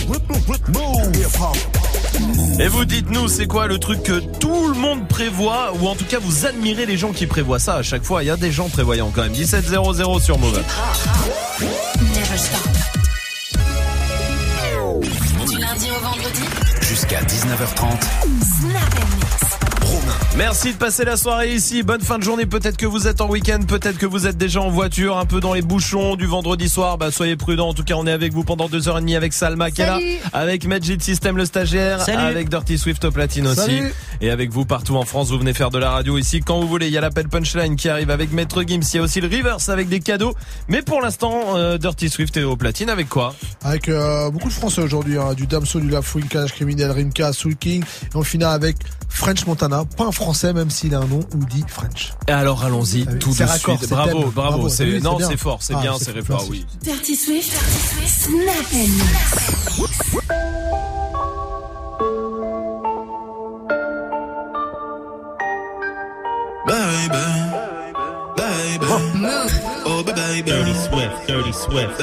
Et vous dites-nous, c'est quoi le truc que tout le monde prévoit, ou en tout cas vous admirez les gens qui prévoient ça à chaque fois. Il y a des gens prévoyants quand même. 1700 sur Move. Du lundi au vendredi jusqu'à 19h30. Merci de passer la soirée ici. Bonne fin de journée. Peut-être que vous êtes en week-end, peut-être que vous êtes déjà en voiture, un peu dans les bouchons du vendredi soir. Soyez prudents. En tout cas, on est avec vous pendant 2h30 avec Salma Kella, avec Magic System le stagiaire, avec Dirty Swift au platine aussi. Et avec vous partout en France. Vous venez faire de la radio ici quand vous voulez. Il y a l'appel punchline qui arrive avec Maître Gims. Il y a aussi le reverse avec des cadeaux. Mais pour l'instant, Dirty Swift est au platine avec quoi? Avec beaucoup de français aujourd'hui, hein. Du Damso, du Lafouine, Cash Criminel, Rimka, Soul King. Et on finit avec French Montana, pas un français même s'il a un nom ou dit French. Et alors allons-y tout de raccord, suite. Bravo. C'est non, bien. c'est fort, c'est bien, c'est fort, oui. Dirty Swift, Snap & Mix. Baby, oh baby, Dirty Swift.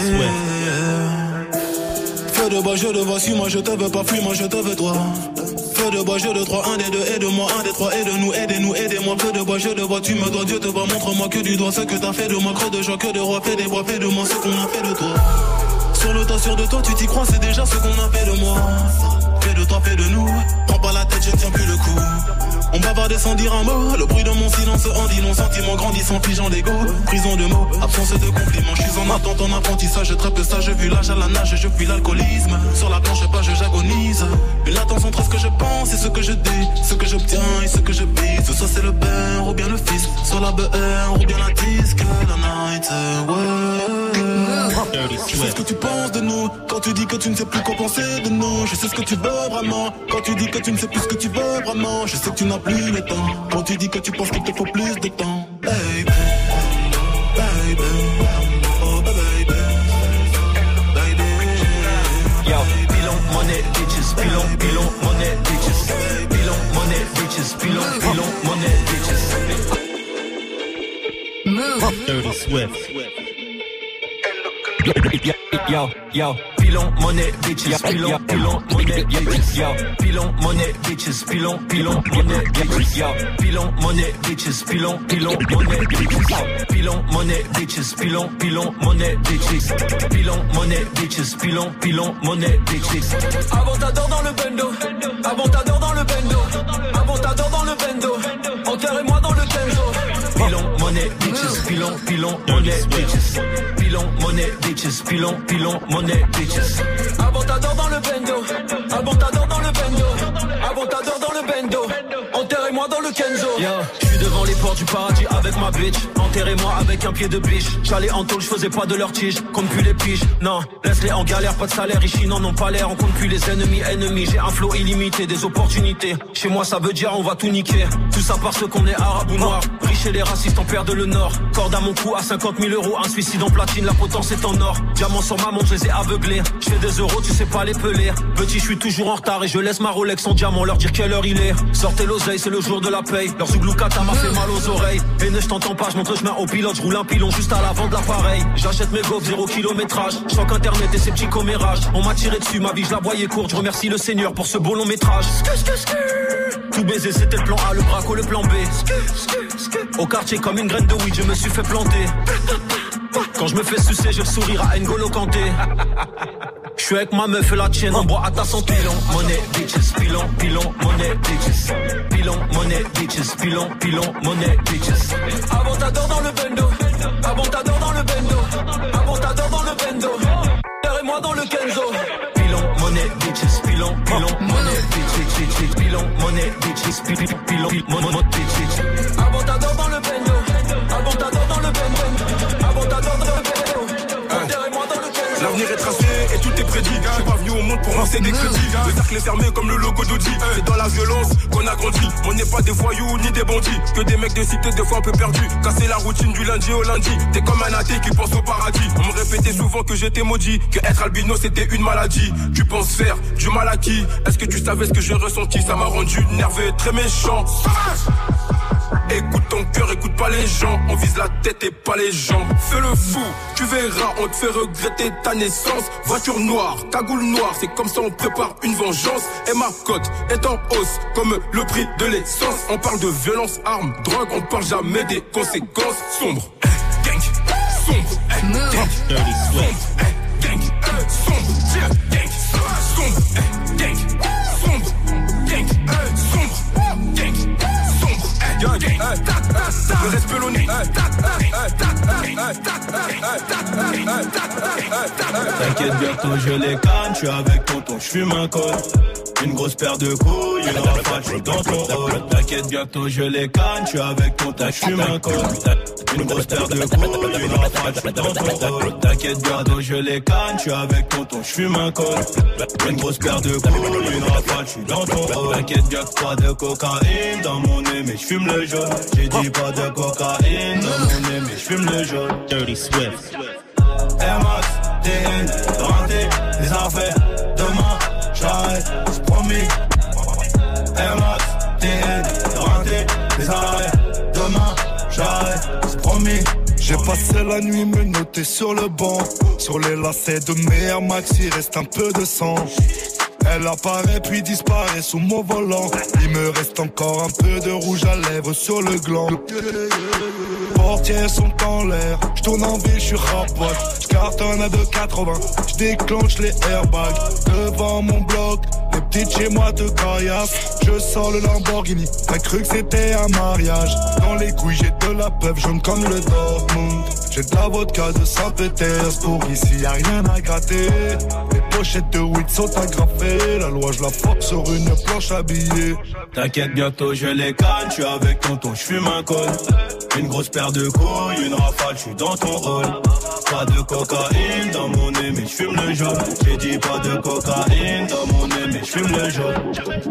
Feu de bois, je te vois, suis-moi, je te veux pas, fuis-moi, je te veux toi. Feu de bois, je de trois, un des deux, aide-moi, un des trois, aide-nous, aidez-nous, aidez-moi. Feu de bois, je te vois, tu me dois, Dieu te voit, montre-moi que du doigt ce que t'as fait de moi, creux de joie, que de roi, fais des bois, fais de moi ce qu'on a fait de toi. Sur le tas, sûr de toi, tu t'y crois, c'est déjà ce qu'on a fait de moi. Fais de toi, fais de nous, prends pas la tête, je ne tiens plus le coup. On bavardait sans dire un mot, le bruit de mon silence en dit long, sentiment grandissant, figeant d'ego, prison de mots, absence de compliments, je suis en attente en apprentissage, je trappe ça, je vis l'âge à la nage, je fuis l'alcoolisme, sur la planche page j'agonise, une attention entre ce que je pense et ce que je dis, ce que j'obtiens et ce que je bise, soit c'est le père ou bien le fils, soit la BR ou bien la disque, la night, ouais. Je sais ce que tu penses de nous, quand tu dis que tu ne sais plus quoi penser de nous, je sais ce que tu veux vraiment, quand tu dis que tu ne sais plus ce que tu veux vraiment, je sais que tu n'as plus le temps, quand tu dis que tu penses qu'il te faut plus de temps, baby, baby, oh baby, baby, yo, pilon, money, bitches, pilon, money, bitches, pilon, money, bitches, pilon, money, bitches. Move. Dirty Swift. Yo, pilon, money, bitches, pilon, money, bitches, yo, pilon, money, bitches, pilon, money, bitches, yo, pilon, money, bitches, pilon, money, bitches, yo, pilon, money, bitches, pilon, money, bitches, pilon, money, bitches, pilon, money, bitches. Avant t'adore dans le bendo, avant t'adore dans le bendo, avant t'adore dans le bendo, enterrez-moi dans le kenzo. Pilon, money, bitches, pilon, money, bitches, pilon, money, bitches, pilon, money, bitches. Avant t'adore dans le bendo, avant t'adore dans le bendo, avant t'adore dans le bendo, enterrez-moi dans le kenzo. Yo, je suis devant les portes du paradis avec ma bitch, enterrez-moi avec un pied de biche. J'allais en tôle, je faisais pas de leur tige, compte plus les piges, non, laisse-les en galère, pas de salaire, ici n'en ont pas l'air, on compte plus les ennemis, j'ai un flow illimité, des opportunités. Chez moi ça veut dire on va tout niquer, tout ça parce qu'on est arabe ou noir, riche et les racistes en perdent le nord, corde à mon cou à 50 000 €, un suicide en platine, la potence est en or, diamant sur ma montre, je les ai aveuglés, je fais des euros, tu sais pas les peler, petit je suis toujours en retard et je laisse ma Rolex en diamant, leur dire quelle heure il est, sortez l'oseille, c'est le jour de la paye, leur zougloukata m'a fait mal aux oreilles, et ne je t'entends pas, je montre le chemin au pilote, je roule un pilon juste à l'avant de l'appareil, j'achète mes gaufres, 0 kilométrage, je choque internet et ses petits commérages, on m'a tiré dessus, ma vie je la voyais courte, je remercie le Seigneur pour ce beau long métrage. Tout baiser c'était le plan A, le braco le plan B. Au quartier comme une graine de weed je me suis fait planter. Quand je me fais sucer j'ai le sourire à N'Golo Kanté. Je suis avec ma meuf et la tienne, on boit à ta santé. Pilon, money, bitches, pilon, money, bitches. Pilon, money, bitches, pilon, money, bitches. Avant t'adore dans le bendo, avant t'adore dans le bendo, avant t'adore dans le bendo, moi dans le kenzo. Pilon, money, bitches, pilon, money, bitches, pilon, money, bitches, pilon, money, bitches. Avant t'adore dans le bendo, avant t'adore dans le bendo, avant t'adore dans le bendo, enterrez-moi dans le kenzo. L'avenir est tracé et tout est prédit. Je suis pas venu au monde pour lancer des crédits. Le cercle est fermé comme le logo d'Audi. C'est dans la violence qu'on a grandi. On n'est pas des voyous ni des bandits, que des mecs de cité des fois un peu perdus. Casser la routine du lundi au lundi. T'es comme un athée qui pense au paradis. On me répétait souvent que j'étais maudit, que être albino c'était une maladie. Tu penses faire du mal à qui? Est-ce que tu savais ce que j'ai ressenti? Ça m'a rendu nerveux, très méchant. Écoute ton cœur, écoute pas les gens. On vise la tête et pas les jambes. Fais le fou, tu verras, on te fait regretter ta naissance. Voiture noire, cagoule noire, c'est comme ça on prépare une vengeance. Et ma cote est en hausse, comme le prix de l'essence. On parle de violence, armes, drogue, on parle jamais des conséquences. Sombre, gang, sombre, gang, Dirty Swift. gang, sombre, gang, sombre, gang, sombre, gang, sombre, gang, sombre, gang, le respect l'honneur. T'inquiète, bientôt je les canne, je suis avec tonton, je fume un col. Une grosse paire de couilles, une rafale, je suis dans ton rôle. T'inquiète, bientôt je les canne, je suis avec tonton, je fume un col. Une grosse paire de couilles, une rafale, je suis dans ton rôle. T'inquiète, bientôt je les canne, je suis avec tonton, je fume un col. Une grosse paire de couilles, une rafale, je suis dans ton rôle. T'inquiète, bientôt pas de cocaïne dans mon nez, mais je fume le jaune. J'ai dit pas de cocaïne dans mon nez, mais je fume le jaune. Dirty Swift. Air Max, TN, rentré, les affaires, demain, j'arrête, c'est promis. Air Max, TN, rentré, les affaires, demain, j'arrête, c'est promis. J'ai passé la nuit me noter sur le banc. Sur les lacets de mes Air Max, il reste un peu de sang. Elle apparaît puis disparaît sous mon volant. Il me reste encore un peu de rouge à lèvres sur le gland. Portières sont en l'air, j'tourne en ville, j'suis rapote. J'cartonne à 2,80, j'déclenche les airbags. Devant mon bloc, les petites chez moi te caillassent. Je sors le Lamborghini, t'as cru que c'était un mariage. Dans les couilles j'ai de la peuple jaune comme le Dortmund. J'ai de la vodka de Saint-Pétersbourg, ici y'a rien à gratter. Les pochettes de weed sont agrafées, la loi je la force sur une planche habillée. T'inquiète, bientôt je les canne, je suis avec tonton, je fume un col. Une grosse paire de couilles, une rafale, je suis dans ton rôle. Pas de cocaïne dans mon nez, mais je fume le jaune. J'ai dit pas de cocaïne dans mon nez, mais je fume le jaune.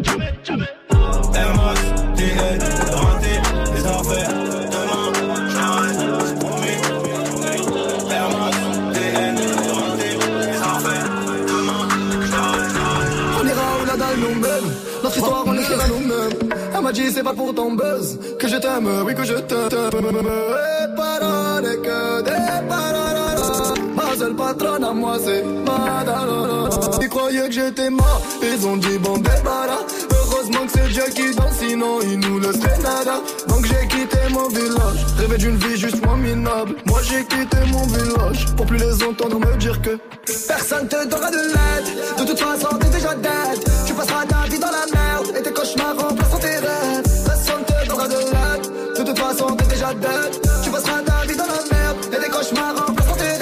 Air Max, TN, rentré, les affaires, demain, j'arrête, c'est promis. Air Max, TN, rentré, les affaires, demain, j'arrête. On ira où la dalle nous-mêmes, notre histoire on l'écrira nous-mêmes. Elle m'a dit c'est pas pour ton buzz que je t'aime, oui que je t'aime. Et paroles et que des paroles. Ma seule patronne à moi c'est Madame. Ils croyaient que j'étais mort, ils ont dit bon débarras. Heureusement que c'est Dieu qui danse, sinon il nous laisserait nada. Donc j'ai quitté mon village, rêvé d'une vie juste moins minable. Moi j'ai quitté mon village, pour plus les entendre me dire que personne te donnera de l'aide. De toute façon t'es déjà dead. Tu passeras ta vie dans la merde et tes cauchemars remplaceront tes rêves. Personne te donnera de l'aide. De toute façon t'es déjà dead. Tu passeras ta vie dans la merde et tes cauchemars remplaceront tes rêves.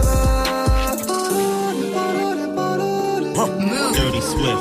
Dirty Swift.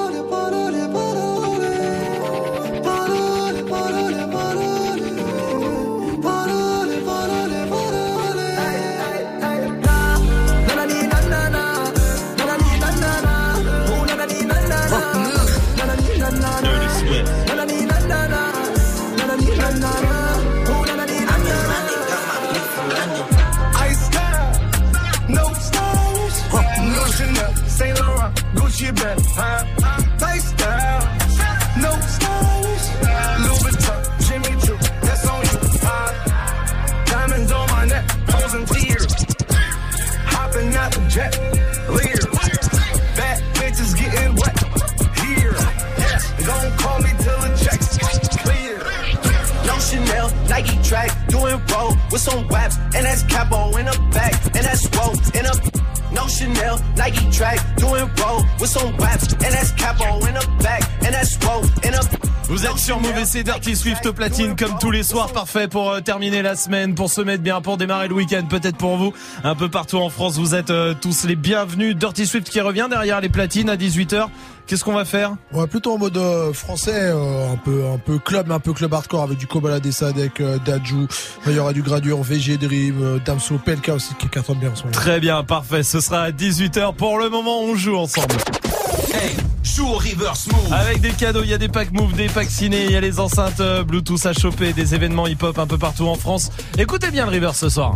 Saint Laurent, Gucci bag, lifestyle, no stylish, Louis Vuitton, Jimmy Choo, that's on you. Diamonds on my neck, posing tears, hopping out the jet, leers, bad bitches getting wet here. Don't call me till the checks clear. No Chanel, Nike track, doing roll with some waps, and that's capo in the back, and that's roll in a. No Chanel, Nike track, doing roll with some waps, and that's capo in the back, and that's roll in a. Vous êtes sur Move et c'est Dirty Swift au platine comme tous les soirs, parfait pour terminer la semaine, pour se mettre bien, pour démarrer le week-end, peut-être pour vous, un peu partout en France, vous êtes tous les bienvenus. Dirty Swift qui revient derrière les platines à 18h. Qu'est-ce qu'on va faire? Ouais, plutôt en mode français, un peu club, mais un peu club hardcore avec du Kobalade Sadek, Dadju. Il y aura du Gradure, VG Dream, Damso, PLK aussi qui cartonne bien en ce moment. Très bien, parfait. Ce sera à 18h. Pour le moment, on joue ensemble. Hey, joue au reverse move. Avec des cadeaux, il y a des packs Move, des packs ciné, il y a les enceintes Bluetooth à choper, des événements hip-hop un peu partout en France. Écoutez bien le reverse ce soir.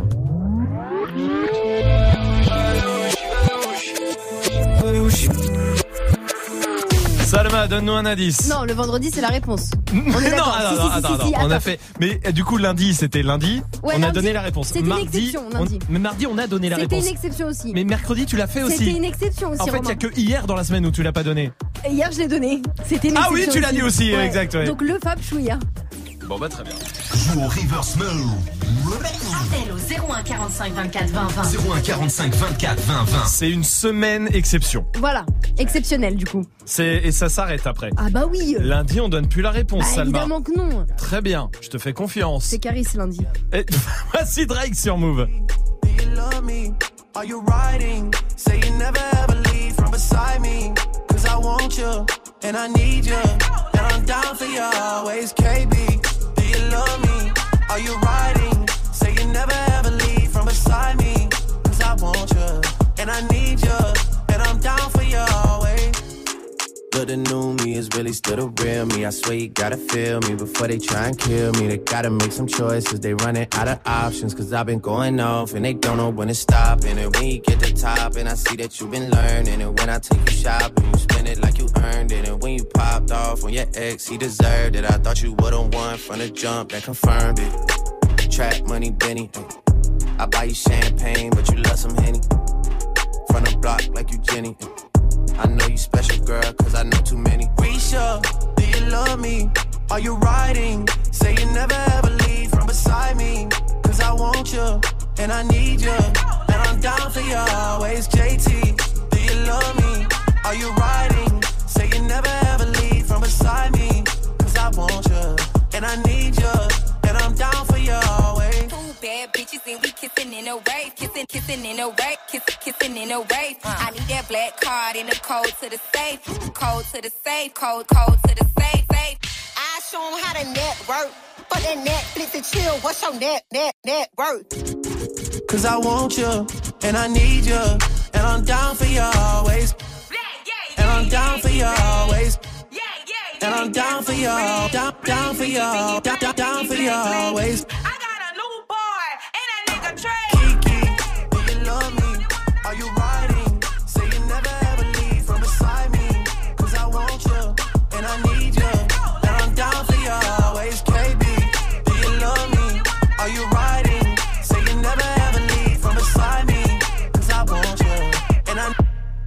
Salma, donne-nous un indice. Non, le vendredi, c'est la réponse. On est non, d'accord. attends. On a fait. Mais du coup, lundi, c'était lundi. Ouais, on a lundi, donné la réponse. C'était une exception, lundi. Mais mardi, on a donné la réponse. C'était une exception aussi. Mais mercredi, tu l'as fait aussi. C'était une exception aussi. En fait, il n'y a que hier dans la semaine où tu l'as pas donné. Et hier, je l'ai donné. C'était une exception. Ah oui, tu l'as dit aussi, ouais. exact. Ouais. Donc le Fab Chouïa. Bon, bah très bien. Joue au Reverse Mode. Appel au 01 45 24 20 20. 01 45 24 20 20. C'est une semaine exception. Voilà, exceptionnel du coup. Et ça s'arrête après. Ah bah oui. Lundi, on donne plus la réponse, Bah, Salma. évidemment que non. Très bien, je te fais confiance. C'est Caris lundi. Et voici Drake sur Move. Do you love me? Are you riding? Say you never ever leave from beside me. Cause I want you, and I need you. And I'm down for you always, KB. Do you love me? Are you riding? Say you never ever leave from beside me. Cause I want you, and I need you. And I'm down for you always. But the new me is really still the real me. I swear you gotta feel me before they try and kill me. They gotta make some choices, they running out of options. Cause I've been going off and they don't know when to stop. And when you get to top and I see that you've been learning. And when I take you shopping, you spend it like you earned it. And when you popped off on your ex, he deserved it. I thought you would've won from the jump, that confirmed it. Trap money, Benny. I buy you champagne, but you love some Henny. From the block like you Jenny. I know you special, girl, cause I know too many. Risha, do you love me? Are you riding? Say you never ever leave from beside me. Cause I want you, and I need you. And I'm down for you always, JT. Do you love me? Are you riding? Say you never ever leave from beside me. Cause I want you, and I need you. And I'm down for you always. Bad bitches and we kissing in a wave, kissing in a wave, kissing in a wave. I need that black card in the code to the safe, code to the safe, code to the safe. I show 'em how to network, but that Netflix and chill. What's your net worth? Cause I want you, and I need you, and I'm down for you always. And I'm down for you always. And I'm down for you, down for you, down for you always. Kiki, do you love me? Are you riding? Say you never ever leave from beside me. Cause I want you, and I need you. And I'm down for you always, KB. Do you love me? Are you riding? Say you never ever leave from beside me. Cause I want you, and I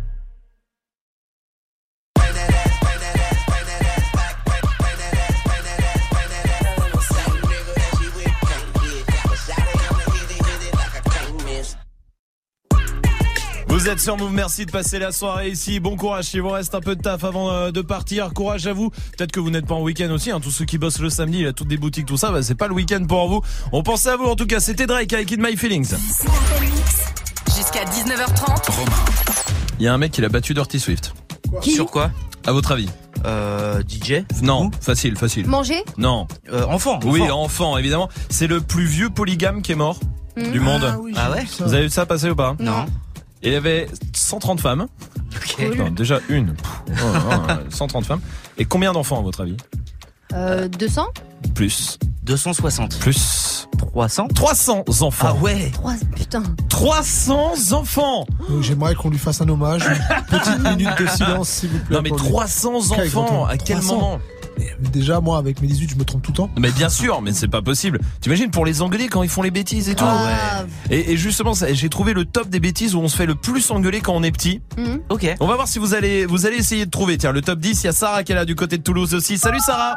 Vous êtes sur Move, merci de passer la soirée ici. Bon courage, il vous reste un peu de taf avant de partir. Courage à vous. Peut-être que vous n'êtes pas en week-end aussi, hein. Tous ceux qui bossent le samedi, il y a toutes des boutiques, tout ça, bah, c'est pas le week-end pour vous. On pense à vous en tout cas. C'était Drake avec In My Feelings. Jusqu'à 19h30. Il y a un mec qui l'a battu Dirty Swift. Sur quoi? À votre avis? DJ? Non, facile. Manger? Non. Enfant. Oui, enfant, évidemment. C'est le plus vieux polygame qui est mort du monde. Ah ouais? Vous avez vu ça passer ou pas? Non. Il avait 130 femmes. Ok. Non, déjà une. 130 femmes. Et combien d'enfants à votre avis? 200? Plus. 260. Plus. 300? 300 enfants. Ah ouais. 300 enfants. J'aimerais qu'on lui fasse un hommage. Une petite minute de silence, s'il vous plaît. Non mais 300 enfants, à quel moment? Déjà, moi, avec mes 18, je me trompe tout le temps. Mais bien sûr, mais c'est pas possible. T'imagines pour les engueuler quand ils font les bêtises et tout. Et justement, j'ai trouvé le top des bêtises où on se fait le plus engueuler quand on est petit. Ok. On va voir si vous allez essayer de trouver. Tiens, le top 10, il y a Sarah qui est là du côté de Toulouse aussi. Salut Sarah.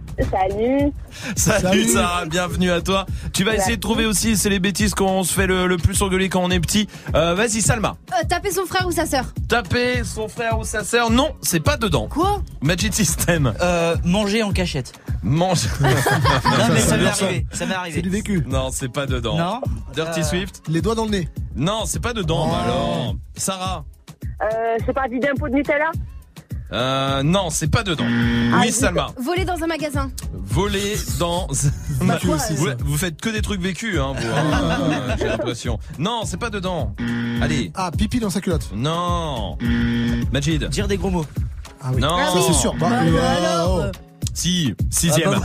Salut Sarah, bienvenue à toi. Tu vas essayer de trouver aussi, c'est les bêtises qu'on se fait le plus engueuler quand on est petit. Vas-y Salma. Taper son frère ou sa sœur. Taper son frère ou sa sœur, non, c'est pas dedans. Quoi? Magic System. Manger en cachette. Manger. Non mais ça m'est arrivé. C'est du vécu. Non, c'est pas dedans. Non. Dirty Swift. Les doigts dans le nez. Non, c'est pas dedans. Bah alors. Sarah. C'est pas vider un pot de Nutella? Non, c'est pas dedans. Oui, Salma. Voler dans un magasin. Voler dans. Vous faites que des trucs vécus, hein, vous. J'ai l'impression. Non, c'est pas dedans. Allez. Ah, pipi dans sa culotte. Non. Majid. Dire des gros mots. Ah oui. Non. Ça c'est sûr. Alors. Si, sixième.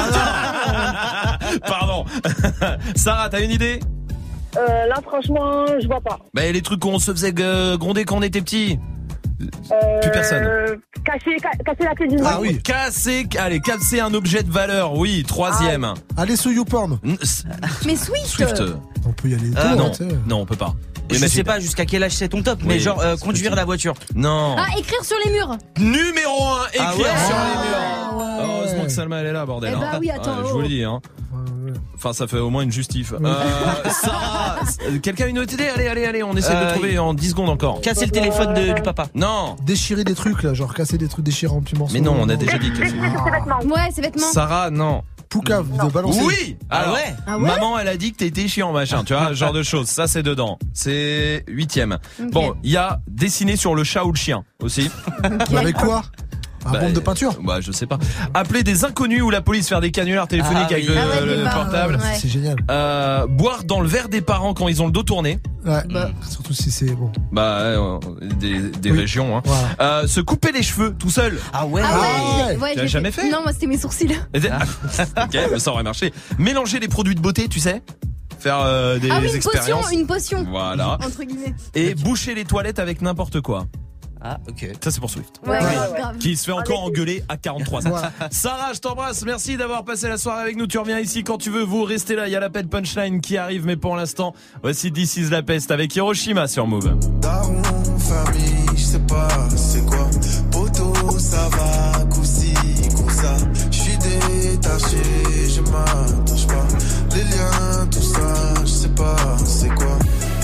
Pardon. Sarah, t'as une idée? Là, franchement, je vois pas. Bah, les trucs qu'on se faisait gronder quand on était petit. Plus personne. Casser la clé d'une voiture. Ah oui. Casser un objet de valeur. Oui, 3e. Allez sous YouPorn. Mais Swift. On peut y aller. Non, on peut pas. Je sais pas jusqu'à quel âge c'est ton top, mais genre conduire la voiture. Non. Ah, écrire sur les murs. Numéro 1, écrire sur les murs. Ouais. Heureusement que Salma elle est là, bordel. Eh bah oui, attends. Je vous le dis. Enfin, ça fait au moins une justif. Sarah, quelqu'un a une autre idée? Allez, on essaie de le trouver en 10 secondes encore. Casser le téléphone du papa. Non. Déchirer des trucs là, genre casser des trucs, déchirer en petits morceaux. Mais non, on a déjà dit casser. Ses vêtements. Ouais, ses vêtements. Sarah, non. Poucave, de balancer. Oui. Alors, maman, elle a dit que t'étais chiant, machin. Tu vois, ce genre de choses. Ça, c'est dedans. C'est 8e. Okay. Bon, il y a dessiner sur le chat ou le chien aussi. Avec quoi? Un bande de peinture? Bah, je sais pas. Appeler des inconnus ou la police, faire des canulars téléphoniques avec le portable. Ouais. C'est génial. Boire dans le verre des parents quand ils ont le dos tourné. Ouais. Surtout si c'est bon. Bah, des régions, hein. Voilà. Se couper les cheveux tout seul. Ah ouais. Ouais, Tu l'as jamais fait? Non, moi c'était mes sourcils. Ok, ça aurait marché. Mélanger les produits de beauté, tu sais. Faire des expériences. Une potion. Voilà. Entre guillemets. Et boucher les toilettes avec n'importe quoi. Ah, ok. Ça, c'est pour Swift. Ouais, grave. Qui se fait encore engueuler à 43 ans. Sarah, je t'embrasse. Merci d'avoir passé la soirée avec nous. Tu reviens ici quand tu veux. Vous restez là. Il y a l'appel punchline qui arrive. Mais pour l'instant, voici This Is La Peste avec Hiroshima sur Move. Daron, famille, je sais pas c'est quoi. Poto, ça va, coup-ci, coup-ça. Je suis détaché, je m'attache pas. Les liens, tout ça, je sais pas c'est quoi.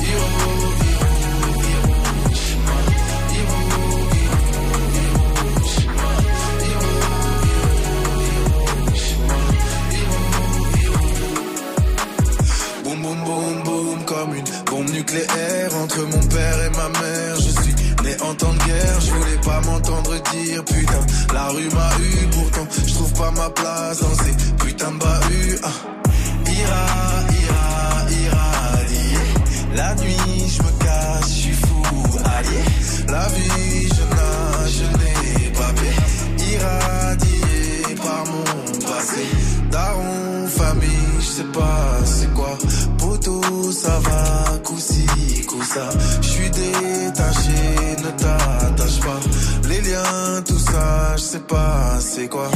Boum boum boum boum comme une bombe nucléaire entre mon père et ma mère. Je suis né en temps de guerre, je voulais pas m'entendre dire putain. La rue m'a eu, pourtant je trouve pas ma place dans ces putains de bahuts. Irradié. La nuit je me cache, je suis fou, allié. La vie je nage, je n'ai pas pied. Irradié par mon passé. Daron, famille, je sais pas c'est quoi. Poto, ça va, coup-ci, coup-ça. Je suis détaché, ne t'attache pas. Les liens, tout ça, je sais pas c'est quoi.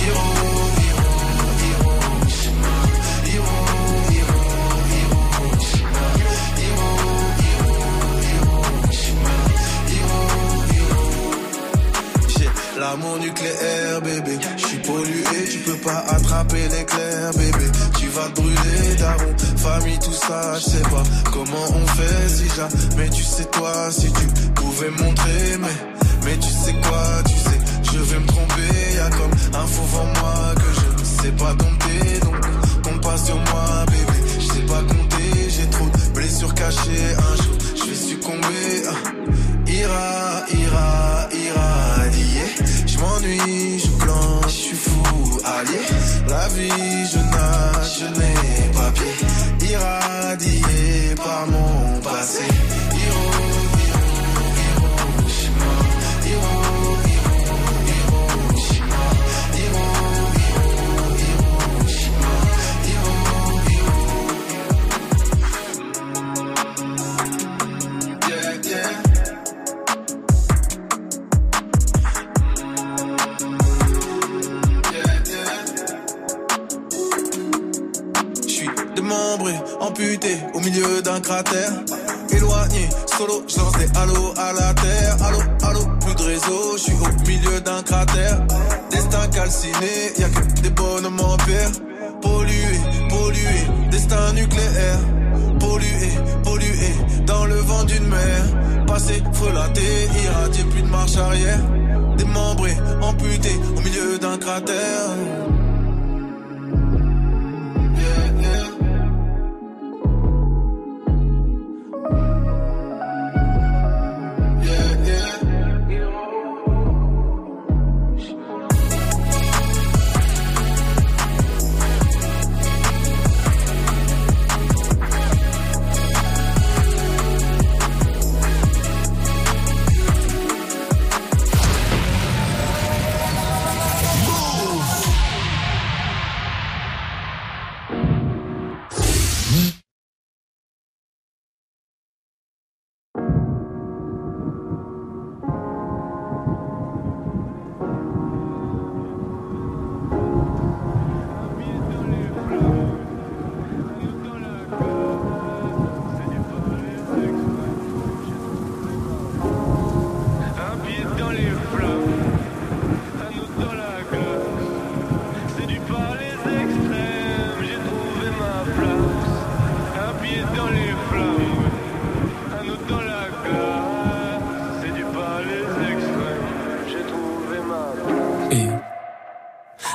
L'amour nucléaire, bébé. Je suis pollué, tu peux pas attraper l'éclair, bébé. Tu vas te brûler, daron. Famille, tout ça, je sais pas comment on fait si jamais tu sais toi, si tu pouvais me montrer, mais tu sais quoi, tu sais, je vais me tromper. Y'a comme un faux en moi que je ne sais pas dompter, donc compte pas sur moi, bébé. Je sais pas compter, j'ai trop de blessures cachées. Un jour, je vais succomber. Irradié. Je m'ennuie, je planche, je suis fou, allié. La vie, je nage, je n'ai pas pied. Irradié par mon passé. Amputé au milieu d'un cratère. Éloigné, solo, je lance des halos à la terre. Allô, plus de réseau, je suis au milieu d'un cratère. Destin calciné, y'a que des bonhommes en pierre. Pollué, destin nucléaire. Pollué, dans le vent d'une mer. Passé, frelaté, irradié, plus de marche arrière. Démembré, amputé au milieu d'un cratère.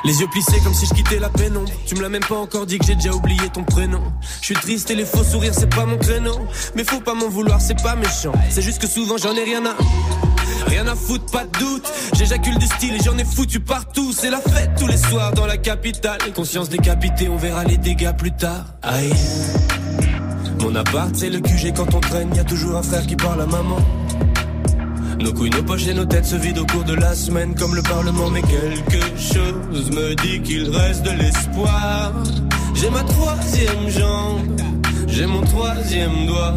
Les yeux plissés comme si je quittais la pénombre. Tu me l'as même pas encore dit que j'ai déjà oublié ton prénom. Je suis triste et les faux sourires c'est pas mon créneau. Mais faut pas m'en vouloir, c'est pas méchant. C'est juste que souvent j'en ai rien à foutre, pas de doute. J'éjacule du style et j'en ai foutu partout. C'est la fête tous les soirs dans la capitale. Conscience décapitée, on verra les dégâts plus tard. Aïe. Mon appart c'est le QG, quand on traîne y'a toujours un frère qui parle à maman. Nos couilles, nos poches et nos têtes se vident au cours de la semaine comme le Parlement. Mais quelque chose me dit qu'il reste de l'espoir. J'ai ma troisième jambe, j'ai mon troisième doigt.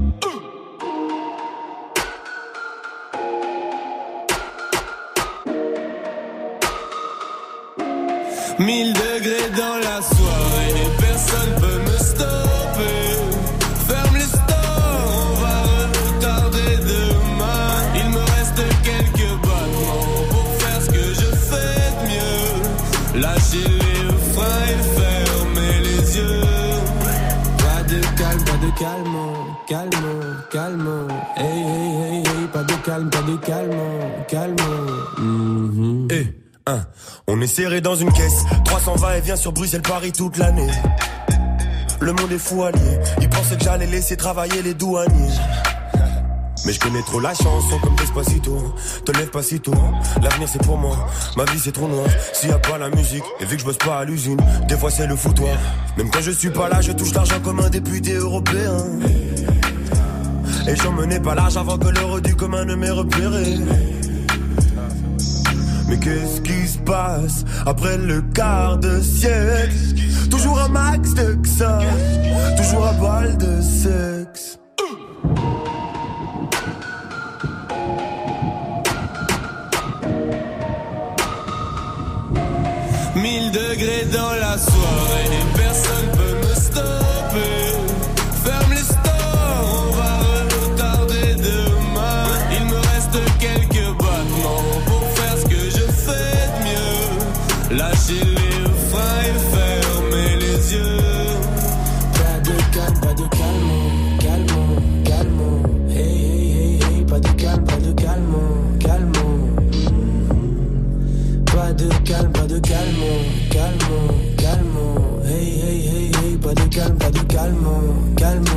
1000 degrés dans la soirée, personne peut me stopper. Ferme les stores, on va retarder demain. Il me reste quelques battements pour faire ce que je fais de mieux. Lâcher les freins et fermer les yeux. Pas de calme, pas de calme. Hey, hey, hey, hey, pas de calme, calme. Hey. On est serré dans une caisse, 320 et vient sur Bruxelles-Paris toute l'année. Le monde est fou allié, ils pensaient que j'allais laisser travailler les douaniers. Mais je connais trop la chanson comme Despacito. Te lève pas si tôt, l'avenir c'est pour moi. Ma vie c'est trop noir, s'il y a pas la musique. Et vu que je bosse pas à l'usine, des fois c'est le foutoir. Même quand je suis pas là, je touche l'argent comme un député européen. Et j'en menais pas large avant que l'euro du commun ne m'ait repéré. Mais qu'est-ce qui se passe après le quart de siècle? Toujours un max de ça, toujours un bal de sexe. 1000 degrés dans la soirée, personne peut me stopper. Ferme les stores, on va retarder demain. Il me reste quelques battements pour faire ce que je fais de mieux. Lâcher les freins et fermer les yeux. Pas de calme, hey, hey, hey, hey. Pas de calme, Pas de calme, hey, hey, hey, hey. Pas de calme, calme.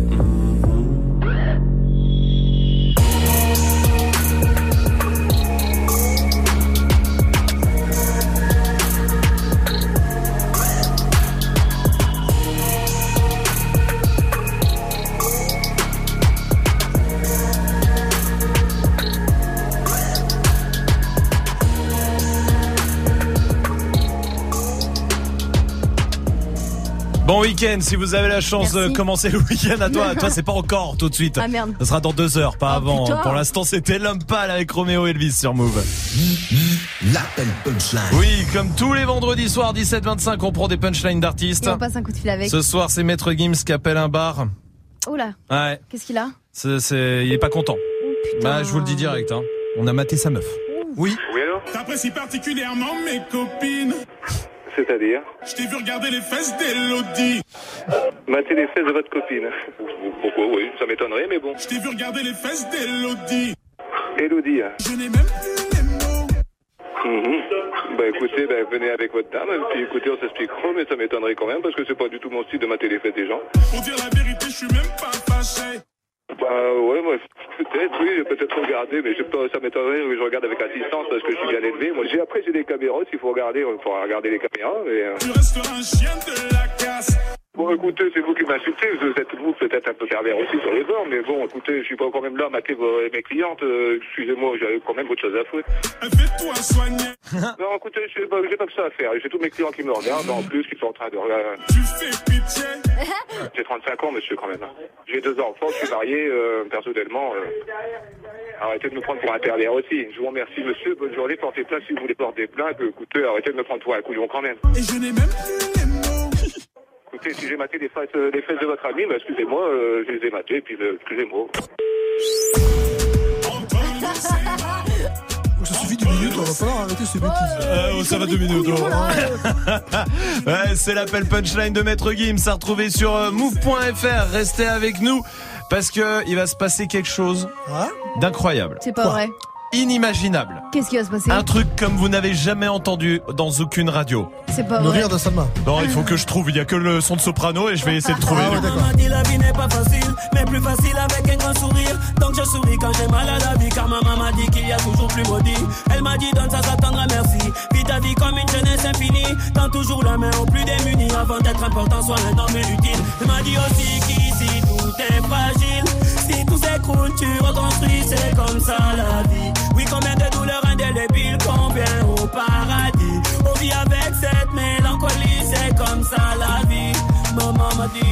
Bon week-end, si vous avez la chance de commencer le week-end à toi. Toi, c'est pas encore tout de suite. Ah merde. Ce sera dans 2 heures, pas avant. Putain. Pour l'instant, c'était L'Homme Pâle avec Roméo Elvis sur Move. L'appel punchline. Oui, comme tous les vendredis soirs, 17-25, on prend des punchlines d'artistes. Et on passe un coup de fil avec. Ce soir, c'est Maître Gims qui appelle un bar. Oula. Ouais. Qu'est-ce qu'il a? Il est pas content. Bah, je vous le dis direct, hein. On a maté sa meuf. Oui. Oui, alors? T'apprécies particulièrement mes copines. C'est-à-dire? Je t'ai vu regarder les fesses d'Elodie. Mater les fesses de votre copine. Pourquoi? Oui, ça m'étonnerait, mais bon. Je t'ai vu regarder les fesses d'Elodie. Elodie. Je n'ai même plus les mots. Bah écoutez, venez avec votre dame, puis écoutez, on s'expliquera, mais ça m'étonnerait quand même, parce que c'est pas du tout mon style de mater les fesses des gens. Pour dire la vérité, je suis même pas fâché. Bah ouais, moi, peut-être regarder, mais ça m'étonnerait que je regarde avec assistance parce que je suis bien élevé. Moi, après j'ai des caméras, s'il faut regarder, il faudra regarder les caméras, mais... Tu resteras un chien de la casse. Bon, écoutez, c'est vous qui m'insultez, vous êtes peut-être un peu pervers aussi sur les bords, mais bon, écoutez, je suis pas quand même là à mater mes clientes, excusez-moi, j'ai quand même autre chose à foutre. Fais-toi soigner. Non, écoutez, j'ai pas que ça à faire, j'ai tous mes clients qui me regardent, en plus, qui sont en train de regarder. Tu fais pitié. J'ai 35 ans, monsieur, quand même. J'ai 2 enfants, je suis marié, personnellement, arrêtez de me prendre pour un pervers aussi. Je vous remercie, monsieur, bonne journée, portez plainte si vous voulez porter plainte, écoutez, arrêtez de me prendre pour un couillon quand même. Et je n'ai même plus les mots. Écoutez, si j'ai maté les fesses de votre ami, excusez-moi, je les ai matés, puis excusez-moi. Ça suffit 2 minutes, on va falloir arrêter ces bêtises. Ça va 2 minutes. Ouais, c'est l'appel punchline de Maître Gims, à retrouver sur move.fr. Restez avec nous, parce que il va se passer quelque chose d'incroyable. C'est pas vrai. inimaginable. Qu'est-ce qui va se passer? Un truc comme vous n'avez jamais entendu dans aucune radio. C'est pas Le vrai. rire de Salma. Non, il faut que je trouve. Il y a que le son de soprano et je vais essayer de trouver. Maman m'a dit la vie n'est pas facile, mais plus facile avec un grand sourire. Donc je souris quand j'ai mal à la vie, car ma maman m'a dit qu'il y a toujours plus maudit. Elle m'a dit donne ça, ça t'attendra, merci. Vis ta vie comme une jeunesse infinie. Tends toujours la main aux plus démunis. Avant d'être important, sois un homme inutile. Elle m'a dit aussi qu'ici tout est fragile. Si tout s'écroule, tu reconstruis, c'est comme ça la vie. Oui, combien de douleurs indélébiles, combien au paradis. On vit avec cette mélancolie, c'est comme ça la vie. Maman m'a dit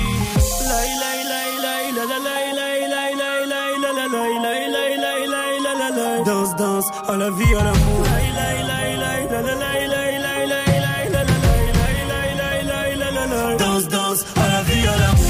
danse, danse, à la vie, à l'amour. Danse, danse, à la vie, à l'amour.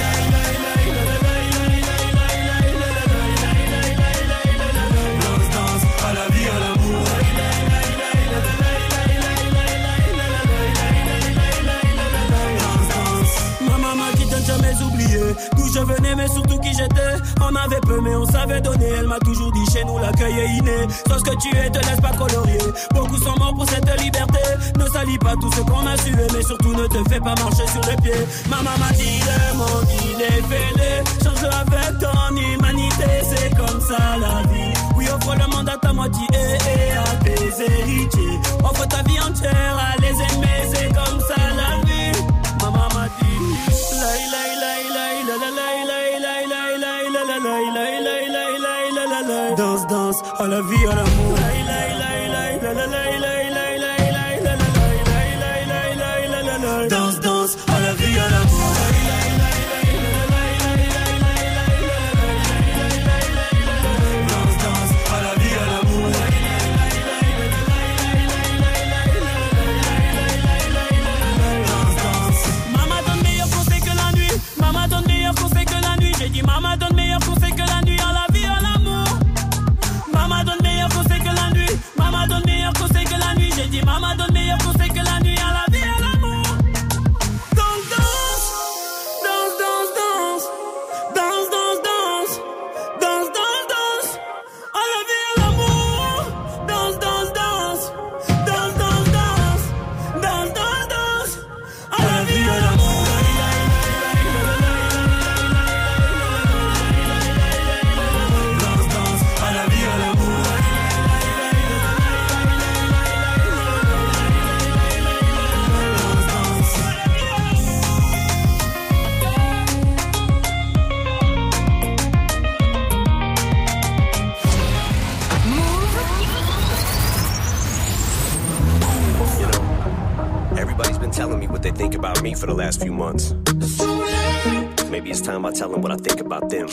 Jamais oublié d'où je venais, mais surtout qui j'étais. On avait peu, mais on savait donner. Elle m'a toujours dit chez nous l'accueil est inné. Sois ce que tu es, te laisse pas colorier. Beaucoup sont morts pour cette liberté. Ne salis pas tout ce qu'on a sué, mais surtout ne te fais pas marcher sur les pieds. Maman m'a dit le monde il est fêlé. Change-le avec ton humanité, c'est comme ça la vie. Oui, offre le monde à ta moitié et à tes héritiers. Offre ta vie entière à les aimer, c'est comme ça la vie. Maman m'a dit danse, danse, à la vie, à l'amour. Danse, danse, à la vie, à l'amour. Danse, danse, à la vie, à l'amour. Danse, danse. Maman donne meilleur conseil que la nuit. Maman donne meilleur conseil que la nuit. J'ai dit maman donne meilleur conseil que la nuit. À la vie, à l'amour. Maman donne meilleur conseil que la nuit. Maman donne meilleur conseil que la nuit. J'ai dit maman donne meilleur conseil que la nuit. À la vie, à l'amour. Donc danse, danse, danse, danse. Danse, danse, danse. Danse, danse, danse. À la vie, à l'amour. Danse, danse, danse. Danse, danse, danse. Danse, danse, danse. À la vie, à l'amour. Everybody's been telling me what they think about me for the last few months. Maybe it's time I tell them what I think about them.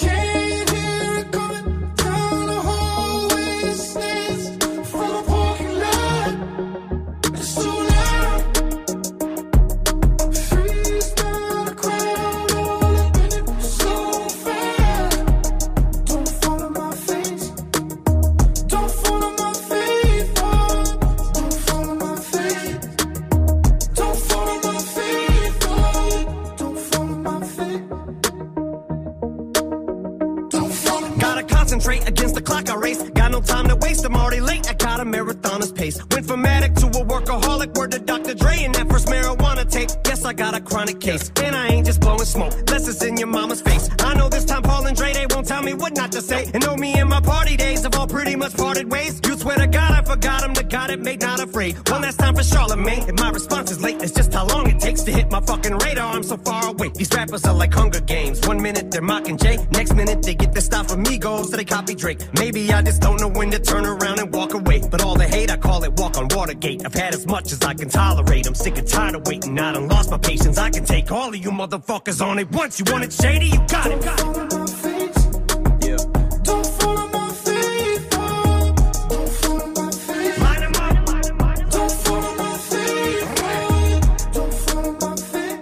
Against the clock I race, got no time to waste, I'm already late, I got a marathoner's pace. Went from addict to a workaholic, word to Dr. Dre and that first marijuana tape. Yes, I got a chronic case, and I ain't just blowing smoke, unless it's in your mama's face. I know this time Paul and Dre, they won't tell me what not to say. And know me and my party days have all pretty much parted ways. You swear to God I forgot him, the God it made, not afraid. One last time for Charlemagne, and my response is late, it's just how long it takes to hit my fucking radar, I'm so far away. These rappers are like Hunger Games, 1 minute they're mocking Jay, next minute they get their stuff from Migos, so they copy Drake. Maybe I just don't know when to turn around and walk away. But all the hate, I call it walk on Watergate. I've had as much as I can tolerate. I'm sick and tired of waiting. I done lost my patience. I can take all of you motherfuckers on it once. You want it shady? You got it. Got it. Yeah. Don't follow my faith. Don't follow my faith. Don't follow my faith. Don't follow my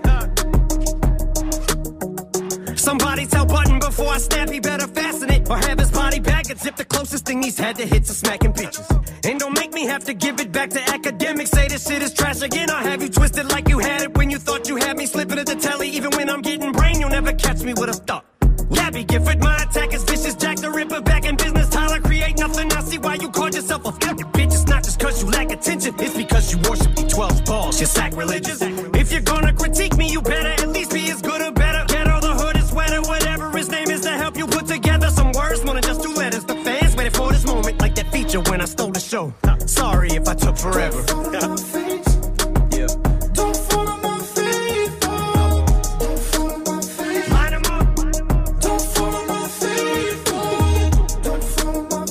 faith. Somebody tell Button before I snap, he better fasten it. Or have his body back and zip the closest thing he's had to hits of smacking bitches. And don't make me have to give it back to academics. Say this shit is trash again. I'll have you twisted like you had it when you thought you had me slipping at the telly. Even when I'm getting brain, you'll never catch me with a thought. Gabby Gifford, my attack is vicious. Jack the Ripper back in business. Tyler, create nothing. I see see why you called yourself a bitch. It's not just cause you lack attention, it's because you worship the 12 balls. You're sacrilegious. If you're gonna critique me, you better at least be as good or better. Get all the hood is sweater, whatever his name is, to help you put together some words. More than just 2 letters. The fans waited for this moment, like that feature when I stole the show. Sorry if I took forever. Yeah. Don't follow my feet. Don't follow my feet. Line 'em up. Don't follow my feet. Don't follow my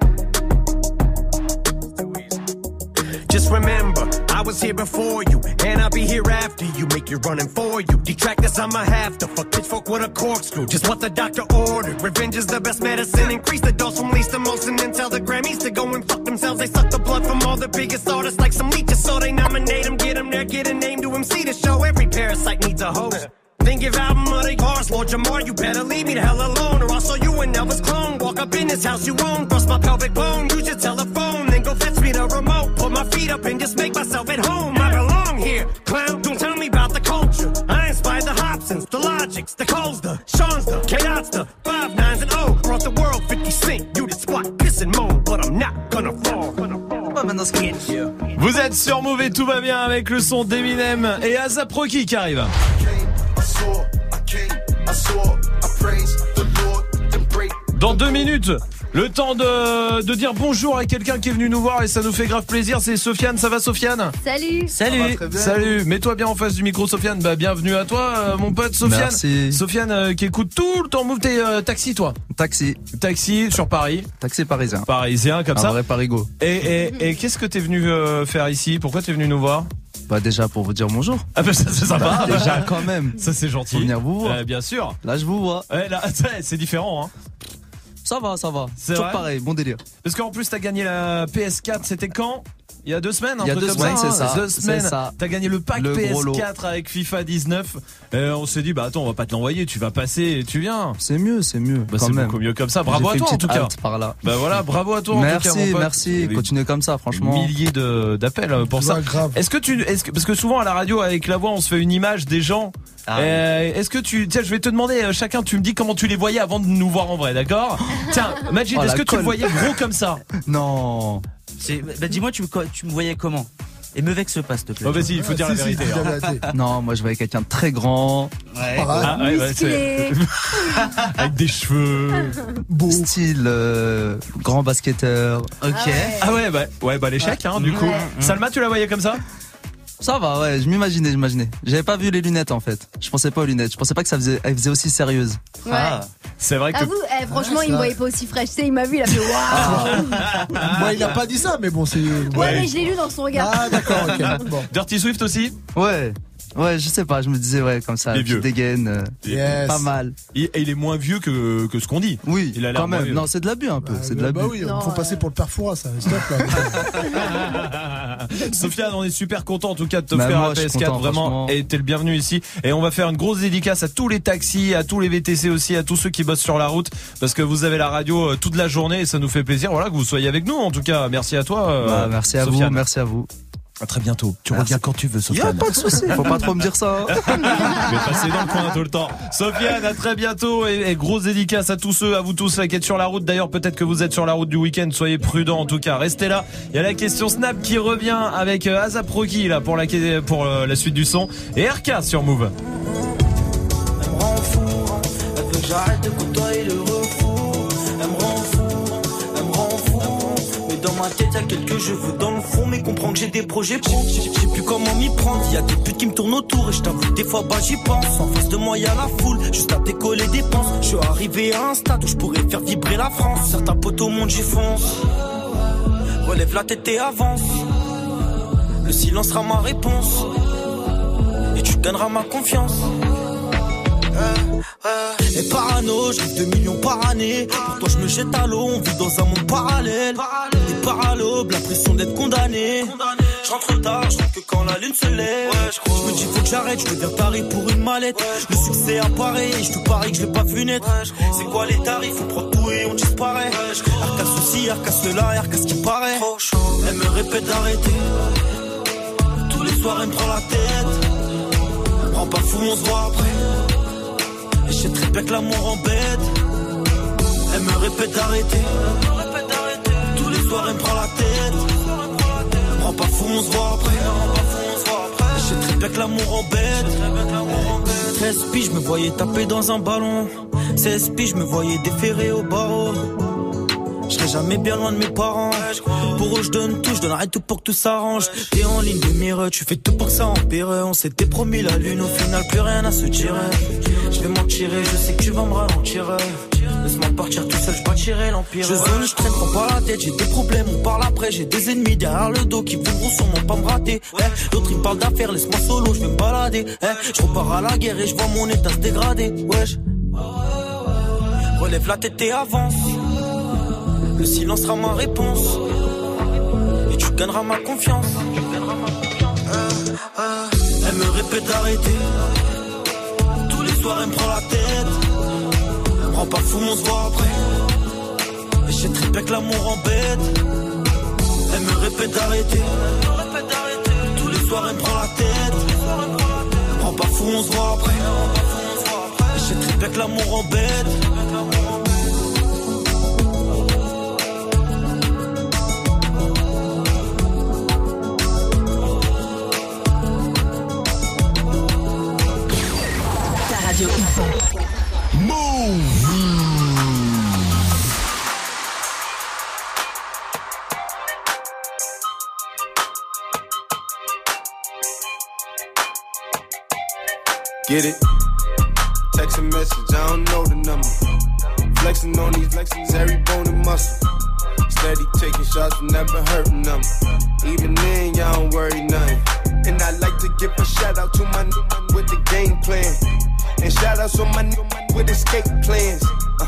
feet. Just remember, I was here before you, and I'll be here after you. Make you running for you. Detractors, I'ma have to fuck pitchfork with a corkscrew. Just what the doctor ordered. Revenge is the best medicine. Increase the dose from least to most, and then tell the Grammys to go and fuck themselves. They suck the blood from all the biggest artists like some leeches, so they nominate them, get them there, get a name to MC to show. Every parasite needs a host. Then give album of the yours, Lord Jamar, you better leave me the hell alone, or I'll show you an Elvis clone. Walk up in this house you own, bust my pelvic bone, use your telephone, then go fetch me the remote. Put my feet up and just make myself at home. I belong here, clown, don't tell me about the culture. I inspired the Hobsons, the Logics, the Coles, the Sean's, the K-Dots, the 5 9s and O. Brought the world 50 Cent, you did squat, piss and moan, but I'm not gonna fall. Vous êtes sur Move et tout va bien avec le son d'Eminem et A$AP Rocky qui arrive. Dans 2 minutes, le temps de dire bonjour à quelqu'un qui est venu nous voir et ça nous fait grave plaisir. C'est Sofiane, ça va Sofiane? Salut. Salut, mets-toi bien en face du micro Sofiane. Bah bienvenue à toi mon pote Sofiane. Merci. Sofiane qui écoute tout le temps Move. T'es taxi toi? Taxi sur Paris. Taxi parisien. Parisien comme ça. Un vrai parigo. Et qu'est-ce que t'es venu faire ici? Pourquoi t'es venu nous voir? Bah déjà pour vous dire bonjour. Ah bah ça c'est sympa. Déjà quand même. Ça c'est gentil. Faut venir vous voir. Bien sûr. Là je vous vois. Ouais, là c'est différent hein. Ça va. C'est toujours vrai pareil, bon délire. Parce qu'en plus t'as gagné la PS4, c'était quand? Il y a 2 semaines, Il y a 2 semaines, c'est ça. 2 semaines. C'est ça. T'as gagné le pack Le gros lot. PS4 avec FIFA 19. On s'est dit, bah attends, on va pas te l'envoyer, tu vas passer et tu viens. C'est mieux. Bah, quand c'est même. beaucoup mieux comme ça. Bravo à toi en tout cas. Par là. Bah voilà, bravo à toi en tout cas. Mon pote. Merci. Continuez comme ça, franchement. Milliers d'appels pour ça. Grave. Parce que souvent à la radio avec la voix on se fait une image des gens. Est-ce que tiens, je vais te demander chacun, tu me dis comment tu les voyais avant de nous voir en vrai, d'accord? Tiens, Majid, est-ce que tu le voyais gros comme ça? Non. Bah dis-moi, tu me voyais comment? Et me vexe pas, s'il te plaît. Oh vas-y, il faut dire la vérité. Non, moi je voyais quelqu'un de très grand. Musclé. Avec des cheveux. Beau. Style grand basketteur. Ok. Ah ouais, bah l'échec hein, du coup. Salma, tu la voyais comme ça? Ça va, ouais, je m'imaginais. J'avais pas vu les lunettes en fait. Je pensais pas aux lunettes. Je pensais pas que elle faisait aussi sérieuse. Ouais. C'est vrai que. Avoue, franchement, il me voyait pas aussi fraîche. Tu sais, il m'a vu, il a fait waouh. Moi, il a pas dit ça, mais bon, c'est. Ouais, mais je l'ai lu dans son regard. Ah, d'accord, ok. Bon. Dirty Swift aussi? Ouais, je sais pas, je me disais, comme ça, petite dégaine, pas mal. Et il est moins vieux que ce qu'on dit. Oui, il a l'air quand même. vieux. Non, c'est de l'abus un peu, c'est de l'abus. Bah oui, il faut passer pour le père Fouras, ça. Stop, là. Sofiane, on est super content en tout cas de t'offrir un PS4, content, vraiment, et t'es le bienvenu ici. Et on va faire une grosse dédicace à tous les taxis, à tous les VTC aussi, à tous ceux qui bossent sur la route, parce que vous avez la radio toute la journée et ça nous fait plaisir, voilà, que vous soyez avec nous. En tout cas, merci à toi. Merci à Sofiane. vous, merci à vous. À très bientôt. Tu reviens quand tu veux, Sofiane. Y'a pas de souci. Faut pas trop me dire ça. Je vais passer dans le coin tout le temps. Sofiane, à très bientôt et grosse dédicace à tous ceux, à vous tous qui êtes sur la route. D'ailleurs, peut-être que vous êtes sur la route du week-end. Soyez prudents en tout cas. Restez là. Il y a la question Snap qui revient avec A$AP Rocky là pour la suite du son et RK sur Move. Elle me rend fou, elle veut que j'arrête de côtoyer le refou. Elle me rend fou, elle me rend fou. Mais dans ma tête y'a quelques cheveux dans le fond. Mais comprends que j'ai des projets pro. Je sais plus comment m'y prendre. Y'a des putes qui me tournent autour. Et je t'avoue des fois j'y pense. En face de moi y'a la foule, juste à décoller des penses. Je suis arrivé à un stade où je pourrais faire vibrer la France. Certains potes au monde j'y fonce. Relève la tête et avance. Le silence sera ma réponse. Et tu gagneras ma confiance. Et parano, je rêve 2 millions par année. Pour toi je me jette à l'eau, on vit dans un monde parallèle. Et par à l'aube, la pression d'être condamné. Je rentre tard, je rentre que quand la lune se lève. Je me dis faut que j'arrête, je deviens taré pour une mallette. Le succès apparaît, et je te parie que je l'ai pas vu naître. C'est quoi les tarifs, on prend tout et on disparaît. Arca ceci, arca cela, arca ce qui paraît. Elle me répète d'arrêter. Tous les soirs elle me prend la tête. Prends pas fou, on se voit après. Et je sais très bien que l'amour embête. Elle me répète d'arrêter. Tous les soirs elle me prend la tête. Rends pas fou, on se voit après. Je sais très bien que l'amour embête. 13 piges, je me voyais taper dans un ballon. 16 piges, je me voyais déférer au barreau. Je serai jamais bien loin de mes parents. Pour eux je donne tout, je donnerai tout pour que tout s'arrange. T'es en ligne de mire, tu fais tout pour que ça empire. On s'était promis la lune, au final plus rien à se tirer. Je vais m'en tirer, je sais que tu vas me ralentir. Laisse-moi partir tout seul, je bâtirai l'empire. Je zone, je traîne, prends pas la tête. J'ai des problèmes, on parle après. J'ai des ennemis derrière le dos qui voudront sûrement pas me rater. D'autres ils me parlent d'affaires, laisse-moi solo, je vais me balader. Je repars à la guerre et je vois mon état se dégrader. Wesh. Relève la tête et avance. Le silence sera ma réponse. Et tu gagneras ma confiance. Elle me répète d'arrêter. Tous les soirs elle me prend la tête. Rends pas fou, on se voit après. Et je sais très bien que l'amour embête. Elle me répète d'arrêter. Tous les soirs elle me prend la tête. Rends pas fou, on se voit après. Et je sais très bien que l'amour embête. Get it? Text a message, I don't know the number. Flexing on these flexings, every bone and muscle. Steady taking shots, never hurting them. Even then, y'all don't worry nothing. And I like to give a shout out to my new man with the game plan. And shout out to my new man with escape plans.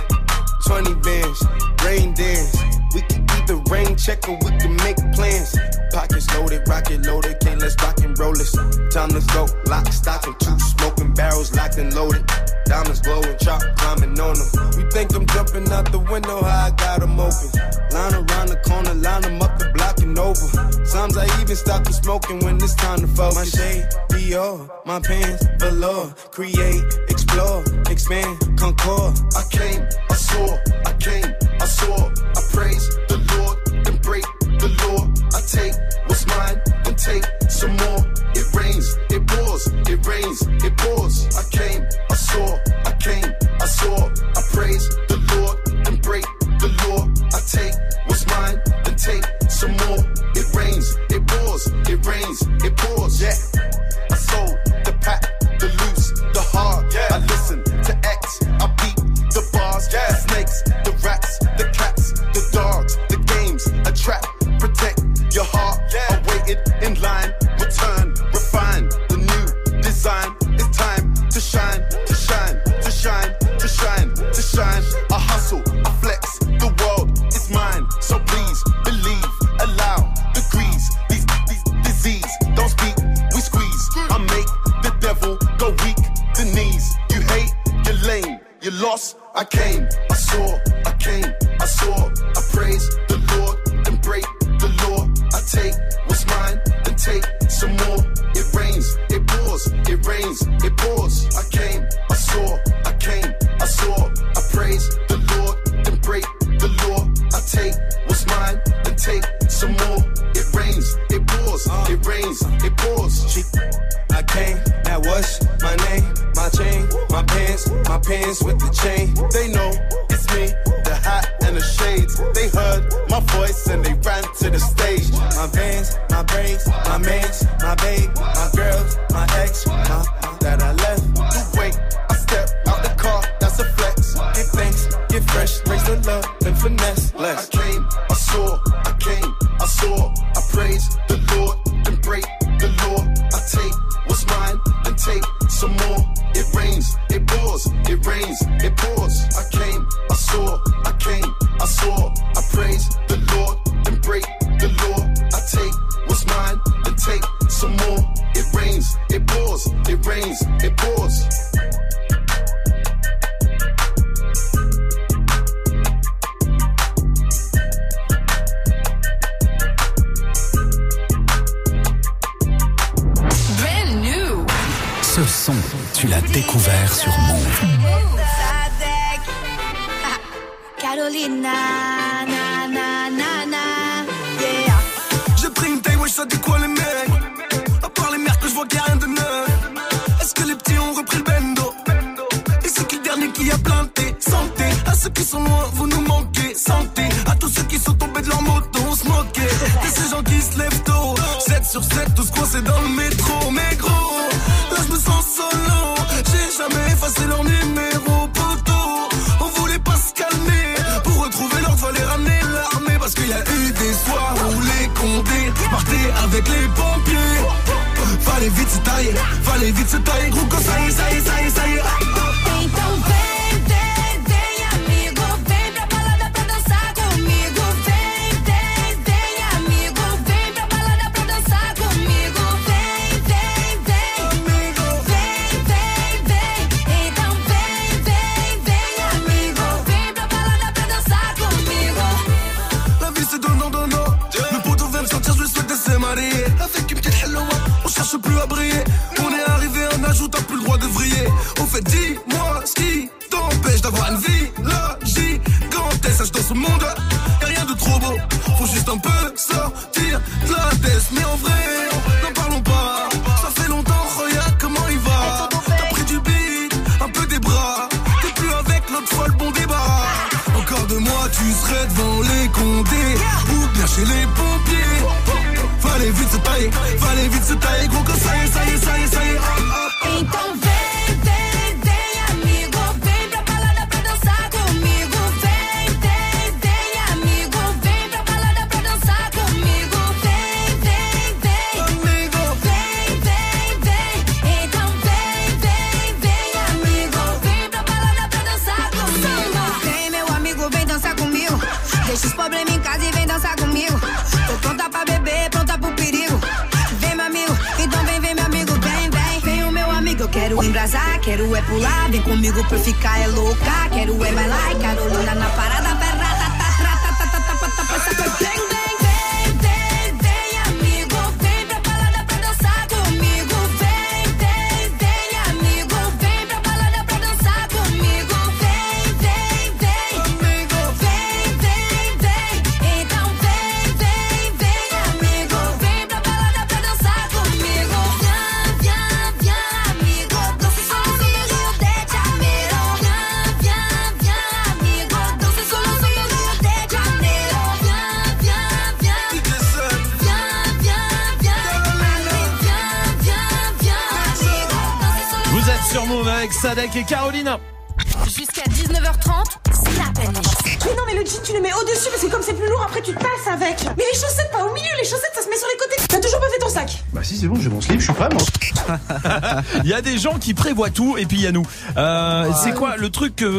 20 bands, rain dance. We can either rain check or we can make plans. Pockets loaded, rocket loaded, okay, let's rock and roll this. Time to go, lock, stock, and 2 smoking barrels locked and loaded. Diamonds glowing, chop climbing on them. You think I'm jumping out the window, how I got them open. Line around the corner, line them up the block and over. Sometimes I even stop the smoking when it's time to focus. My shade, Dior, my pants, velour. Create, explore, expand, concord. I came, I saw, I came, I saw. I praise the Lord, then break the law. I take what's mine, then take some more. It rains, it pours, it rains, it pours. I came, I saw, I came, I saw. I praise the Lord, then break the law. I take what's mine, then take some more. It rains, it pours, it rains, it pours. Yeah, I sold the pack, the loose, the hard. Yeah, I listen to X, I beat the bars. Yeah, the snakes, the rats, the cats, the dogs, the games, a trap, protect your heart. Yeah, I waited in line, return, refine the new design. It's time to shine, to shine, to shine, to shine, to shine. I hustle, I flex, the world is mine. So please believe, allow degrees. These disease don't speak, we squeeze. I make the devil go weak, the knees. You hate, you're lame, you lost. I came, I saw, I came, I saw. I praise the Lord, then break the law. I take what's mine, then take some more. It rains, it pours, it rains, it pours. I came, I saw, I came, I saw. I praise the Lord, then break the law. I take what's mine, then take some more. It rains, it pours, it rains, it pours. I came, that was my name, my chain, my pants with the chain. They know it's me, the hat and the shades. They heard my voice and they ran to the stage. My vans, my brakes, my mans, my babe, my girls, my ex, that I left. You wait, I step out the car, that's a flex. Give thanks, give fresh, raise the love and finesse. Less. I came, I saw, I came, I saw. I praise the Lord, then break the law. I take what's mine, then take some more. It rains, it pours, it rains, it pours. I came, I saw, I came, I saw. I praise the Lord, then break the law. I take what's mine, then take some more. It rains, it pours, it rains, it pours. Ce son, tu l'as découvert sur Move. Carolina, na na na na. sur 7, tous coincés dans le métro. Mais gros, là je me sens solo. J'ai jamais effacé leur numéro, poteau. On voulait pas se calmer. Pour retrouver l'ordre, fallait ramener l'armée. Parce qu'il y a eu des soirs où les condés partaient avec les pompiers. Fallait vite se tailler, gros, quand ça y est, ça y est, ça y est, ça y est. Então vem, vem, vem, amigo, vem pra balada pra dançar comigo. Vem, vem, vem, amigo, vem pra balada pra dançar comigo. Vem, vem, vem, amigo, vem, vem, vem. Então vem, vem, vem, amigo, vem pra balada pra dançar comigo. La vie c'est donnant. Le poteau vient de sortir, je lui souhaite de se marier. Avec une petite hello, on cherche plus à briller. On est arrivé à un âge où t'as plus le droit de vriller. Au fait, dis-moi ce qui t'empêche d'avoir une vie logique. Quand t'es sage dans ce monde, y'a rien de trop beau. Faut juste un peu sortir de la tête. Mais en vrai, n'en parlons pas. Ça fait longtemps, regarde comment il va. T'as pris du beat, un peu des bras. T'es plus avec l'autre folle, bon débat. Encore 2 mois, tu serais devant les condés. Ou bien chez les pompiers. Fallait vite se tailler, gros, quand ça y est, ça y est, ça y est, ça y est. Então vem, vem, vem, amigo, vem pra balada pra dançar comigo. Vem, vem, vem, amigo, vem pra balada pra dançar comigo. Vem, vem, vem, amigo, vem, vem, vem. Então vem, vem, vem, amigo, vem pra balada pra dançar comigo. Vem, meu amigo, vem dançar comigo. Deixa os problemas em casa e vem dançar comigo. Tô pronta pra beber, pronta pro perigo. Vem, meu amigo, então vem, vem, meu amigo, vem, vem. Vem o meu amigo, eu quero embrasar, quero é pular. Vem comigo pra ficar é louca. Quero é bailar, Carolina na parada, berrata, vem, vem, vem, vem, vem, amigo, vem pra balada pra dançar comigo. Vem, vem, vem, amigo, vem pra balada pra dançar comigo. Vem, vem, vem, amigo, vem, vem, vem. Então vem, vem, vem, amigo, vem pra balada pra dançar comigo. Viens, viens, amigo, dança comigo, te Janeiro. Viens, viens, amigo, dança comigo, te Janeiro. Viens, viens, viens, Vous êtes sur Move avec Sadek et Caroline. Jusqu'à 19h30, Snap & Mix. Mais non, mais le jean, tu le mets au-dessus parce que comme c'est plus lourd, après tu te passes avec. Mais les chaussettes, pas au milieu, les chaussettes, ça se met sur les côtés. T'as toujours pas fait ton sac? Bah si, c'est bon, j'ai mon slip, je suis prêt, moi. Il y a des gens qui prévoient tout et puis il y a nous. C'est quoi le truc que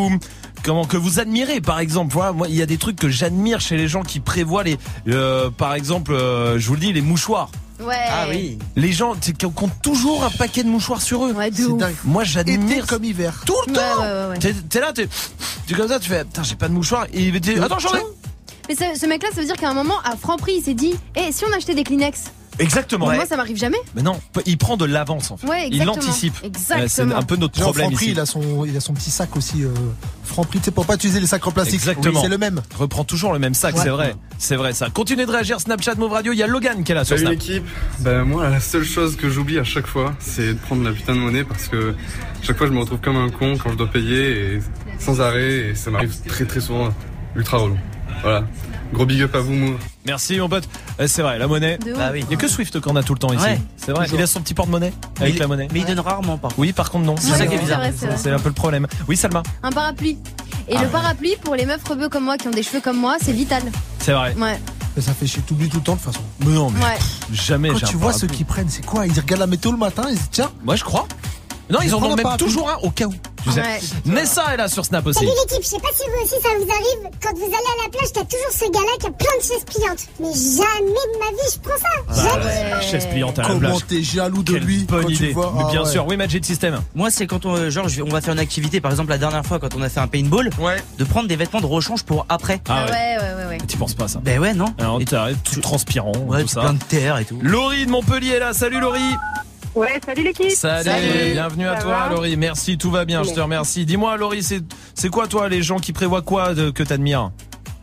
vous admirez, par exemple? Voilà, moi, il y a des trucs que j'admire chez les gens qui prévoient par exemple, je vous le dis, les mouchoirs. Ouais. Ah oui. Les gens qui ont toujours un paquet de mouchoirs sur eux. Ouais, C'est dingue. Moi, j'admire. Été comme hiver. Tout le temps. Ouais. T'es là, tu comme ça, tu fais, putain, j'ai pas de mouchoir. Et il dit, attends, j'en ai. Mais ce mec-là, ça veut dire qu'à un moment, à Franprix, il s'est dit, si on achetait des Kleenex? Exactement. Moi, ça m'arrive jamais. Mais non, il prend de l'avance en fait. Ouais, il exactement. l'anticipe. Exactement. C'est un peu notre Genre, problème Franprix, ici. il a son petit sac aussi. Franprix, tu sais, pour pas utiliser les sacs en plastique. Exactement. Oui, c'est le même. Reprend toujours le même sac, Ouais. c'est vrai ça. Continuez de réagir, Snapchat Move Radio. Il y a Logan qui est là sur Salut Snap. l'équipe. Ben moi la seule chose que j'oublie à chaque fois c'est de prendre la putain de monnaie parce que chaque fois je me retrouve comme un con quand je dois payer et sans arrêt et ça m'arrive très très souvent ultra relou. Voilà. Gros big up à vous Move. Merci mon pote. C'est vrai, la monnaie. Bah oui. Il y a que Swift qu'on a tout le temps ici. Ouais, c'est vrai. toujours. Il a son petit porte-monnaie avec la monnaie. Mais il donne rarement par contre. Oui, par contre non. C'est ça qui est bizarre. C'est un peu le problème. Oui, Salma. Un parapluie. Et le parapluie, pour les meufs rebeux comme moi, qui ont des cheveux comme moi, c'est vital. C'est vrai. Ouais. Mais ça fait chier, t'oublies tout le temps de toute façon. Mais non, mais Ouais. jamais. Quand j'ai tu un vois parapluie. ceux qui prennent, c'est quoi? Ils regardent la météo le matin, ils se disent tiens. Moi je crois. Non, ils en ont même parapluie. toujours un au cas où. Tu sais. Ouais. Nessa est là sur Snap aussi. Salut l'équipe, je sais pas si vous aussi ça vous arrive. Quand vous allez à la plage, t'as toujours ce gars-là qui a plein de chaises pliantes. Mais jamais de ma vie je prends ça. Jamais. Chaise pliante à la Comment plage. t'es jaloux de Quelle lui bonne quand tu idée. vois. Mais Ah bien ouais. sûr, oui, Magic System. Moi, c'est quand on va faire une activité, par exemple la dernière fois quand on a fait un paintball, de prendre des vêtements de rechange pour après. Ah ouais. Ouais. Tu penses pas à ça? Ben ouais, non. Alors t'arrêtes, tout transpirant, Ouais, tout ça. plein de terre et tout. Laurie de Montpellier est là. Salut Laurie. Ouais, salut l'équipe. Salut. Bienvenue à Ça toi va Laurie. Merci, tout va bien, je te remercie. Dis-moi Laurie, c'est quoi toi les gens qui prévoient quoi que t'admires?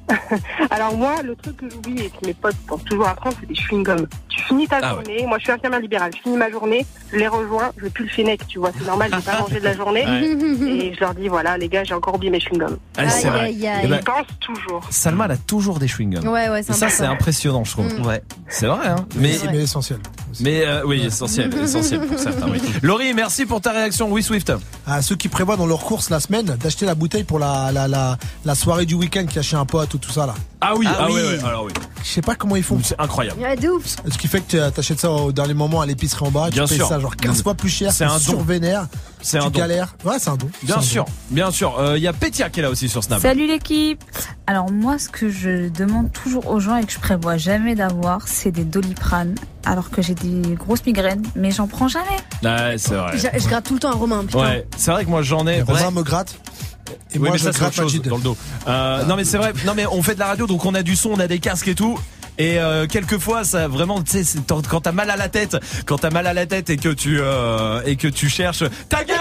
Alors moi, le truc que j'oublie et que mes potes pensent toujours à prendre, c'est des chewing-gums. Tu finis ta journée, moi je suis infirmière libérale, je finis ma journée, je les rejoins, je pue le fennec, tu vois, c'est normal, j'ai pas mangé de la journée. Et je leur dis, voilà les gars, j'ai encore oublié mes chewing-gums. Ah, c'est vrai. Ils pensent toujours. Salma, elle a toujours des chewing-gums. Ouais, et ça, c'est impressionnant, je trouve. Ouais. C'est vrai, hein. Mais essentiel. Mais oui, essentiel pour certains. Oui. Laurie, merci pour ta réaction. Oui, Swift. À ceux qui prévoient dans leurs courses la semaine d'acheter la bouteille pour la soirée du week-end qui a chez un pote ou tout ça là. Ah oui, ouais. Alors oui. Je sais pas comment ils font. C'est incroyable. Ouais, de ouf. Ce qui fait que t'achètes ça au dernier moment à l'épicerie en bas, Bien tu payes sûr. ça genre 15 fois plus cher, C'est un don. survénère, C'est un tu don. galères. Ouais, c'est un don. Bien sûr. Il y a Pétia qui est là aussi sur Snap. Salut l'équipe. Alors moi, ce que je demande toujours aux gens et que je prévois jamais d'avoir, c'est des Doliprane. Alors que j'ai des grosses migraines, mais j'en prends jamais. Ouais, c'est vrai. Je gratte tout le temps un Romain, putain. Ouais, c'est vrai que moi j'en ai. Romain me gratte. Et moi, mais je ça c'est autre gratte chose Majid. dans le dos. Non mais c'est vrai. Non mais on fait de la radio, donc on a du son, on a des casques et tout. Et quelquefois ça vraiment, tu sais, quand t'as mal à la tête, et que tu cherches ta gueule.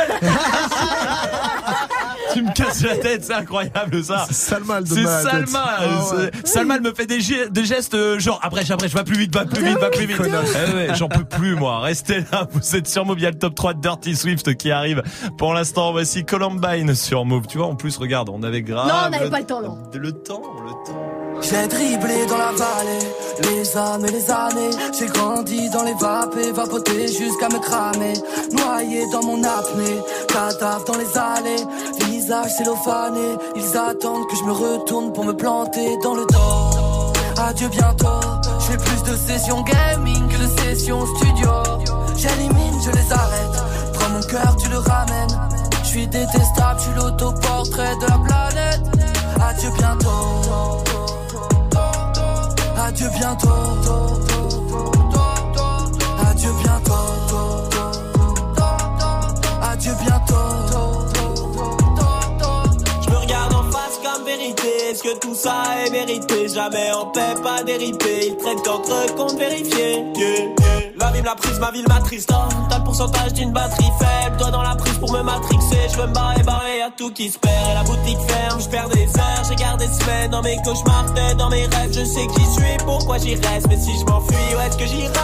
Tu me casses la tête, c'est incroyable ça. C'est Salma le C'est mal à la tête. Salma. Ouais. Salma elle me fait des gestes genre après, je vais plus vite. Ouais, j'en peux plus moi. Restez là, vous êtes sur Move, il y a le top 3 de Dirty Swift qui arrive. Pour l'instant, voici Columbine sur Move. Tu vois, en plus, regarde, on avait grave. Non, on n'avait pas le temps là. Le temps. J'ai dribblé dans la vallée, les âmes et les années. J'ai grandi dans les vapes et vapoté jusqu'à me cramer. Noyé dans mon apnée, cadavre dans les allées. Visage cellophané, ils attendent que je me retourne pour me planter dans le dos. Adieu bientôt, je fais plus de sessions gaming que de sessions studio. J'élimine, je les arrête, prends mon cœur, tu le ramènes. Je suis détestable, je suis l'autoportrait de la planète. Adieu bientôt. Adieu bientôt. Adieu bientôt. Adieu bientôt. Je me regarde en face comme vérité. Est-ce que tout ça est vérité? Jamais en paix, pas déripé. Ils traitent qu'entre compte vérifié. La vie me l'a prise, ma ville m'attriste. T'as le pourcentage d'une batterie faible. Toi dans la prise pour me matrixer. Je veux me barrer, y'a tout qui se perd. Et la boutique ferme, je perds des heures. J'ai gardé semaines dans mes cauchemars, tête dans mes rêves. Je sais qui je suis, pourquoi j'y reste. Mais si je m'enfuis, où est-ce que j'irai?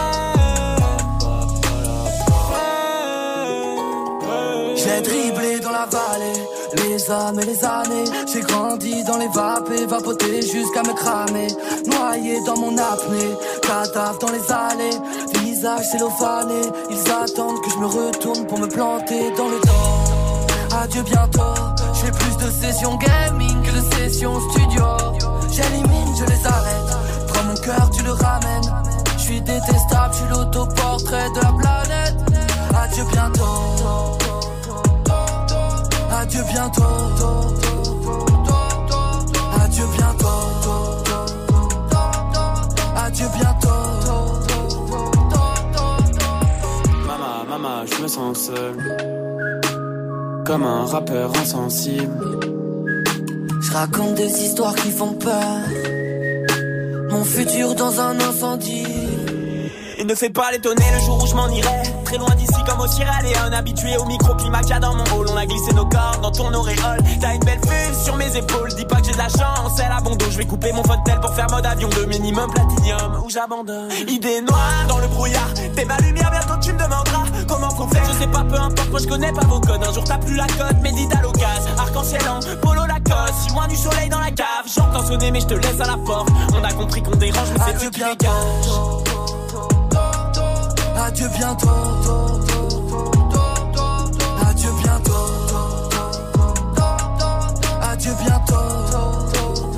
J'ai dribblé dans la vallée, les âmes et les années. J'ai grandi dans les vapes et vapoté jusqu'à me cramer. Noyé dans mon apnée, cadavre dans les allées. Visage cellophané, ils attendent que je me retourne pour me planter dans le dos. Adieu bientôt, je fais plus de sessions gaming que de sessions studio. J'élimine, je les arrête, prends mon cœur, tu le ramènes. Je suis détestable, je suis l'autoportrait de la planète. Adieu bientôt. Adieu bientôt. Adieu bientôt. Adieu bientôt. Maman, je me sens seul, comme un rappeur insensible. Je raconte des histoires qui font peur. Mon futur dans un incendie. Il ne fait pas l'étonner le jour où je m'en irai. Très loin d'ici comme au Sierra Leone. Habitué au microclimat qu'il y a dans mon hall. On a glissé nos corps dans ton auréole. T'as une belle vue sur mes épaules. Dis pas que j'ai de la chance, c'est l'abandon. Je vais couper mon fauteuil pour faire mode avion. De minimum platinium ou j'abandonne. Idée noire dans le brouillard. T'es ma lumière, bientôt tu me demanderas comment faut faire. Je sais pas, peu importe, moi je connais pas vos codes. Un jour t'as plus la cote, médite à l'occasion. Arc-en-ciel en polo Lacoste. Si loin du soleil dans la cave. J'entends sonner mais je te laisse à la porte. On a compris qu'on dérange mais c'est Dieu qui les cache. Adieu bientôt. Adieu bientôt. Adieu bientôt.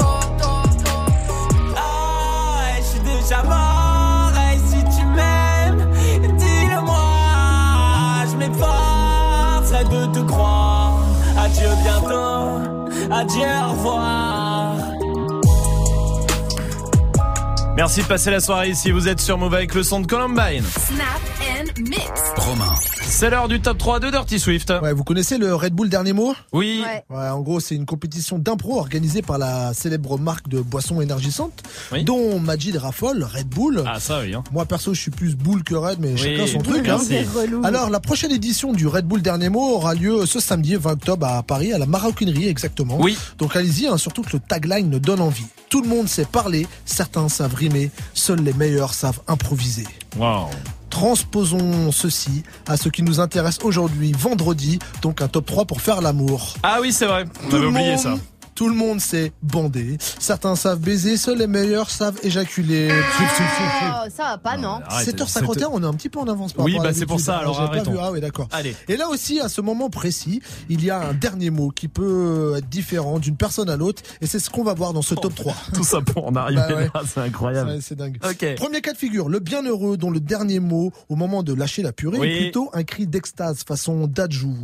Ah, je suis déjà mort. Et si tu m'aimes, dis-le-moi. Je m'efforcerai de te croire. Adieu bientôt. Adieu, au revoir. Merci de passer la soirée ici. Vous êtes sur Move avec le son de Columbine. Snap and Mix. Romain. C'est l'heure du top 3 de Dirty Swift. Ouais, vous connaissez le Red Bull Dernier Mot ? Oui. Ouais, en gros, c'est une compétition d'impro organisée par la célèbre marque de boissons énergisantes, dont Majid raffole, Red Bull. Ah, ça oui. Hein. Moi, perso, je suis plus Bull que Red, mais chacun son truc. Hein. Alors, la prochaine édition du Red Bull Dernier Mot aura lieu ce samedi 20 octobre à Paris, à la Maroquinerie exactement. Oui. Donc allez-y, hein, surtout que le tagline ne donne envie. Tout le monde sait parler, certains savent rimer, seuls les meilleurs savent improviser. Wow. Transposons ceci à ce qui nous intéresse aujourd'hui, vendredi, donc un top 3 pour faire l'amour. Ah oui, c'est vrai, on avait oublié ça. Tout le monde sait bander, certains savent baiser, seuls les meilleurs savent éjaculer. Oh, ça va pas, non. 7h51, on est un petit peu en avance par oui, rapport à c'est pour ça, alors j'ai arrêtons. pas vu. Ah oui, d'accord. Allez. Et là aussi, à ce moment précis, il y a un dernier mot qui peut être différent d'une personne à l'autre, et c'est ce qu'on va voir dans ce top 3. Tout ça pour en arriver là, c'est incroyable. C'est dingue. Okay. Premier cas de figure, le bienheureux dont le dernier mot, au moment de lâcher la purée, est plutôt un cri d'extase façon Dadju.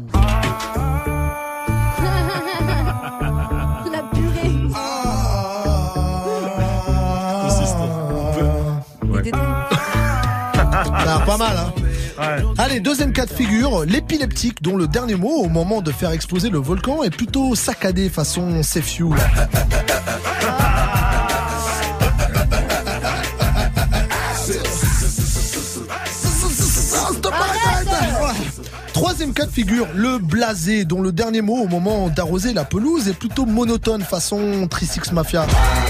Ça a pas mal, hein. Ouais. Allez, deuxième cas de figure, l'épileptique dont le dernier mot au moment de faire exploser le volcan est plutôt saccadé façon Sefiu. Troisième cas de figure, le blasé dont le dernier mot au moment d'arroser la pelouse est plutôt monotone façon Trisix Mafia.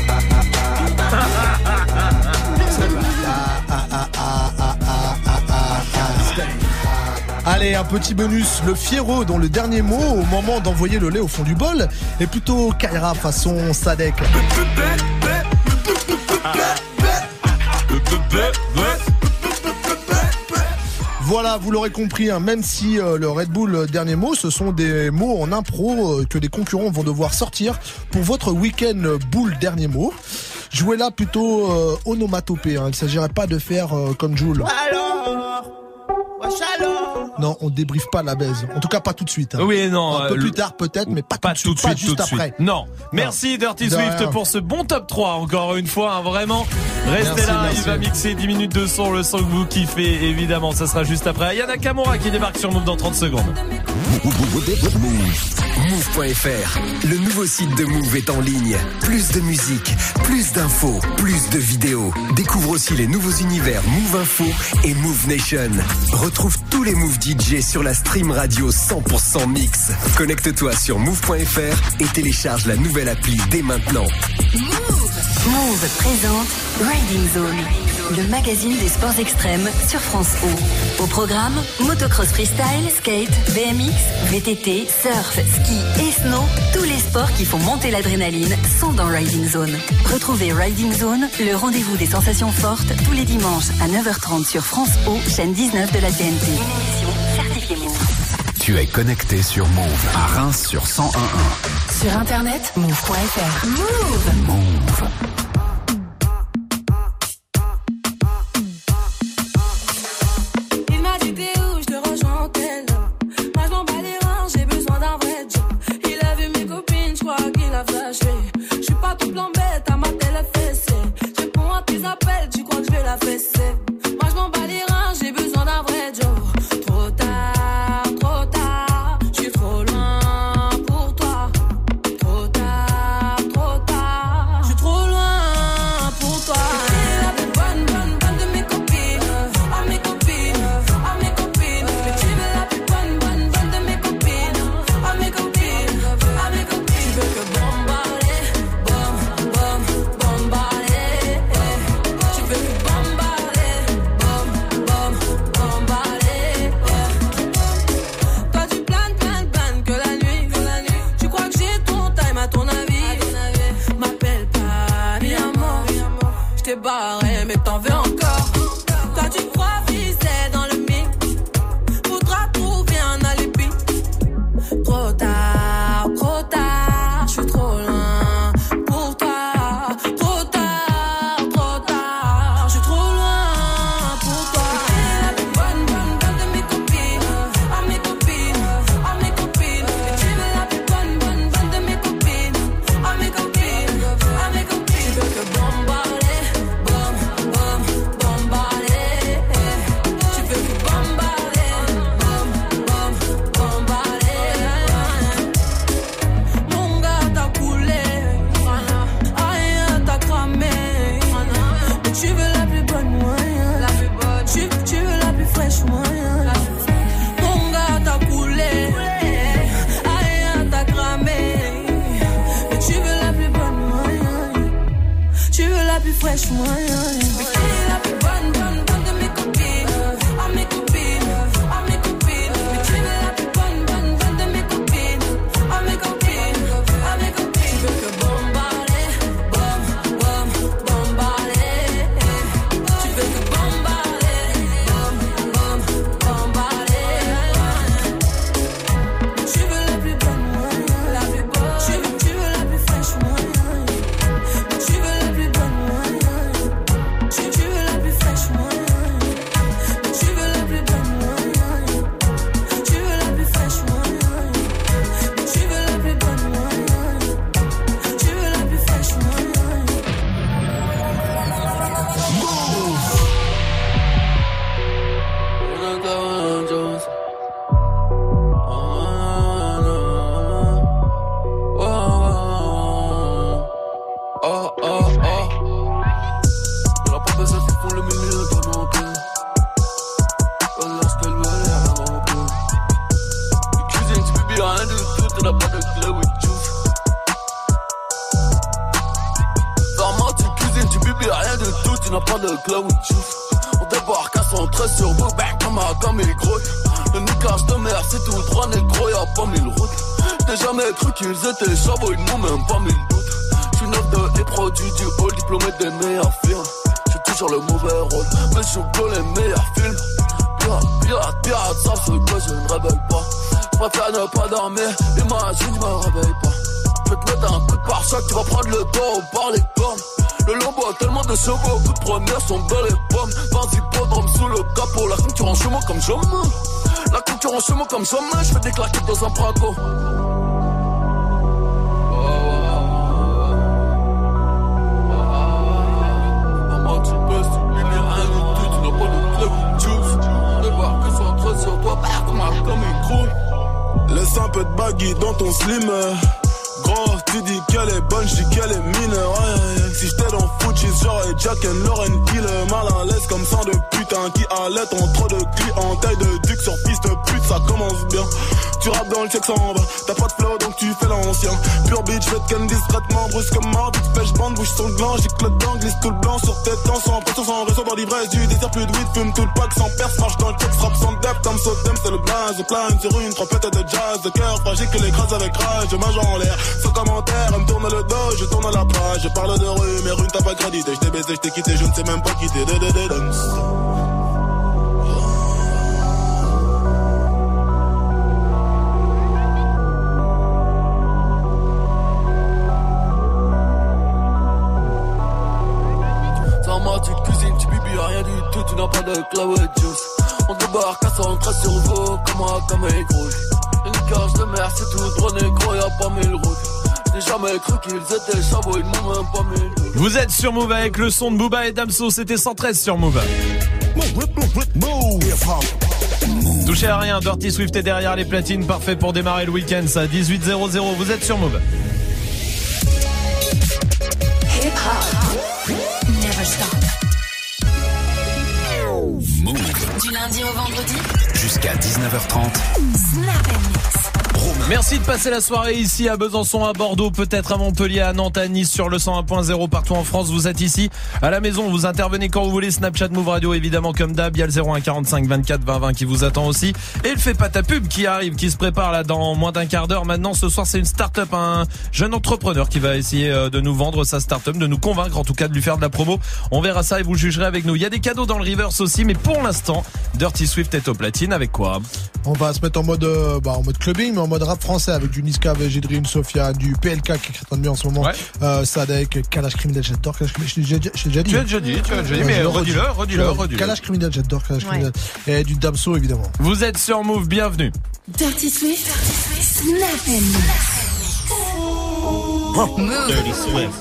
Allez, un petit bonus, le fiero dont le dernier mot au moment d'envoyer le lait au fond du bol est plutôt Kaira façon Sadek. Voilà, vous l'aurez compris, hein, même si le Red Bull dernier mot, ce sont des mots en impro que les concurrents vont devoir sortir pour votre week-end Bull dernier mot. Jouez là plutôt onomatopée, hein, il ne s'agirait pas de faire comme Jules. Non, on débriefe pas la baise. En tout cas, pas tout de suite. Hein. Oui, non. Un peu plus tard, peut-être, mais pas tout de suite, juste après. Non. Merci Dirty Swift pour ce bon top 3. Encore une fois, hein, vraiment. Restez là, il va mixer 10 minutes de son, le son que vous kiffez, évidemment. Ça sera juste après. Ayana Kamura qui débarque sur Move dans 30 secondes. Move.fr, le nouveau site de Move est en ligne. Plus de musique, plus d'infos, plus de vidéos. Découvre aussi les nouveaux univers Move Info et Move Nation. Retrouve tous les Move DJ sur la stream radio 100% mix. Connecte-toi sur Move.fr et télécharge la nouvelle appli dès maintenant. Move présente Riding Zone, le magazine des sports extrêmes sur France O. Au programme, motocross freestyle, skate, BMX, VTT, surf, ski et snow, tous les sports qui font monter l'adrénaline sont dans Riding Zone. Retrouvez Riding Zone, le rendez-vous des sensations fortes, tous les dimanches à 9h30 sur France O, chaîne 19 de la TNT. Une émission certifiée Move. Tu es connecté sur Move à Reims sur 101.1. Sur internet, move.fr. Move. Il m'a dit t'es où, je te rejoins en tel. Moi je m'en bats les reins, j'ai besoin d'un vrai job. Il a vu mes copines, je crois qu'il a flashé. Je suis pas tout plan bête, à ma télé fessée. Je réponds à tes appels, tu crois que je vais la fesser. Moi je m'en bats les reins, j'ai besoin d'un vrai job. Trop tard, je suis trop loin pour toi. Trop tard, je suis trop loin pour toi. T'es la plus bonne de mes copines. À mes copines, à mes copines. Mais tu es la plus bonne de mes copines. À mes copines, à mes copines. Tu veux que bombarder, bombarder. Tu veux que bombarder, bombarder. Toi tu planes que la nuit. Tu crois que j'ai ton time à ton avis. M'appelle pas mi amor. Je t'ai barré mais t'en veux encore. Toi tu crois viser dans le mix. Faudra trouver un alibi. Trop tard, je suis trop loin pour toi. Trop tard, je suis trop loin pour toi. T'es la plus bonne de mes copines. À mes copines, à mes copines. Mais tu es la plus bonne de mes copines. À mes copines, à mes copines. Tu veux que bombarder, bombarder. fraîche, moi. Mais qui est la plus bonne de mes copines? À mes copines, à mes copines. Mais qui est la plus bonne de mes copines? À mes copines, à mes copines. Tu veux que bombarder, bombarder. Tu veux que bombarder, bombarder. Tu veux la plus bonne, moi, la plus bonne. Tu veux la plus fraîche, moi. Tu veux la plus bonne, moi. Tu veux la plus fraîche, moi. Tu veux la plus bonne, moi. Tu veux la plus fraîche, moi. Tu veux la plus bonne, moi. Tu veux la plus fraîche, moi. La pas besoin qu'ils font le milieu de mon cœur. Lorsqu'elle veut rien en peu. Cuisine, tu peux bien rien du tout, tu n'as pas de clé with juice. Vraiment, tu cuisines, tu peux bien rien du tout, tu n'as pas de clé with juice. On débarque à 113 sur vous, back comme il gros. Le niquage de mer, c'est tout droit, négro, y'a pas mille routes. J'ai jamais cru qu'ils étaient chabots, ils n'ont même pas mille doutes. J'suis neuf de les produits du hall, diplômé des meilleures firmes. J'suis toujours le mauvais rôle, mais j'joue les meilleurs films. Pirate, ça fait que je ne rebelle pas. J'préfère ne pas dormir, imagine, je me réveille pas. J'vais te mettre un coup de pare-choc, tu vas prendre le dos par les cornes. Le lambeau a tellement de chevaux, coup de première sont belles et pommes. 20 hippodromes sous le capot, la concurrence chez moi comme jamais. La concurrence chez moi comme jamais, j'fais des claquettes dans un braco. Laisse un peu de baggy dans ton slim. Gros, tu dis qu'elle est bonne, j'dis qu'elle est mineure. Si j'étais dans Fuji, j'aurais Jack and Lauren qui le mal à l'aise comme sang de putain qui allait en trop de clients. Taille de duc sur piste pute, ça commence bien. Tu rappes dans le check sans bas, t'as pas de flow donc tu fais l'ancien. Pure bitch, fais de ken discrètement, brusque comme mardi, pêche bande, bouge sur le gland, gicle le dent, glisse tout le blanc sur tes temps, sans pression, sans réseau, dans l'ivresse du désir, plus de weed, fume tout le pack sans perce, marche dans le check, frappe sans depth, comme Sotem, c'est le blaze, au plane sur une trompette de jazz, de cœur fragile que l'écrase avec rage, je mange en l'air, sans commentaire, elle me tourne le dos, je tourne la page, je parle de rue, mais rue t'as pas crédité, je t'ai baisé, je t'ai quitté, je ne sais même pas quitter, tu cuisines, tu bibis rien du tout, tu n'as pas de cloud juice. On débarque à 113 sur vous, comme un gros. Une cage de mer, c'est tout droit négro, y'a pas mille routes. J'ai jamais cru qu'ils étaient chabots, ils m'ont même pas mille routes. Vous êtes sur Move avec le son de Booba et Damso, c'était 113 sur Move. Touchez à rien, Dirty Swift est derrière les platines, parfait pour démarrer le week-end, ça 18:00, vous êtes sur Move. Hip hop, never stop. Move. Du lundi au vendredi, Jusqu'à 19h30. Snap and Mix. Merci de passer la soirée ici à Besançon, à Bordeaux, peut-être à Montpellier, à Nantes, à Nice, sur le 101.0 partout en France. Vous êtes ici à la maison, vous intervenez quand vous voulez. Snapchat, Move Radio, évidemment comme d'hab. Il y a le 01 45 24 20 20 qui vous attend aussi. Et le fait pas ta pub qui arrive, qui se prépare là dans moins d'un quart d'heure. Maintenant, ce soir, c'est une start-up, un jeune entrepreneur qui va essayer de nous vendre sa start-up, de nous convaincre en tout cas de lui faire de la promo. On verra ça et vous jugerez avec nous. Il y a des cadeaux dans le reverse aussi, mais pour l'instant, Dirty Swift est au platine avec quoi? On va se mettre en mode clubbing, mais en mode rap français avec du Niska, VG Dream, Sofia, du PLK qui est très bien en ce moment. Ouais. Sadek, Kalash Criminel, j'adore Kalash Criminel. Je l'ai déjà dit. Tu l'as déjà dit, mais redis-le. Kalash Criminel, j'adore Kalash Criminel. Et du Damso évidemment. Vous êtes sur Move, bienvenue. Dirty Swift, Snap and Mix. Move. Dirty Swift.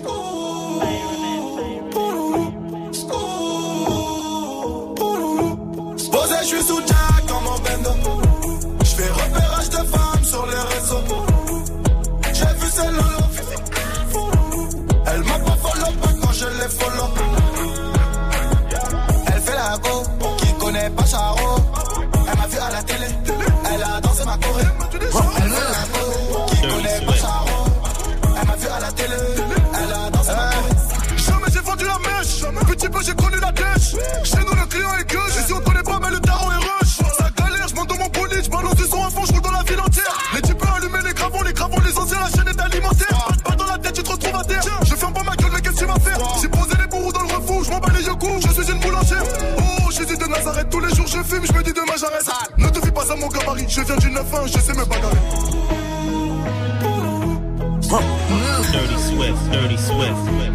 Posé, je suis sous Jack comme en bendo. Je fais repérage de femmes sur les réseaux. J'ai vu celle-là. Elle m'a pas follow pas quand je les follow. Elle fait la go, qui connaît pas Charo. Elle m'a vu à la télé, elle a dansé ma choré. Elle fait la go, qui connaît pas Charo. Elle m'a vu à la télé, elle a dansé ma choré. Jamais j'ai vendu la merde. Petit peu j'ai connu la dèche. Chez nous le client est que je suis entre les bras mais le tarot est rush. Ça galère, je monte dans mon bolide, je balance du son à fond, je roule dans la ville entière. Les types allumés, les gravons, les anciens, la chaîne est alimentaire. Pas dans la tête, tu te retrouves à terre. Je ferme pas ma gueule, mais qu'est-ce que tu vas faire? J'ai posé les bourreaux dans le refou, je m'en bats les yeux coups, je suis une boulangère. Oh, Jésus de Nazareth, tous les jours je fume, je me dis demain j'arrête. Ne te fie pas à mon gabarit, je viens du 9-1, je sais me bagarrer. Dirty Swift, Dirty Swift.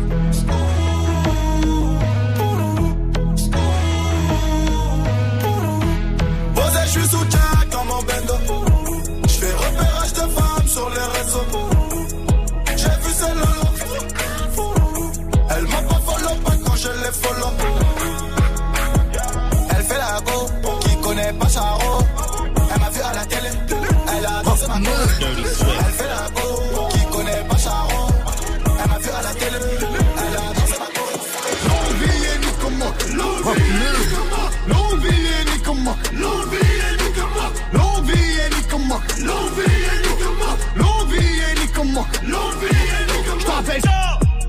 Posé, je suis sous Jack dans mon bendo. Je fais repérage de femmes sur les réseaux. J'ai vu celle-là. Elle m'a pas follow, pas quand je l'ai follow. Elle fait la go, qui connaît pas Charo. Elle m'a vu à la télé, elle a dansé ma gueule. Elle fait la go, qui connaît pas Charo. Elle m'a vu à la télé, elle a dansé ma gueule. L'envie est ni comment, l'envie est ni comment, l'envie est ni comment, l'envie est ni comment, l'envie est ni comment, l'envie est ni comment, l'envie est ni comment, l'envie est ni comment. Je t'appelle ça.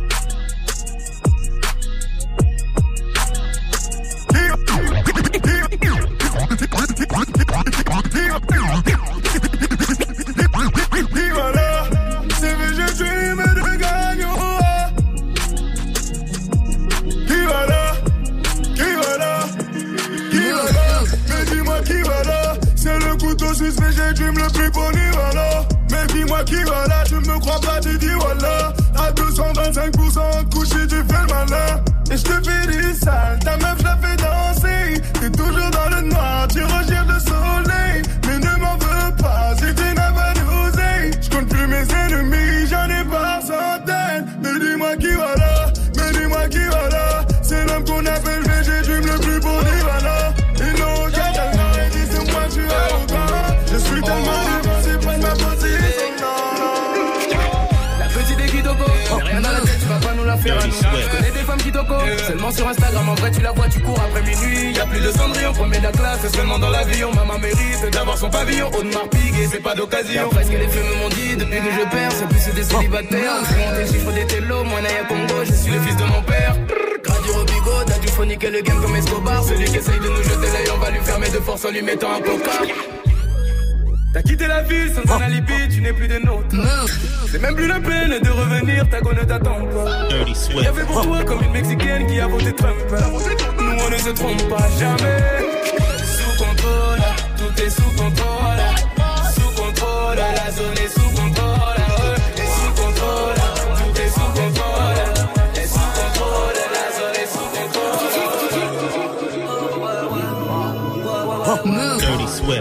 Mais j'ai dream le plus bon Nirvana. Mais dis-moi qui va là, tu me crois pas, tu dis voilà. À 225% couché, tu fais le malin. Et je te fais du sale, ta meuf je la fais danser. T'es toujours dans le noir, tu recherches le soleil. Mais ne m'en veux pas, si tu n'as pas d'oseille. Je compte plus mes ennemis, j'en ai par centaines. Mais dis-moi qui va là, mais dis-moi qui va là. C'est l'homme qu'on appelle VG, dream le plus bon Nirvana. Et non, j'ai tellement dit, c'est moi tu as au bas. Je suis tellement dévancé, prends ma position. La petite est qui toco, rien dans la tête, tu vas pas nous la faire à nous. Je connais des femmes qui toco, seulement sur Instagram, en vrai tu la vois, tu cours après minuit. Y'a plus de Cendrillon, premier de la classe, c'est seulement dans l'avion. Maman mérite d'avoir son pavillon, Audemars Piguet, c'est pas d'occasion. Presque les filles m'ont dit, depuis que je perds, c'est plus des célibataires. Je suis monté le chiffre des télos, moi Naya Congo, je suis le fils de mon père. Radio Robigo, t'as du phonique et le game comme Escobar. Celui qui essaye de nous jeter l'œil, on va lui fermer de force en lui mettant un placard. T'as quitté la ville sans un alibi, tu n'es plus des nôtres. C'est même plus la peine de revenir, ta go ne t'attend pas. Y'a fait pour toi comme une Mexicaine qui a voté Trump. Nous on ne se trompe pas jamais. Sous contrôle, tout est sous contrôle. Sous contrôle, la zone est sous contrôle. Et sous contrôle, tout est sous contrôle. Et sous contrôle, la zone est sous contrôle. Dirty Swift.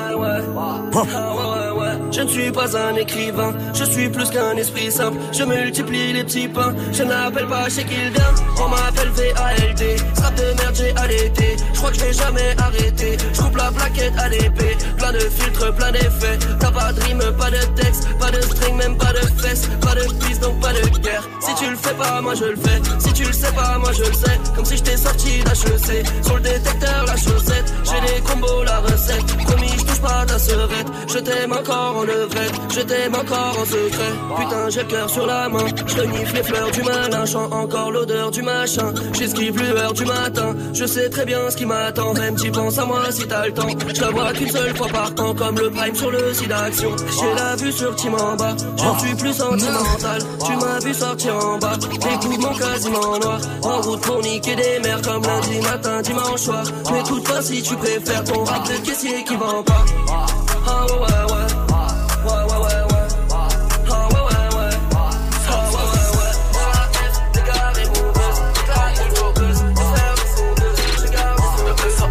Je ne suis pas un écrivain, je suis plus qu'un esprit simple. Je multiplie les petits pains, je n'appelle pas chez qui il vient. On m'appelle VALD, strap de merde j'ai allaité. Je crois que je vais jamais arrêter, je coupe la plaquette à l'épée. Plein de filtres, plein d'effets. T'as pas de rime, pas de texte, pas de string, même pas de fesses. Pas de piste, donc pas de guerre. Si tu le fais pas, moi je le fais. Si tu le sais pas, moi je le sais. Comme si je t'ai sorti d'HEC. Sur le détecteur, la chaussette. J'ai les combos, la recette. Promis, je touche pas ta serette. Je t'aime encore en levrette, je t'aime encore en secret. Putain, j'ai le cœur sur la main. Je renifle les fleurs du malin. J'sens encore l'odeur du machin. J'esquive lueur du matin. Je sais très bien ce qui m'attend. Même tu penses à moi si t'as le temps. Je la vois qu'une seule fois par temps. Comme le prime sur le site d'action. J'ai la vue sur Tim en bas. Je suis plus sentimental. Tu m'as vu sortir en bas. Les poumons quasiment noirs. En route pour niquer des mers. Comme lundi matin, dimanche soir. Mais toutefois si tu préfères ton rap de caissier qui vend pas. Ah ouais ouais ouais. Ouais ouais ouais ouais. Ah ouais ouais ouais. Ah ouais ouais ouais. F, dégaré mon buzz. Dégaré mon buzz. Faire des soneuses. Je garde des soneuses.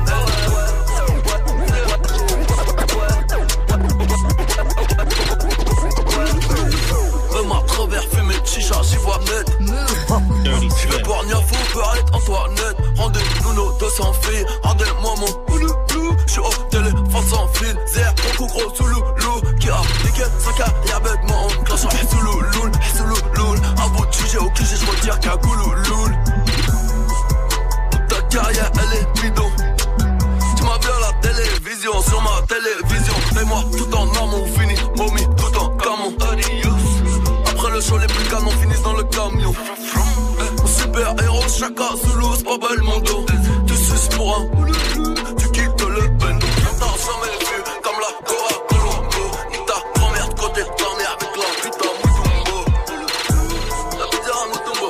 Fais-moi Travers, fumer de chicha, j'y vois net. Je veux boire Niafou, peut être Antoinette. Rendez-nous nos 200 filles. Rendez-moi mon ouloulou. J'suis au téléphone sans fil. Zère, beaucoup gros sous loulou. Qui a niqué sa carrière bêtement. Clash à sous louloul, sous louloul. Un bout de sujet au cliché, j'retire qu'un goulouloul. Toute ta carrière, elle est bidon. Tu m'as vu à la télévision, sur ma télévision. Fais-moi tout en amont, fini, momie, tout en camon. Après le show, les plus canons finissent dans le camion. Mon super héros tous chacun sous l'eau, c'est pas belle mon dos. Tu suces pour un, tu quittes le pen. T'as jamais vu comme la Cora Colombo. Ni ta grand-mère de côté de ta mère avec la putain Moutombo. La pizza Moutombo.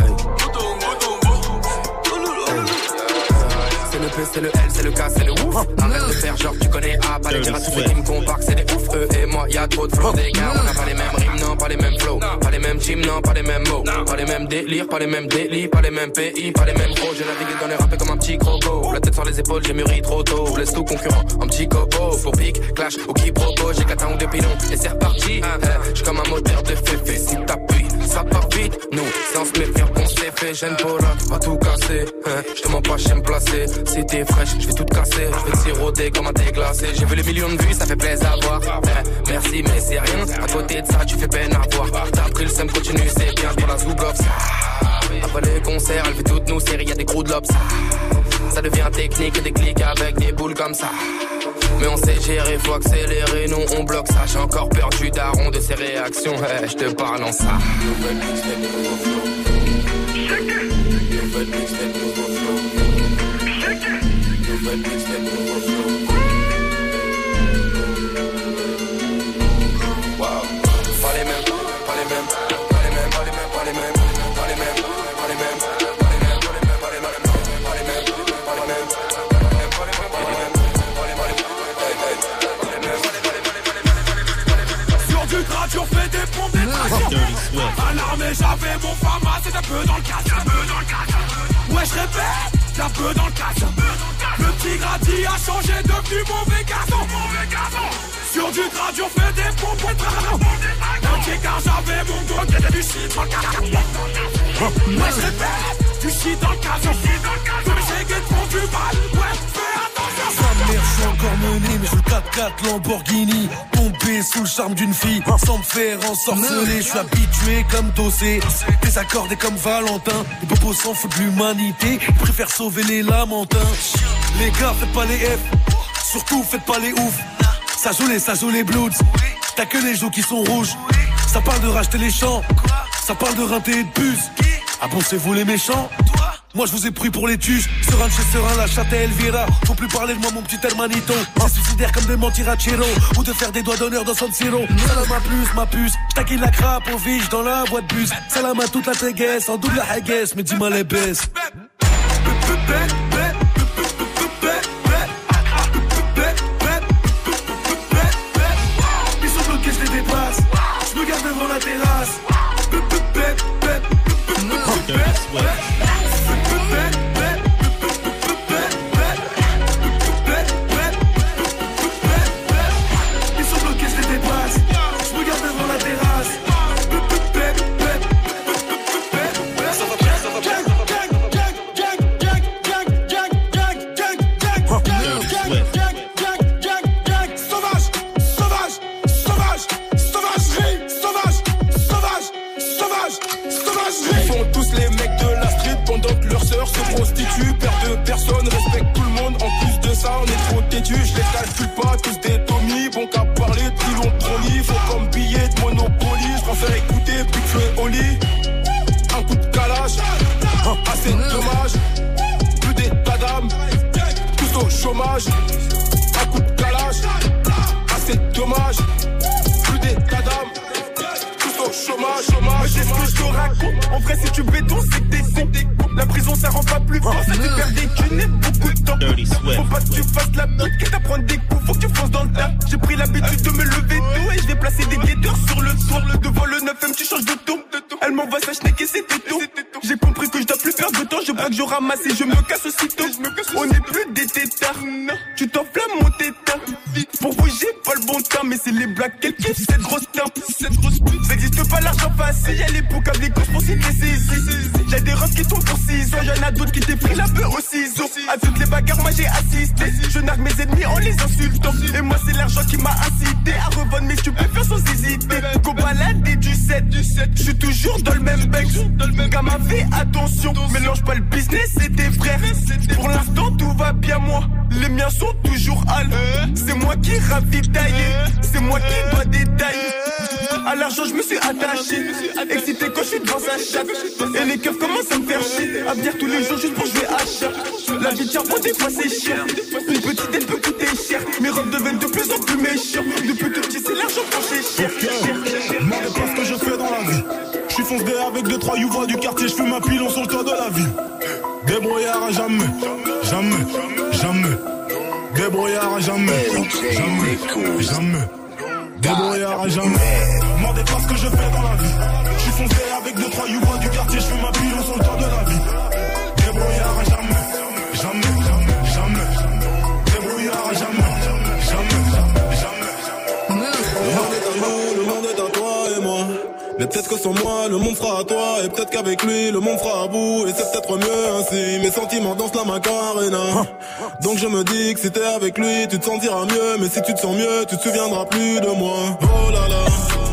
C'est le P, c'est le L, c'est le K, c'est le ouf. Arrête de faire genre tu connais A, pas les dire à tous ceux qui me comparent, c'est des ouf. Eux et moi, y'a trop de flow d'écart. On a pas les mêmes rimes, non, pas les mêmes flows. Pas les mêmes teams, non, pas les mêmes mots. Pas les mêmes délires, pas les mêmes délits, pas les mêmes pays, pas les mêmes pros. J'ai navigué dans les rappés comme un petit croco. La tête sur les épaules, j'ai mûri trop tôt. Laisse tout concurrent, un petit copo. Pour pique, clash ou quiproquo. J'ai 4 ou 2 pilons et c'est reparti. J'suis comme un moteur de féfé. Si t'appuies, ça part vite. Nous, c'est en se méfiant qu'on s'est fait. J'aime pas là, va tout casser. J'te mens pas, j'aime placer. Si t'es fraîche, j'vais tout casser. J'vais te siroter comme un thé glacé. J'ai vu les millions de vues, ça fait plaisir à voir. Merci, mais c'est rien. À côté de ça, tu fais peine à voir. T'as pris le seum, continue, c'est bien. Pour la Zoublox. Après les concerts, elle fait toutes nos séries, y'a des crews de lobs. Ça devient technique et des clics avec des boules comme ça. Mais on sait gérer, faut accélérer, non on bloque ça. J'ai encore perdu daron de ses réactions, je te parle en ça. À l'armée j'avais mon fama, c'est un peu dans le casse. Ouais je répète, c'est un peu dans le casse. Le petit Grady a changé, devenu mauvais garçon. Sur du grade on fait des pompes. Dans le car j'avais mon dos, qui était du shit dans le casse. Ouais je répète, du shit dans le casse. Comme j'ai guettement du mal, ouais fais attention. Sa mère, je suis encore mené, mais je veux le 4x4 Lamborghini. Tombé sous le charme d'une fille, sans me faire ensorceler. Je suis habitué comme Tossé, désaccordé comme Valentin. Les bobos s'en foutent de l'humanité, ils préfèrent sauver les lamentins. Les gars, faites pas les F, surtout faites pas les ouf. Ça joue les bloods, t'as que les joues qui sont rouges. Ça parle de racheter les champs, ça parle de rinter et de buse. Ah bon, c'est vous les méchants? Moi je vous ai pris pour les tuches, serein de chez serein, la chatte à Elvira. Faut plus parler de moi mon petit hermanito. C'est suicidaire comme de mentir à Chiro, ou de faire des doigts d'honneur dans San Siro. Salam à plus ma puce, j'taquille la crape au vige dans la voie de bus. Salam à toute la téguesse, en double la haguesse, mais dis-moi les baisses. Ils sont bloqués, je les dépasse, je me garde devant la terrasse. Ils sont bloqués, je les dépasse, je me garde devant la terrasse. Ça va bien, ça va bien. Ils font tous les mecs de la street pendant que leurs sœurs se prostituent. Père de personne, respecte tout le monde. En plus de ça, on est trop têtu. Je les calcule pas, tous des Tommy. Bon qu'à parler de qui l'ont trolli. Faut comme billet de Monopoly. Je préfère écouter Big Flo et Oli. Un coup de calage, assez dommage. Plus d'état d'âme, tous au chômage. Un coup de calage, assez dommage. Plus d'état d'âme. Chômage, mais c'est ce que je te raconte. En vrai, si tu béton, c'est que t'es con. La prison, ça rend pas plus fort. Ça te perd des thunes et beaucoup de temps. Faut pas que tu fasses la pute, quitte à prendre des coups. Faut que tu fonces dans le tas. J'ai pris l'habitude de me lever tôt et je vais placer des guetteurs sur le toit. Devant le 9ème, tu changes de ton. Elle m'envoie sa schneck et c'était tout. J'ai compris que je dois plus perdre de temps. Je braque, je ramasse et je me casse aussitôt. On n'est plus des tétards. Tu t'enflammes mon tétard. Pour vous, j'ai pas le bon temps. Mais c'est les blagues qu'elle kiffe, cette grosse teinte. Ça existe pas l'argent facile. Y'a les pots comme les courses pour citer saisi. J'ai des refs qui tombent pour 6 ans. Y'en a d'autres qui t'effrient la peur au ciseau. À toutes les bagarres, moi j'ai assisté. Je nargue mes ennemis en les insultant. Et moi, c'est l'argent qui m'a incité à revendre mes stupéfiants sans hésiter. Go balader du 7. Je suis toujours dans le même bec. Gamin, fais attention. Mélange pas le business et tes frères. Pour l'instant, tout va bien, moi. Les miens sont toujours à l'eau. C'est moi qui ravitaille. C'est moi qui dois détailler. À l'argent, je me suis attaché. Excité quand je suis devant sa chatte. Et les keufs commencent à me faire chier. À venir tous les jours juste pour jouer à chat. La vie tient bon, des fois c'est cher. Une petite elle peut coûter cher. Mes robes deviennent de plus en plus méchants. Depuis tout petit, c'est l'argent quand c'est cher. Demandez pas ce que je fais dans la vie. Je suis foncé avec 2-3 youvois du quartier. Je fume un pilon sur le toit de la ville. Débrouillard à jamais, jamais, jamais. Débrouillard à jamais, jamais, jamais. Débrouillard à jamais. Demandez pas ce que je fais dans la vie. Je suis foncé avec 2-3 youvois du quartier. Je fume un pilon sur le toit de la vie. Débrouillard à jamais, jamais, jamais. Débrouillard à jamais, jamais, jamais. Le monde est à toi et moi. Mais peut-être que sans moi, le monde sera à toi. Et peut-être qu'avec lui, le monde sera à bout. Et c'est peut-être mieux ainsi. Mes sentiments dansent la Macarena. Donc je me dis que si t'es avec lui, tu te sentiras mieux. Mais si tu te sens mieux, tu te souviendras plus de moi. Oh là là.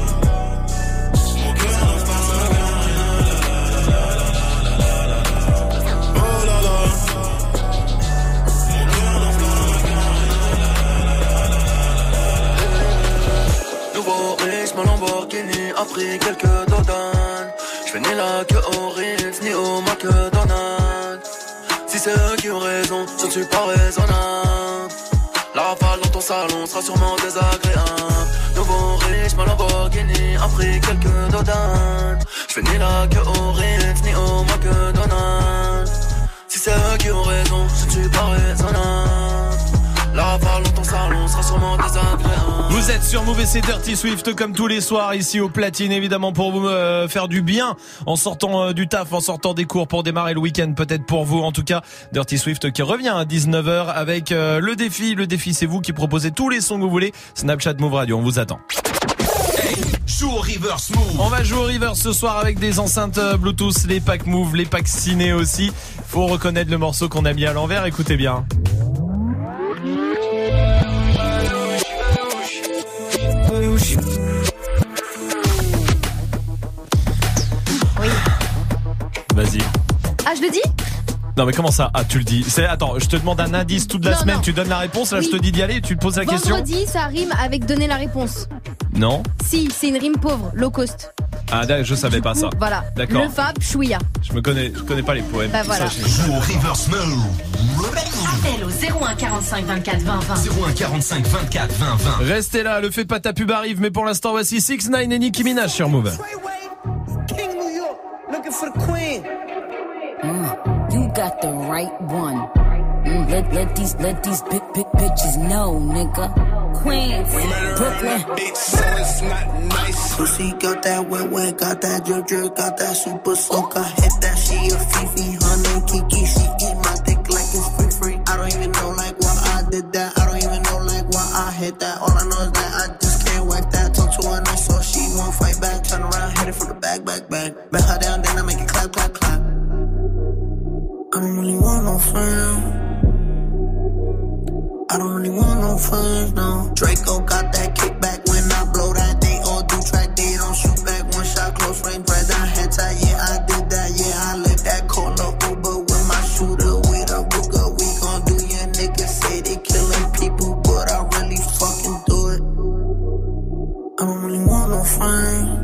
Ma Lamborghini a pris quelques dodanes. J'fais ni la queue au Ritz ni au McDonald's. Si c'est eux qui ont raison, je ne suis pas raisonnable. La rafale dans ton salon sera sûrement désagréable. Nouveau riche, ma Lamborghini a pris quelques dodanes. J'fais ni la queue au Ritz ni au McDonald's. Si c'est eux qui ont raison, je ne suis pas raisonnable. La rafale dans ton salon sera sûrement désagréable. Vous êtes sur Move et c'est Dirty Swift comme tous les soirs ici au platine, évidemment pour vous faire du bien en sortant du taf, en sortant des cours pour démarrer le week-end, peut-être pour vous. En tout cas, Dirty Swift qui revient à 19h avec le défi. Le défi, c'est vous qui proposez tous les sons que vous voulez. Snapchat Move Radio, on vous attend. Hey, joue au reverse Move. On va jouer au reverse ce soir avec des enceintes Bluetooth, les packs Move, les packs ciné aussi. Faut reconnaître le morceau qu'on a mis à l'envers, écoutez bien. Oui. Vas-y. Ah, je le dis ? Non mais comment ça ? Ah, tu le dis. Attends, je te demande un indice toute la semaine, tu donnes la réponse, là oui. Je te dis d'y aller, tu te poses la question. Vendredi, ça rime avec donner la réponse. Non. Si, c'est une rime pauvre, low cost. Ah, je savais pas ça. Voilà. D'accord. Le Fab, Chouïa. Je connais pas les poèmes. Bah voilà. Joue au reverse Move. Appel au 01 45 24 20 20. 01 45 24 20 20. Restez là, le fait pas ta pub arrive, mais pour l'instant voici 6ix9ine et Nicki Minaj sur Move. King New York, looking for the queen. You got the right one. Let these big bitches know, nigga. Queens, Brooklyn. Bitch, so it's not nice. Pussy got that wet, got that drip, got that super soaker. Hit that, she a Fifi, her name Kiki. She eat my dick like it's free. I don't even know like why I did that. I don't even know like why I hit that. All I know is that I just can't whack that. Talk to her nice so she won't fight back. Turn around, hit it from the back. Bet her down, then I make it clap. I don't really want no friends. I don't really want no friends, no. Draco got that kickback when I blow that. They all do track, they don't shoot back. One shot, close range, right down head tie. Yeah, I did that, yeah, I lived that. Call up Uber with my shooter, with a Ruger. We gon' do your niggas say they killing people, but I really fucking do it. I don't really want no friends.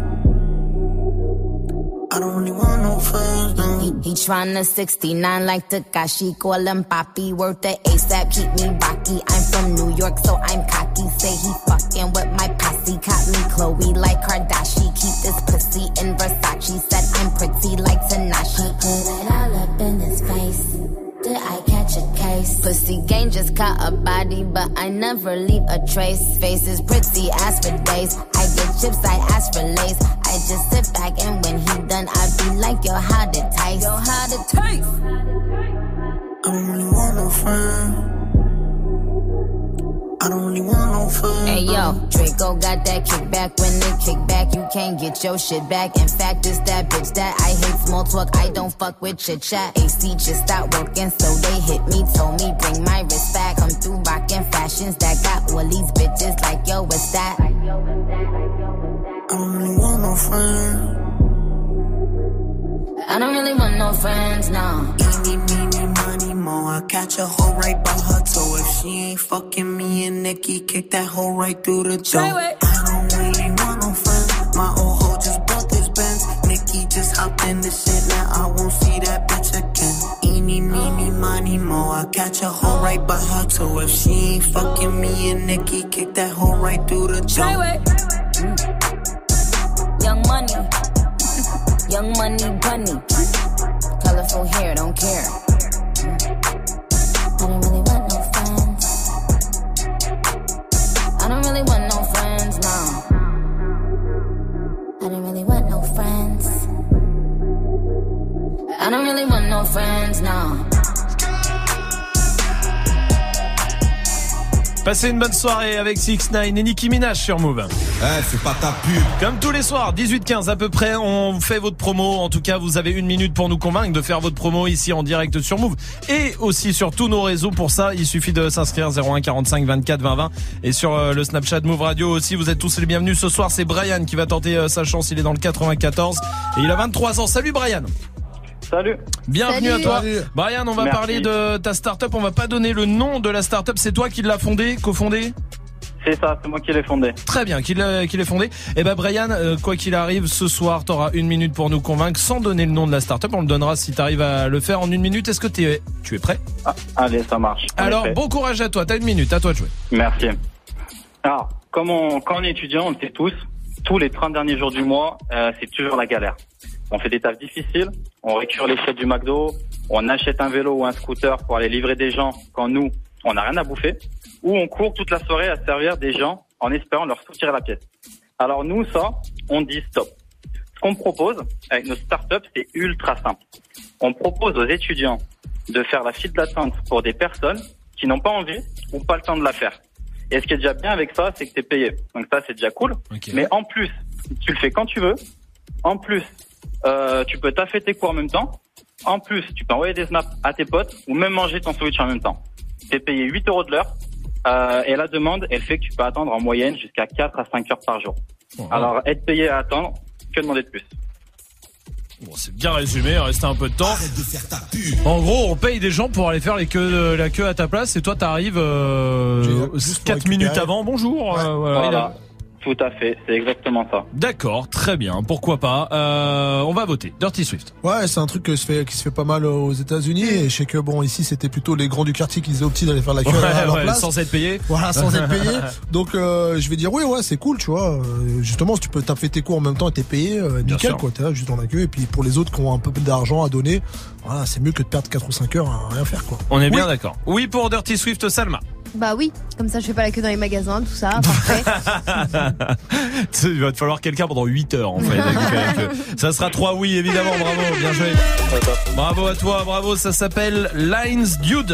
I don't really want no friends, no. He tryna 69 like Takashi, call him Papi, worth the ASAP, keep me rocky. I'm from New York, so I'm cocky. Say he fucking with my posse, caught me Chloe like Kardashian. Keep this pussy in Versace, said I'm pretty like Tanashi. Put it all up in his face. Did I catch a case? Pussy gang just caught a body, but I never leave a trace. Face is pretty, ass for days. I get chips, I ask for lace. I just sit back and when he done, I be like, yo, how to taste? Yo, how to taste? I don't really want no friends. I don't really want no friends. Hey yo, Draco got that kickback. When they kick back, you can't get your shit back. In fact, it's that bitch that I hate small talk. I don't fuck with chit chat. AC just stopped working, so they hit me, told me bring my wrist back. Come through rockin' fashions that got all these bitches like yo, what's that? I don't really want no friends. I don't really want no friends, no. Eeny, meeny, money, more. I catch a hoe right by her toe. If she ain't fucking me and Nikki, kick that hoe right through the door. I don't really want no friends. My old hoe just bought this Benz. Nikki just hopped in the shit, now I won't see that bitch again. Eeny, meeny, miny, mo, I catch a hoe right by her toe. If she ain't fucking me and Nikki, kick that hoe right through the jaw. Young money, young money bunny. Colorful hair, don't care. I don't really want no friends. I don't really want no friends, no. I don't really want no friends. I don't really want no friends, no. Passez une bonne soirée avec 6ix9ine et Nicki Minaj sur Move. C'est pas ta pub. Comme tous les soirs, 18h15 à peu près, on fait votre promo. En tout cas, vous avez 1 minute pour nous convaincre de faire votre promo ici en direct sur Move. Et aussi sur tous nos réseaux. Pour ça, il suffit de s'inscrire 01 45 24 20 20. Et sur le Snapchat Move Radio aussi, vous êtes tous les bienvenus. Ce soir, c'est Brian qui va tenter sa chance. Il est dans le 94 et il a 23 ans. Salut Brian. Salut. Bienvenue Salut. à toi. Salut. Brian, on va parler de ta start-up. On va pas donner le nom de la start-up. C'est toi qui l'as fondée, cofondée? C'est ça, c'est moi qui l'ai fondé. Très bien, qui l'ai fondé. Et ben Brian, quoi qu'il arrive, ce soir, t'auras 1 minute pour nous convaincre sans donner le nom de la start-up. On le donnera si t'arrives à le faire en 1 minute. Est-ce que tu es prêt? Allez, ça marche. Alors, bon courage à toi. T'as 1 minute, à toi de jouer. Merci. Alors, quand on est étudiant, on le sait tous les 30 derniers jours du mois, c'est toujours la galère. On fait des tafs difficiles, on récure les chèques du McDo, on achète un vélo ou un scooter pour aller livrer des gens quand nous, on n'a rien à bouffer, ou on court toute la soirée à servir des gens en espérant leur soutirer la pièce. Alors nous, ça, on dit stop. Ce qu'on propose avec nos startups, c'est ultra simple. On propose aux étudiants de faire la file d'attente pour des personnes qui n'ont pas envie ou pas le temps de la faire. Et ce qui est déjà bien avec ça, c'est que t'es payé. Donc ça, c'est déjà cool. Okay. Mais en plus, tu le fais quand tu veux. En plus, tu peux taffer tes cours en même temps. En plus, tu peux envoyer des snaps à tes potes ou même manger ton sandwich en même temps. T'es payé 8 € de l'heure. Et la demande, elle fait que tu peux attendre en moyenne jusqu'à 4 à 5 heures par jour. Alors, être payé à attendre, que demander de plus? Bon, c'est bien résumé, il restait un peu de temps. En gros, on paye des gens pour aller faire la queue à ta place et toi t'arrives 4 minutes avant. Bonjour. Ouais. Voilà. Tout à fait, c'est exactement ça. D'accord, très bien, pourquoi pas. On va voter. Dirty Swift. Ouais, c'est un truc qui se fait pas mal aux États-Unis et je sais que bon, ici c'était plutôt les grands du quartier qui disaient aux petits d'aller faire la queue à leur place. Sans être payé. Voilà, sans être payé. Donc je vais dire oui, ouais, c'est cool, tu vois. Justement, si tu peux taper tes cours en même temps et t'es payé, nickel quoi, t'es là juste dans la queue et puis pour les autres qui ont un peu d'argent à donner, voilà, c'est mieux que de perdre 4 ou 5 heures à rien faire quoi. On est bien d'accord. Oui pour Dirty Swift, Salma. Bah oui, comme ça je fais pas la queue dans les magasins, tout ça, parfait. Il va te falloir quelqu'un pendant 8 heures en fait. Ça sera 3 oui évidemment, bravo, bien joué. Bravo à toi, bravo, ça s'appelle Linesdude,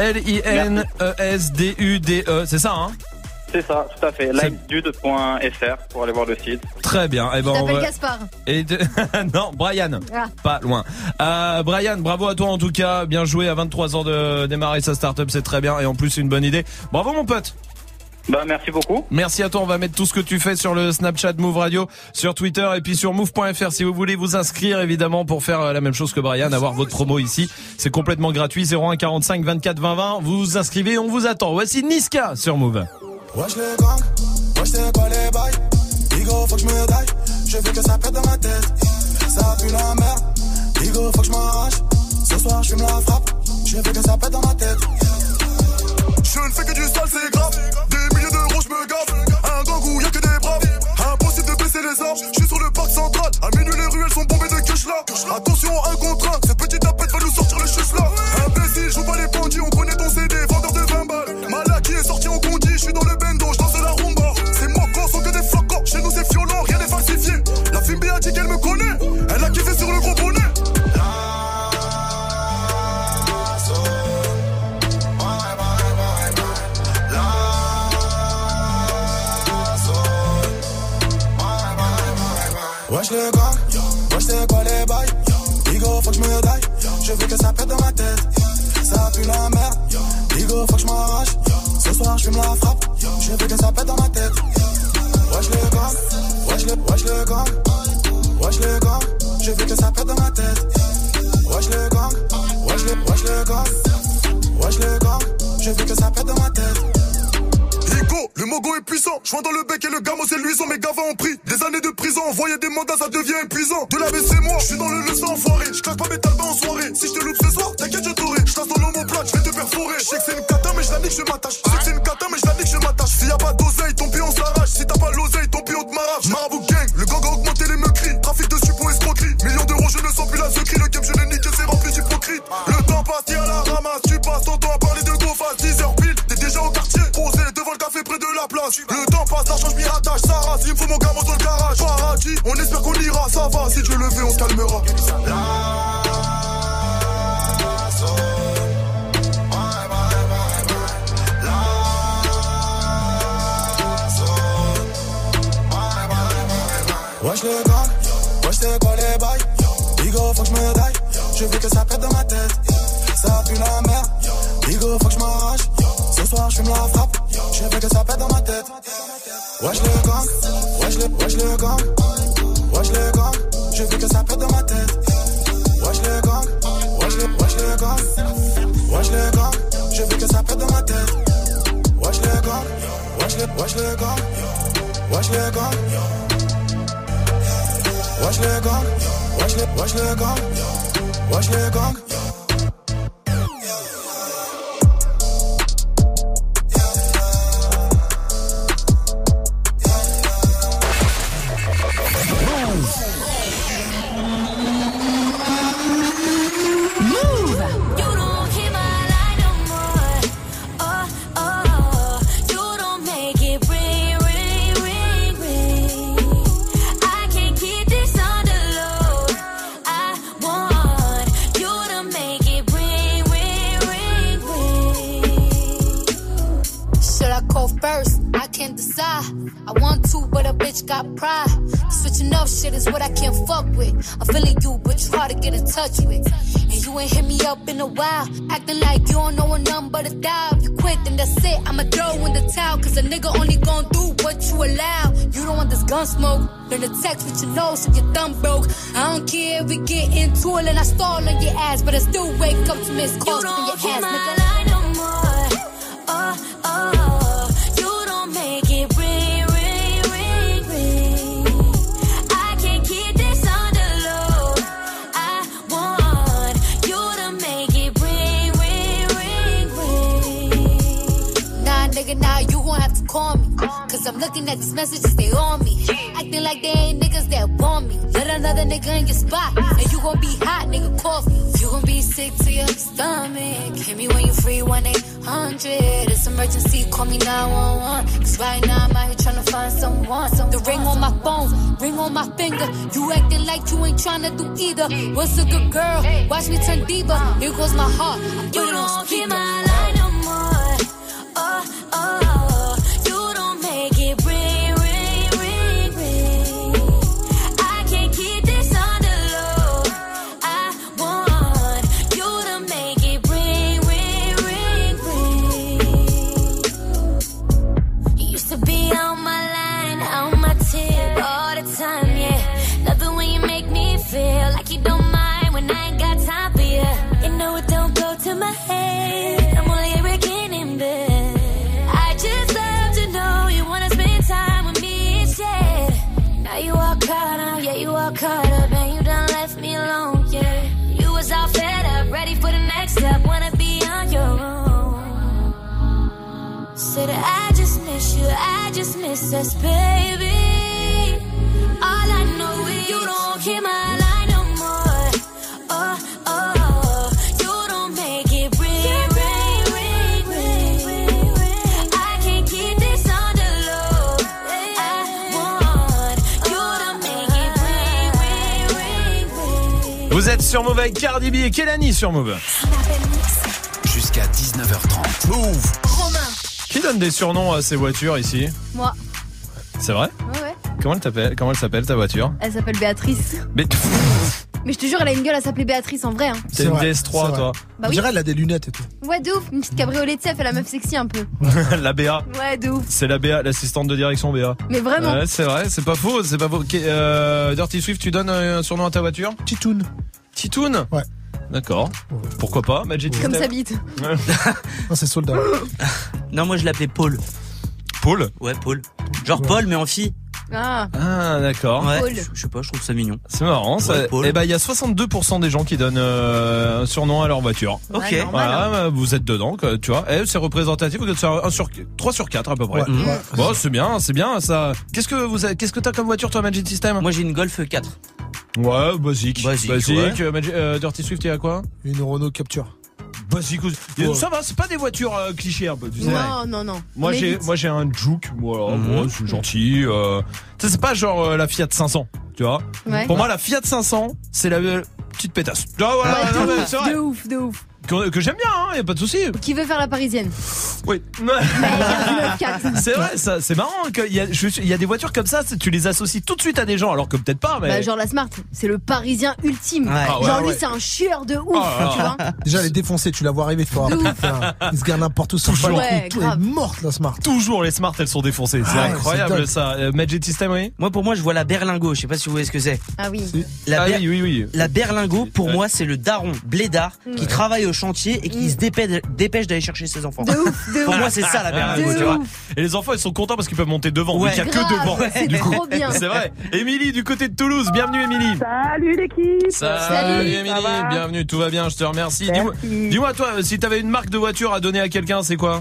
Linesdude, c'est ça hein? C'est ça, tout à fait. Linesdude.fr pour aller voir le site. Très bien. Tu t'appelles Gaspard. Non, Brian. Ah. Pas loin. Brian, bravo à toi en tout cas. Bien joué, à 23 ans de démarrer sa start-up, c'est très bien. Et en plus, c'est une bonne idée. Bravo mon pote. Bah merci beaucoup. Merci à toi, on va mettre tout ce que tu fais sur le Snapchat Move Radio, sur Twitter et puis sur move.fr si vous voulez vous inscrire évidemment pour faire la même chose que Brian, avoir votre promo ici. C'est complètement gratuit, 01 45 24 20 20. Vous vous inscrivez, on vous attend. Voici Niska sur Move. Wesh les gangs, wesh c'est quoi les bails? Digo faut que je me daille, je veux que ça pète dans ma tête. Ça pue la merde, digo faut que je m'arrache. Ce soir je fume la frappe, je veux que ça pète dans ma tête. Je ne fais que du sale, c'est grave. Des milliers d'euros, je me gaffe. Un gang où y'a que des braves. Impossible de baisser les armes. Je suis sur le parc central. À minuit, les ruelles sont bombées de cash là. Attention, un contre un. Ce petit tapette va nous sortir les chutes là. Imbécile, joue pas les bandits. On connaît ton CD, vendeur de 20 balles. Mala qui est sorti en condi. Je suis dans le bendo, je danse la rumba. C'est moquant, sont que des flocons. Chez nous, c'est violent, rien n'est falsifié. La Fimbi a dit qu'elle me connaît. Elle a kiffé sur le gros bonnet. Wesh les gars, wesh c'est quoi les bails? Digo faut que je me daille, je veux que ça pète dans ma tête. Ça pue la merde, digo faut que je m'arrache. Ce soir je fume la frappe, je veux que ça pète dans ma tête. Wesh les gars, wesh les gars, wesh les gars, je veux que ça pète dans ma tête. Wesh les gars, wesh les gars, wesh les gars, je veux que ça pète dans ma tête. Digo, le Mogo est puissant. Joint dans le bec et le gamo c'est luisant. Mes gavas ont pris des années de prison. Envoyer des mandats ça devient épuisant. De la baisse c'est moi, je suis dans le leçon enfoiré. Je claque pas mes talbans en soirée. Si je te loupe ce soir, t'inquiète je t'aurai. Je tasse ton omoplate, je vais te perforer. Je sais que c'est une cata mais je la nique, je m'attache. Je sais que c'est une cata mais je la nique, je m'attache. S'il y a pas d'oseille, ton pied on s'arrache. Si t'as pas l'oseille, ton pied on te m'arrache. Marabout gang, le gang a augmenté les meurtris. Trafic de suppos escroquerie. Millions d'euros, je ne sens plus la secrie. Le game je l'ai niqué, c'est rempli d'hypocrite. Le temps passe, t'y à la ramasse. Tu passes ton temps à parler de go face. 10h pile, t'es déjà au quartier. Posé devant le café près de la place. Le temps passe, l'argent je m'y rattache. Ça rase, il me faut mon gamin dans le garage. Paradis, on espère qu'on ira, ça va. Si Dieu le veut, on se calmera. Wesh le gang, wesh c'est quoi les bails? Bigo faut que je me daille, je veux que ça pète dans ma tête. Ça pue la merde, Bigo faut que je m'arrache. Ce soir je fume la frappe, je veux que ça pète dans ma tête. Wesh le gang, wesh le gang, wesh le gang, je veux que ça pète dans ma tête. Wesh le gang, wesh le gang, wesh le gang, je veux que ça pète dans ma tête. Wesh le gang, wesh le gang, wesh le gang. Wesh le gang, wesh le gang, wesh le gang. Got pride. Switching up shit is what I can't fuck with. I'm feeling you, but you hard to get in touch with. And you ain't hit me up in a while. Acting like you don't know a nothing but a dial. You quit, then that's it. I'ma throw in the towel. Cause a nigga only gon' do what you allow. You don't want this gun smoke. Learn to text with your nose if your thumb broke. I don't care if we get into it and I stall on your ass. But I still wake up to miss calls from your ass, nigga. Line no more. You don't make it real. Now you gon' have to call me. Cause I'm looking at these messages, they on me. Acting like they ain't niggas that want me. Let another nigga in your spot. And you gon' be hot, nigga, coffee. You gon' be sick to your stomach. Hit me when you free, 1-800. It's emergency, call me 911. Cause right now I'm out here tryna find someone. The ring on my phone, ring on my finger. You acting like you ain't tryna do either. What's a good girl? Watch me turn diva. Here goes my heart. I put it on speaker. Line no more. You don't make it ring, ring, ring, ring. I can't keep this on the low. I want you to make it ring, ring, ring, ring. You used to be on my line, on my tip all the time, yeah. Love it when you make me feel like you don't mind when I ain't got time for you. You know it don't go to my head. I'm only breaking in bed. Caught up and you done left me alone, yeah. You was all fed up, ready for the next step, wanna be on your own. Said I just miss us, baby. All I know is you don't hear my line no more. You don't make it ring, ring, ring, ring. I can't keep this on the low. I want you to make it ring, ring, ring. Vous êtes sur Move avec Cardi B et Kelani sur Move. Jusqu'à 19h30. Move. Romain. Qui donne des surnoms à ses voitures ici? Moi. C'est vrai? Ouais. Comment elle s'appelle ta voiture? Elle s'appelle Béatrice. Mais je te jure, elle a une gueule à s'appeler Béatrice en vrai. Hein. C'est une DS3 toi. Bah On dirait elle a des lunettes et tout. Ouais, de ouf. Une petite cabriolette, elle fait la meuf sexy un peu. La Béa. Ouais, de ouf. C'est la Béa, l'assistante de direction Béa. Mais vraiment. Ouais, c'est vrai, c'est pas faux, c'est pas faux. Dirty Swift, tu donnes un surnom à ta voiture? Titoun. Titoun? Ouais. D'accord. Pourquoi pas, Magic Comme System. sa bite. Non, c'est soldat. Non, moi je l'appelais Paul. Paul. Ouais, Paul. Genre Paul, mais en fille. Ah, d'accord. Ouais, Paul. je sais pas, je trouve ça mignon. C'est marrant. Ça. Ouais, Paul. Et il y a 62% des gens qui donnent un surnom à leur voiture. Ok. Ouais, normal, Voilà, vous êtes dedans, tu vois. Et c'est représentatif. Vous êtes sur 3 sur 4 à peu près. Ouais. Bon, c'est bien ça. Qu'est-ce que t'as comme voiture toi, Magic System? Moi j'ai une Golf 4. Ouais, basique. Ouais. Dirty Swift, il y a quoi? Une Renault Capture. Basique. Ça va, c'est pas des voitures clichés un peu, tu sais. Non. Moi j'ai un Juke, voilà, bon, c'est gentil. Tu sais, c'est pas genre la Fiat 500, tu vois. Ouais. Pour moi la Fiat 500, c'est la petite pétasse. Ah, voilà, non, mais c'est vrai. De ouf. Que j'aime bien, y a pas de souci. Qui veut faire la parisienne? Oui. C'est vrai, ça, c'est marrant qu'il y a des voitures comme ça, tu les associes tout de suite à des gens, alors que peut-être pas, mais. Bah, genre la Smart, c'est le parisien ultime. Ouais. Genre lui, c'est un chieur de ouf, tu vois. Déjà, elle est défoncée, tu la vois arriver fort. Il se garde n'importe où, Toujours. Ouais, elle est morte, la Smart. Toujours les Smart, elles sont défoncées. C'est incroyable ça. Magic System, oui. Moi pour moi je vois la Berlingo, je sais pas si vous voyez ce que c'est. Ah oui. Oui. La Berlingo pour moi c'est le daron blédard qui travaille au chantier et qui se dépêche d'aller chercher ses enfants. De ouf. Pour moi c'est ça la Berlingo, tu vois. Et les enfants ils sont contents parce qu'ils peuvent monter devant. Ouais. Il y a que devant. C'est Du coup, trop bien. c'est vrai. Émilie du côté de Toulouse, bienvenue Émilie. Salut l'équipe. Salut Émilie, bienvenue, tout va bien, je te remercie. Dis-moi toi, si t'avais une marque de voiture à donner à quelqu'un, c'est quoi?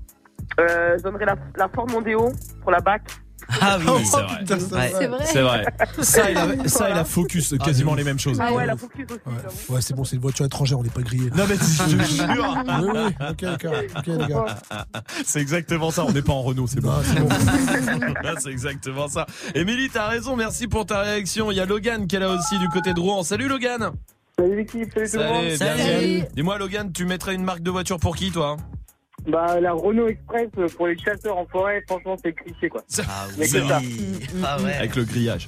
Je donnerais la Ford Mondeo pour la BAC. Ah oui, c'est vrai. Putain, C'est vrai. Ça et la Focus, quasiment les mêmes choses. Ah ouais, la Focus aussi. Ouais, c'est bon, c'est une voiture étrangère, on n'est pas grillé. Non mais je te jure. Oui, ok, les gars. C'est exactement ça, on n'est pas en Renault, c'est bon. Ah, c'est bon. C'est exactement ça. Émilie, t'as raison, merci pour ta réaction. Il y a Logan qui est là aussi du côté de Rouen. Salut Logan. Salut l'équipe, salut tout le monde. Salut. Dis-moi Logan, tu mettrais une marque de voiture pour qui toi? Bah la Renault Express pour les chasseurs en forêt, franchement c'est cliché quoi. Ah Mais oui. que ça. Ah ouais. Avec le grillage.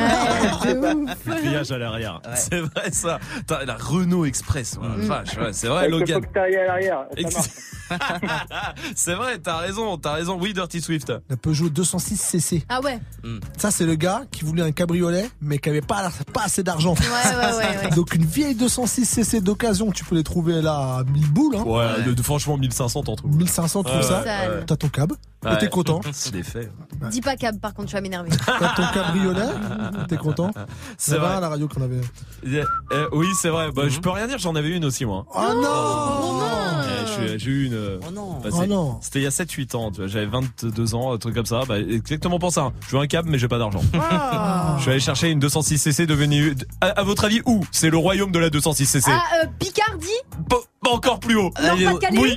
Le grillage à l'arrière. Ouais. C'est vrai ça. La Renault Express. Vache, ouais, c'est vrai Avec Logan. le Fox-Terrier à l'arrière, ça marche. C'est vrai, t'as raison. Oui, Dirty Swift. La Peugeot 206cc. Ah ouais. Ça, c'est le gars qui voulait un cabriolet, mais qui avait pas assez d'argent. Ouais. Donc une vieille 206cc d'occasion, tu peux les trouver là à 1000 boules. Hein. Ouais, franchement 1500 t'en trouves. 1500, tu trouves ça. T'as ton cab, et t'es content. Je l'ai fait. Dis pas cab, par contre, tu vas m'énerver. T'as ton cabriolet, t'es content. C'est vrai. À la radio qu'on avait. Oui, c'est vrai. Bah, je peux rien dire, j'en avais une aussi, moi. Oh non! J'ai eu une. Oh non. Bah, Oh non. C'était il y a 7-8 ans, tu vois. J'avais 22 ans, un truc comme ça. Bah, exactement pour ça. Je veux un cab, mais j'ai pas d'argent. Je suis allé chercher une 206cc devenue. À votre avis, où? C'est le royaume de la 206cc. Ah, Picardie? Pas encore plus haut. Nord-Pas-de-Calais? Oui.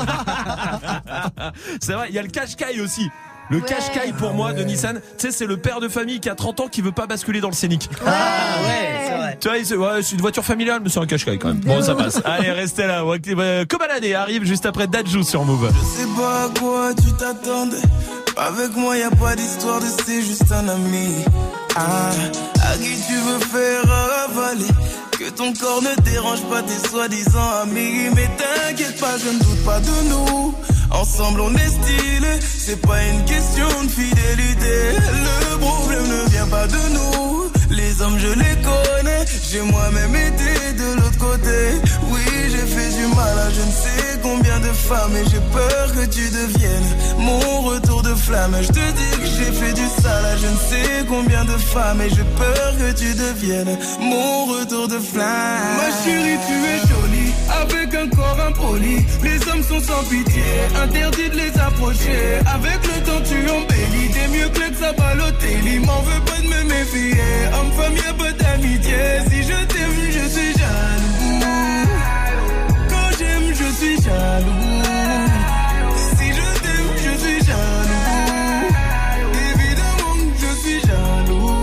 C'est vrai, il y a le Qashqai aussi. Le Qashqai pour moi de Nissan, tu sais, c'est le père de famille qui a 30 ans qui veut pas basculer dans le Scénic. Ah ouais, c'est vrai. Tu vois, c'est une voiture familiale, mais c'est un Qashqai quand même. Bon, ça passe. Allez, restez là. Kobalade arrive juste après Dadju sur Move. Je sais pas à quoi tu t'attendais. Avec moi y a pas d'histoire de c'est juste un ami. Ah, à qui tu veux faire avaler. Que ton corps ne dérange pas tes soi-disant amis. Mais t'inquiète pas, je ne doute pas de nous. Ensemble on est stylé. C'est pas une question de fidélité. Le problème ne vient pas de nous. Les hommes je les connais. J'ai moi-même été de l'autre côté. Oui, j'ai fait du mal à je ne sais combien de femmes. Et j'ai peur que tu deviennes mon retour de flamme. Je te dis que j'ai fait du sale à je ne sais combien de femmes. Et j'ai peur que tu deviennes mon retour de flamme. Ma chérie, tu es jolie, avec un corps impoli. Les hommes sont sans pitié, interdit de les approcher. Avec le temps tu embellis, t'es mieux que ça Balotelli. M'en veux pas de me méfier, homme-femme y'a pas d'amitié. Si je t'aime, je suis jaloux. Quand j'aime, je suis jaloux. Si je t'aime, je suis jaloux. Évidemment, je suis jaloux.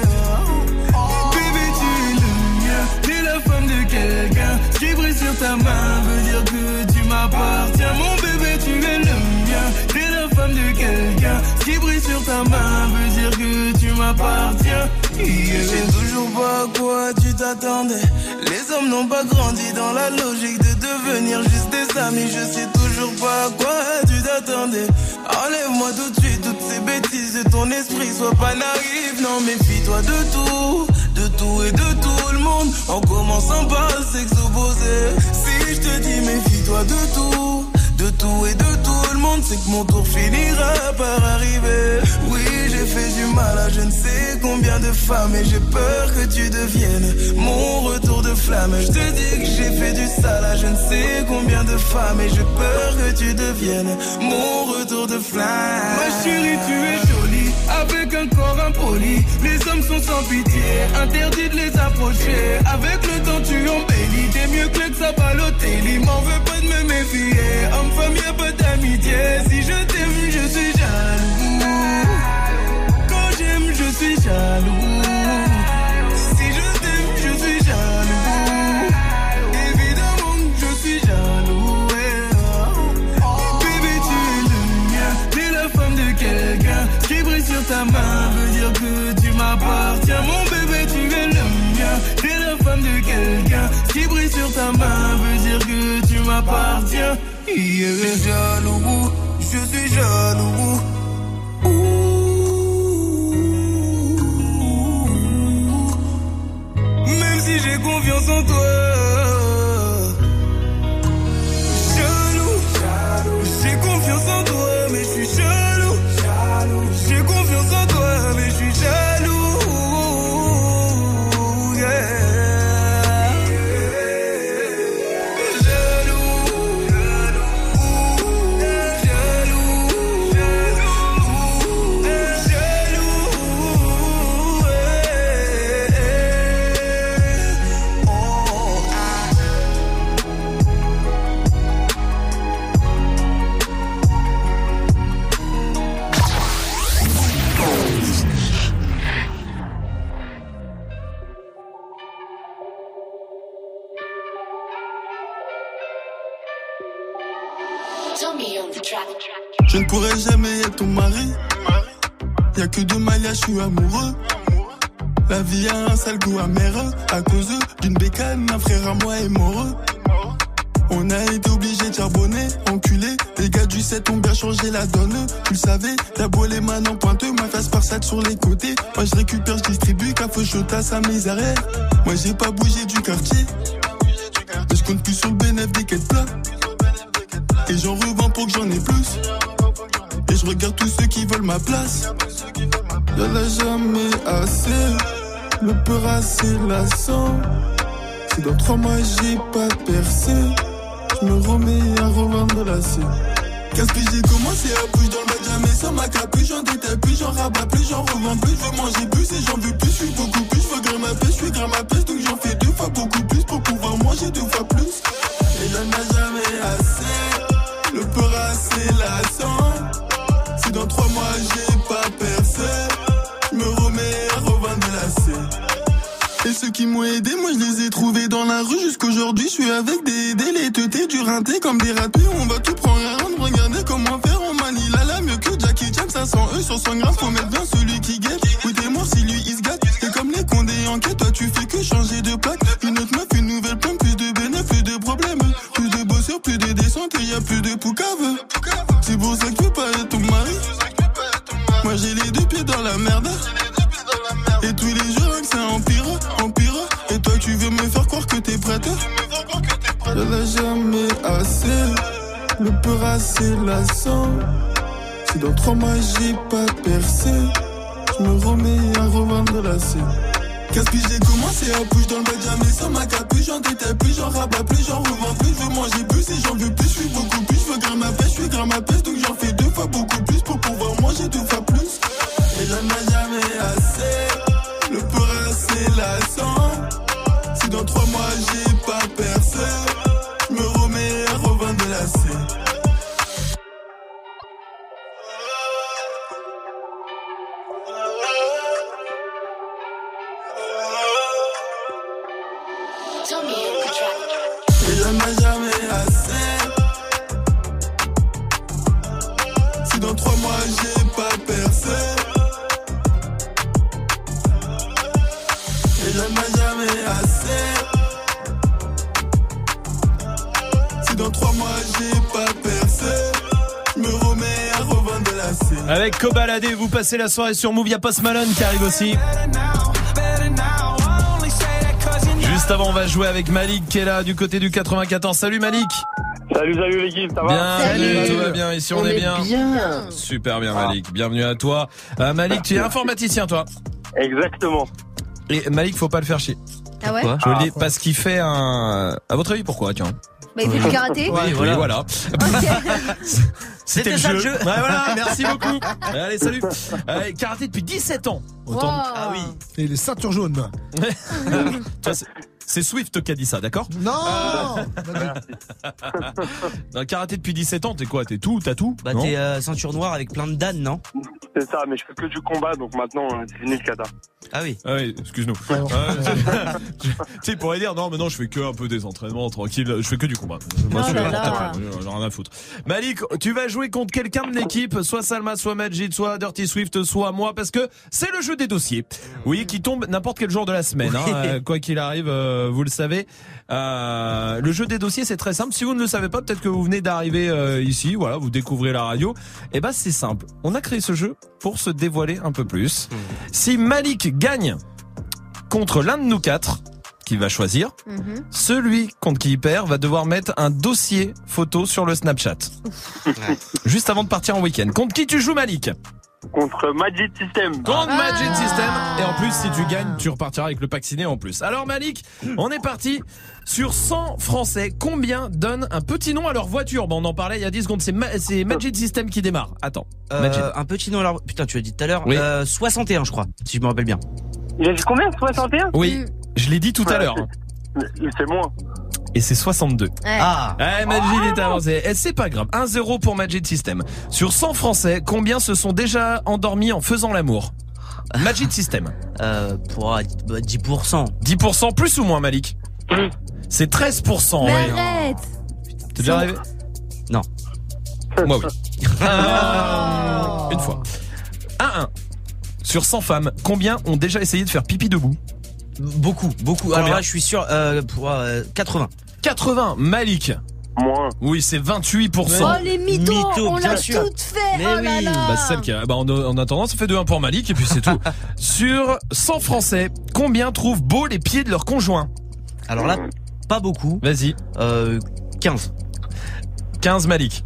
Bébé, tu es le mien, t'es la femme de quelqu'un. Ce qui brille sur ta main veut dire que tu m'appartiens. Mon bébé, tu es le mien, t'es la femme de quelqu'un. Ce qui brille sur ta main veut dire que tu m'appartiens. Je sais toujours pas à quoi tu t'attendais. Les hommes n'ont pas grandi dans la logique de devenir juste des amis. Je sais toujours pas à quoi tu t'attendais. Enlève-moi tout de suite toutes ces bêtises de ton esprit. Sois pas naïf, non méfie-toi de tout et de tout le monde. En commençant par le sexe opposé. Si je te dis méfie-toi de tout et de tout le monde, c'est que mon tour finira par arriver. Oui, j'ai fait du mal à je ne sais combien de femmes et j'ai peur que tu deviennes mon retour de flamme. Je te dis que j'ai fait du sale à je ne sais combien de femmes et j'ai peur que tu deviennes mon retour de flamme. Ma chérie, tu es jolie avec un corps impoli. Les hommes sont sans pitié, interdit de les approcher. Avec le temps tu embellis, t'es mieux que ça Balotelli. M'en veux pas de me méfier, homme-femme y'a pas d'amitié. Si je t'aime je suis jaloux, quand j'aime je suis jaloux. Si je t'aime je suis jaloux, évidemment que je suis jaloux. Bébé tu es le mien, t'es la femme de quelqu'un. Qui brille sur ta main veut dire que tu m'appartiens. Mon bébé tu es le mien, t'es la femme de quelqu'un. Qui brille sur ta main veut dire que tu m'appartiens. Je suis jaloux, je suis jaloux. Même si j'ai confiance en toi. Jaloux, j'ai confiance en toi, mais je suis jaloux. J'ai confiance en toi, mais je suis jaloux. Je ne pourrai jamais être ton mari. Y'a que de Maya, je suis amoureux. La vie a un sale goût amer. À cause d'une bécane, un frère à moi est mort. On a été obligé de charbonner, enculé. Les gars du 7 ont bien changé la donne. Tu le savais, t'as beau les mains en pointeux, ma face par 7 sur les côtés. Moi je récupère, je distribue, café chaud à mes arrêts. Moi j'ai pas bougé du quartier. Mais je compte plus sur le bénéfice des quêtes plats. Et j'en revends pour que j'en ai plus. Et je regarde tous ceux qui veulent ma place. Y'en a jamais assez. Le peur assez lassant. Si dans 3 mois j'ai pas percé, je me remets à revendre la scène. Qu'est-ce que j'ai commencé à bouger dans le bac, jamais sans ma capuche. J'en détaille plus, j'en rabats plus, j'en revends plus. Je veux manger plus et j'en veux plus, je suis beaucoup plus. Je veux grimper ma pêche, je suis grimper ma pêche. Donc j'en fais 2 fois beaucoup plus pour pouvoir manger 2 fois plus. Et y'en a jamais assez. Le peur assez lassant. Si dans 3 mois j'ai pas percé, je me remets à revendre la scène. Et ceux qui m'ont aidé, moi je les ai trouvés dans la rue. Jusqu'aujourd'hui je suis avec des les teutés du rinté comme des ratés. On va tout prendre à rendre, regardez comment faire. On manie la mieux que Jackie Chan. 500 sur 100 grammes, faut mettre bien celui qui guette. Oui t'es mort si lui il se gâte. C'est comme les condés en quête, toi tu fais que changer de plaque. Une autre meuf, une nouvelle pomme, plus de bénéfices, plus de problèmes. Plus de bosseurs, plus de descentes et y'a plus de poucave. C'est pour ça que tu veux pas être ton mari. Moi j'ai les 2 pieds dans la merde. Et tous les jours que ça empire. Et toi tu veux me faire croire que t'es prête. Y'en a jamais assez. Le peur assez lassant. Si dans 3 mois j'ai pas percé, je me remets à revendre la scène. Qu'est-ce que j'ai commencé à bouger dans le bac, jamais sans ma capuche. J'en détaille plus, j'en rabats plus, j'en revends plus. Je veux manger plus et j'en veux plus, je suis beaucoup plus. Je veux grimper ma pêche, je suis grimper ma pêche. Donc j'en fais 2 fois beaucoup plus pour pouvoir manger 2 fois plus. Et j'en ai jamais assez. Le peur assez lassant. Si dans 3 mois j'ai pas percé, je me remets à revendre la scène. Et j'en ai jamais assez. Si dans 3 mois j'ai pas percé, et j'en ai jamais assez. Si dans 3 mois j'ai pas percé, je me remets à revendre la scène. Avec Kobalade, vous passez la soirée sur Move, y'a Post Malone qui arrive aussi. Juste avant, on va jouer avec Malik qui est là du côté du 94. Salut Malik. Salut l'équipe, ça va? Bien, Salut. tout va bien, ici on est bien. Super bien Malik, bienvenue à toi. Malik, tu es informaticien toi? Exactement. Et Malik, faut pas le faire chier. Ah ouais? Je le dis parce qu'il fait un... À votre avis, pourquoi, tiens? Bah, il fait du karaté. Oui, voilà. C'était ça le le jeu. jeu. Ouais, voilà, merci beaucoup. Allez, salut. Karaté depuis 17 ans. Autant. Wow. Ah oui. Et les ceintures jaunes. C'est Swift qui a dit ça, d'accord? Non. Non, karaté depuis 17 ans, t'es quoi? T'es tout? T'as tout? Bah, non t'es ceinture noire avec plein de dan, non? C'est ça, mais je fais que du combat, donc maintenant, c'est fini le kata. Ah oui. Ah oui, excuse-nous. Tu sais, il pourrait dire, non, mais non, je fais que un peu des entraînements, tranquille, je fais que du combat. Moi, Oh là là. j'en ai rien à foutre. Malik, tu vas jouer contre quelqu'un de l'équipe, soit Salma, soit Majid, soit Dirty Swift, soit moi, parce que c'est le jeu des dossiers. Oui, qui tombe n'importe quel jour de la semaine, hein, quoi qu'il arrive, vous le savez. Le jeu des dossiers, c'est très simple. Si vous ne le savez pas, peut-être que vous venez d'arriver ici, voilà, vous découvrez la radio. Et ben, c'est simple. On a créé ce jeu pour se dévoiler un peu plus. Si Malik gagne contre l'un de nous quatre, qu'il va choisir, celui contre qui il perd va devoir mettre un dossier photo sur le Snapchat. Juste avant de partir en week-end. Contre qui tu joues, Malik? Contre Magic System. Contre Magic System. Et en plus, si tu gagnes, tu repartiras avec le pack ciné en plus. Alors Malik, on est parti. Sur 100 Français, combien donnent un petit nom à leur voiture? Bon, on en parlait il y a 10 secondes. C'est Magic System qui démarre. Attends. Un petit nom à leur... Putain, tu l'as dit tout à l'heure. Oui. 61, je crois, si je me rappelle bien. Il a dit combien? 61? Oui, je l'ai dit tout à l'heure. C'est moins. Et c'est 62. Ah. Majid est avancé. Et c'est pas grave. 1-0 pour Magic System. Sur 100 Français, combien se sont déjà endormis en faisant l'amour? Magic System. Pour 10%. 10% plus ou moins, Malik? Plus. C'est 13%. Mais ouais. arrête. T'es déjà arrivé? Non. Moi oui. Une fois. 1-1. Sur 100 femmes, combien ont déjà essayé de faire pipi debout? Beaucoup. Alors là, je suis sûr, pour 80. 80. Malik? Moins. Oui, c'est 28%. Oh, les mythos, on bien l'a sûr. toutes fait. Mais oh là oui. là. Bah, c'est celle qui a, en attendant, ça fait 2-1 pour Malik et puis c'est tout. Sur 100 Français, combien trouvent beau les pieds de leur conjoint? Alors là, pas beaucoup. Vas-y. 15. 15 Malik.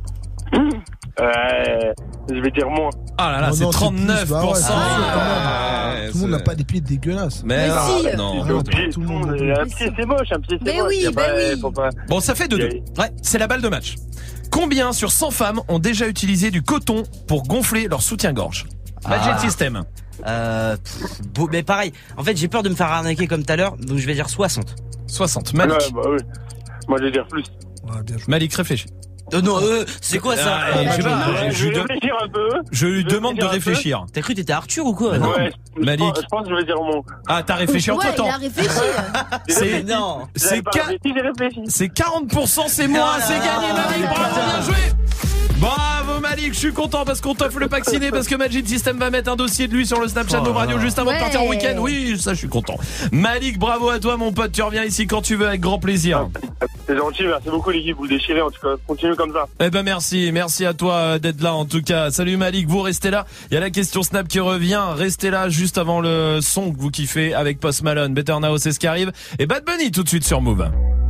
Je vais dire moins. Ah là là, Oh c'est non, 39%. plus, bah ouais, c'est sûr, quand Ouais, Tout le monde n'a pas des pieds dégueulasses. Mais si. non. Non, Tout le monde. Un pied, c'est moche. Un pied, c'est Mais moche. oui, Y a bah pas- oui. faut pas- Bon, ça fait 2-2. Ouais, c'est la balle de match. Combien sur 100 femmes ont déjà utilisé du coton pour gonfler leur soutien-gorge? Magic System. Mais pareil, en fait, j'ai peur de me faire arnaquer comme tout à l'heure, donc je vais dire 60. 60. Malik. Ouais, bah oui. Moi, je vais dire plus. Ouais, bien joué. Malik, réfléchis. Non, c'est quoi ça? Je sais pas, Je vais réfléchir un peu. je lui demande de réfléchir un peu. réfléchir. T'as cru que t'étais Arthur ou quoi? Ouais, Malik. Je pense que je vais dire moins. Ah, t'as réfléchi Ouais, entre il temps. a réfléchi. C'est Non. c'est pas qua- réfléchi, j'ai réfléchi. c'est 40%, c'est moi, Ah là c'est là. gagné Malik, bravo, bien joué. Bravo Malik, je suis content parce qu'on t'offre le pack ciné parce que Magic System va mettre un dossier de lui sur le Snapchat de nos radios juste avant de partir en week-end. Oui, ça je suis content. Malik, bravo à toi mon pote, tu reviens ici quand tu veux avec grand plaisir. C'est gentil, merci beaucoup l'équipe, vous le déchirez en tout cas. Continuez comme ça. Eh ben merci à toi d'être là en tout cas. Salut Malik, vous restez là. Il y a la question Snap qui revient. Restez là juste avant le son que vous kiffez avec Post Malone. Better Now, c'est ce qui arrive. Et Bad Bunny tout de suite sur Move.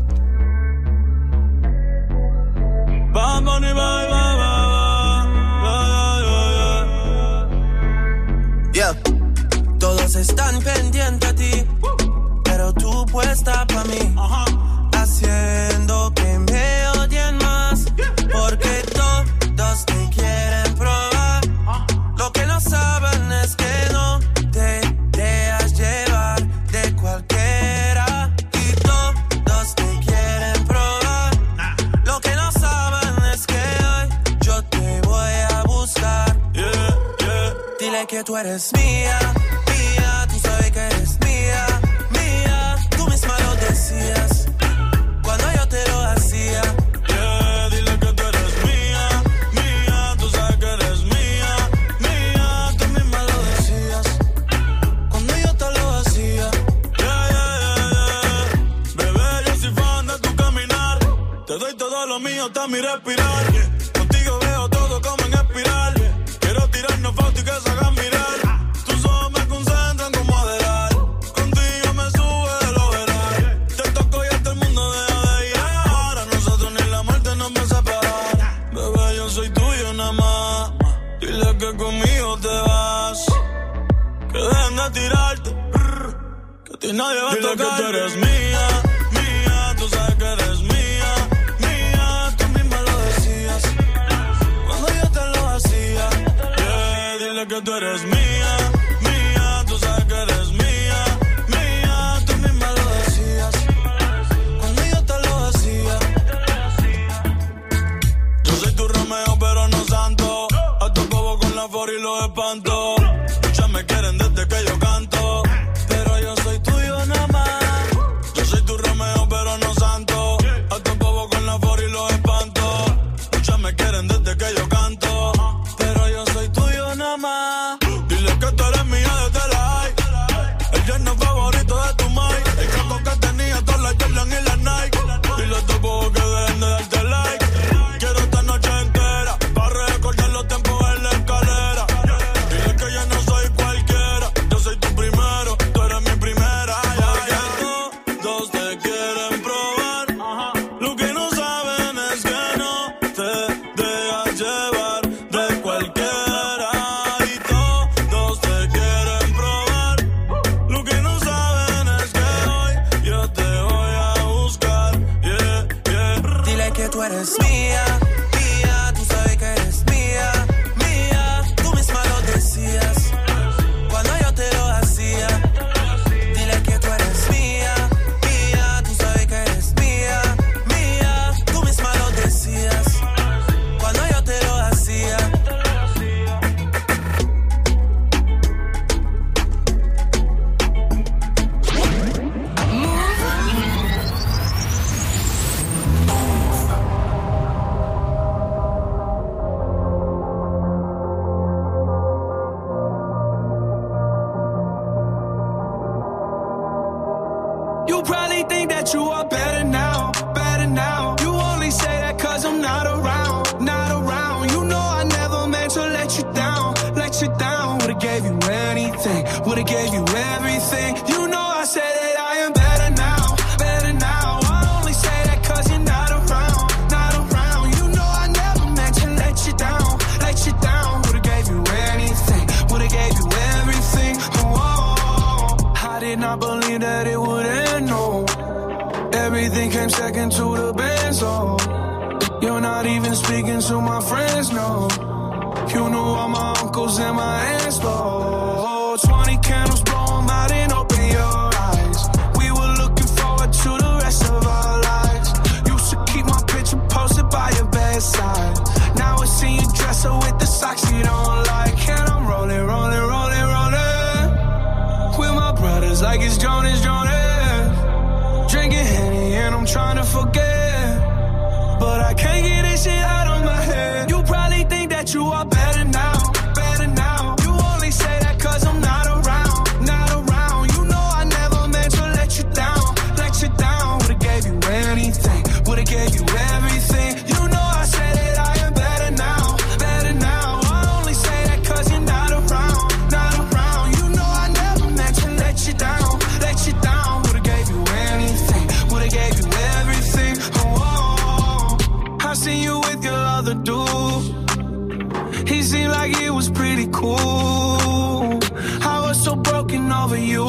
Yeah. Todos están pendientes a ti, pero tú puesta pa' mí, haciendo que me odien más, porque todos te quieren probar. Lo que no saben es que no te dejas llevar de cualquiera, y todos te quieren probar. Lo que no saben es que hoy yo te voy a buscar. Dile que tú eres mía, mía, tú sabes que eres mía, mía, tú misma lo decías cuando yo te lo hacía. Dile que tú eres mía, mía, tú sabes que eres mía, mía, tú misma lo decías cuando yo te lo hacía. Bebé, yo soy fan de tu caminar. Te doy todo lo mío hasta mi respirar. Contigo veo todo como en espiral. Quiero tirarnos fotos y que se hagan mirar. Tus ojos me Dile que conmigo te vas, que dejen de tirarte, que a ti nadie va a tocar. Dile que tú eres mía, mía, tú sabes que eres mía, mía, tú misma lo decías cuando yo te lo hacía. Yeah, dile que tú eres mía, mía, tú sabes que eres mía, mía, tú misma lo decías cuando yo te lo hacía. Yo soy tu Romeo pero no santo, a tu bobo con la for y los espanto. Ya me quieren desde que yo canto, pero yo soy tuyo nada más. Yo soy tu Romeo pero no santo, a tu bobo con la for y los espanto. Ya me quieren desde que yo canto, pero yo soy tuyo nada más. Dile que tú eres mía desde la high, el yerno favorito de tu mai. El caco que tenía todas las Jordan y las Nike. Dile a tu bobo que dejen de darte like. Quiero esta noche entera para recordar los tiempos en la escalera. Dile que ya no soy cualquiera, yo soy tu primero, tú eres mi primera. Ya todos te quieren probar, lo que no saben es que no te dejas llevar de cualquiera. Y todos te quieren probar, lo que no saben es que hoy yo te voy a buscar. Yeah, yeah. Dile que tú eres mía, mía, tú sabes que eres mía, mía, tú misma lo decías cuando yo te lo hacía. Dile que tú eres mía, mía, tú sabes que eres mía, mía, tú misma lo decías cuando yo te lo hacía. You probably think that you are better now, better now. You only say that cause I'm not around, not around. You know I never meant to let you down, let you down. Would've gave you anything, would've gave you everything. You know I said that I am better now, better now. I only say that cause you're not around, not around. You know I never meant to let you down, let you down. Would've gave you anything, would've gave you everything. Oh, I did not believe that it would end, no. Everything came second to the best, oh. You're not even speaking to my friends, no. You knew all my uncles and my aunts, oh. 20 candles, blow 'em out and open your eyes. We were looking forward to the rest of our lives. Used to keep my picture posted by your bedside. Now I see you dresser with the socks you don't like. And I'm rolling, rolling, rolling, rolling with my brothers like it's Jonas, Jonas. Drinking Henny and I'm trying to forget, but I can't get this shit out of my head. You probably think that you are better now, better now. You only say that cause I'm not around, not around. You know I never meant to let you down, let you down. Would've gave you anything, would've gave you everything. You know I said that I am better now, better now. I only say that cause you're not around, not around. You know I never meant to let you down, let you down. Would've gave you anything, would've gave you everything. Oh, I seen you with your other dude. He seemed like he was pretty cool. I was so broken over you.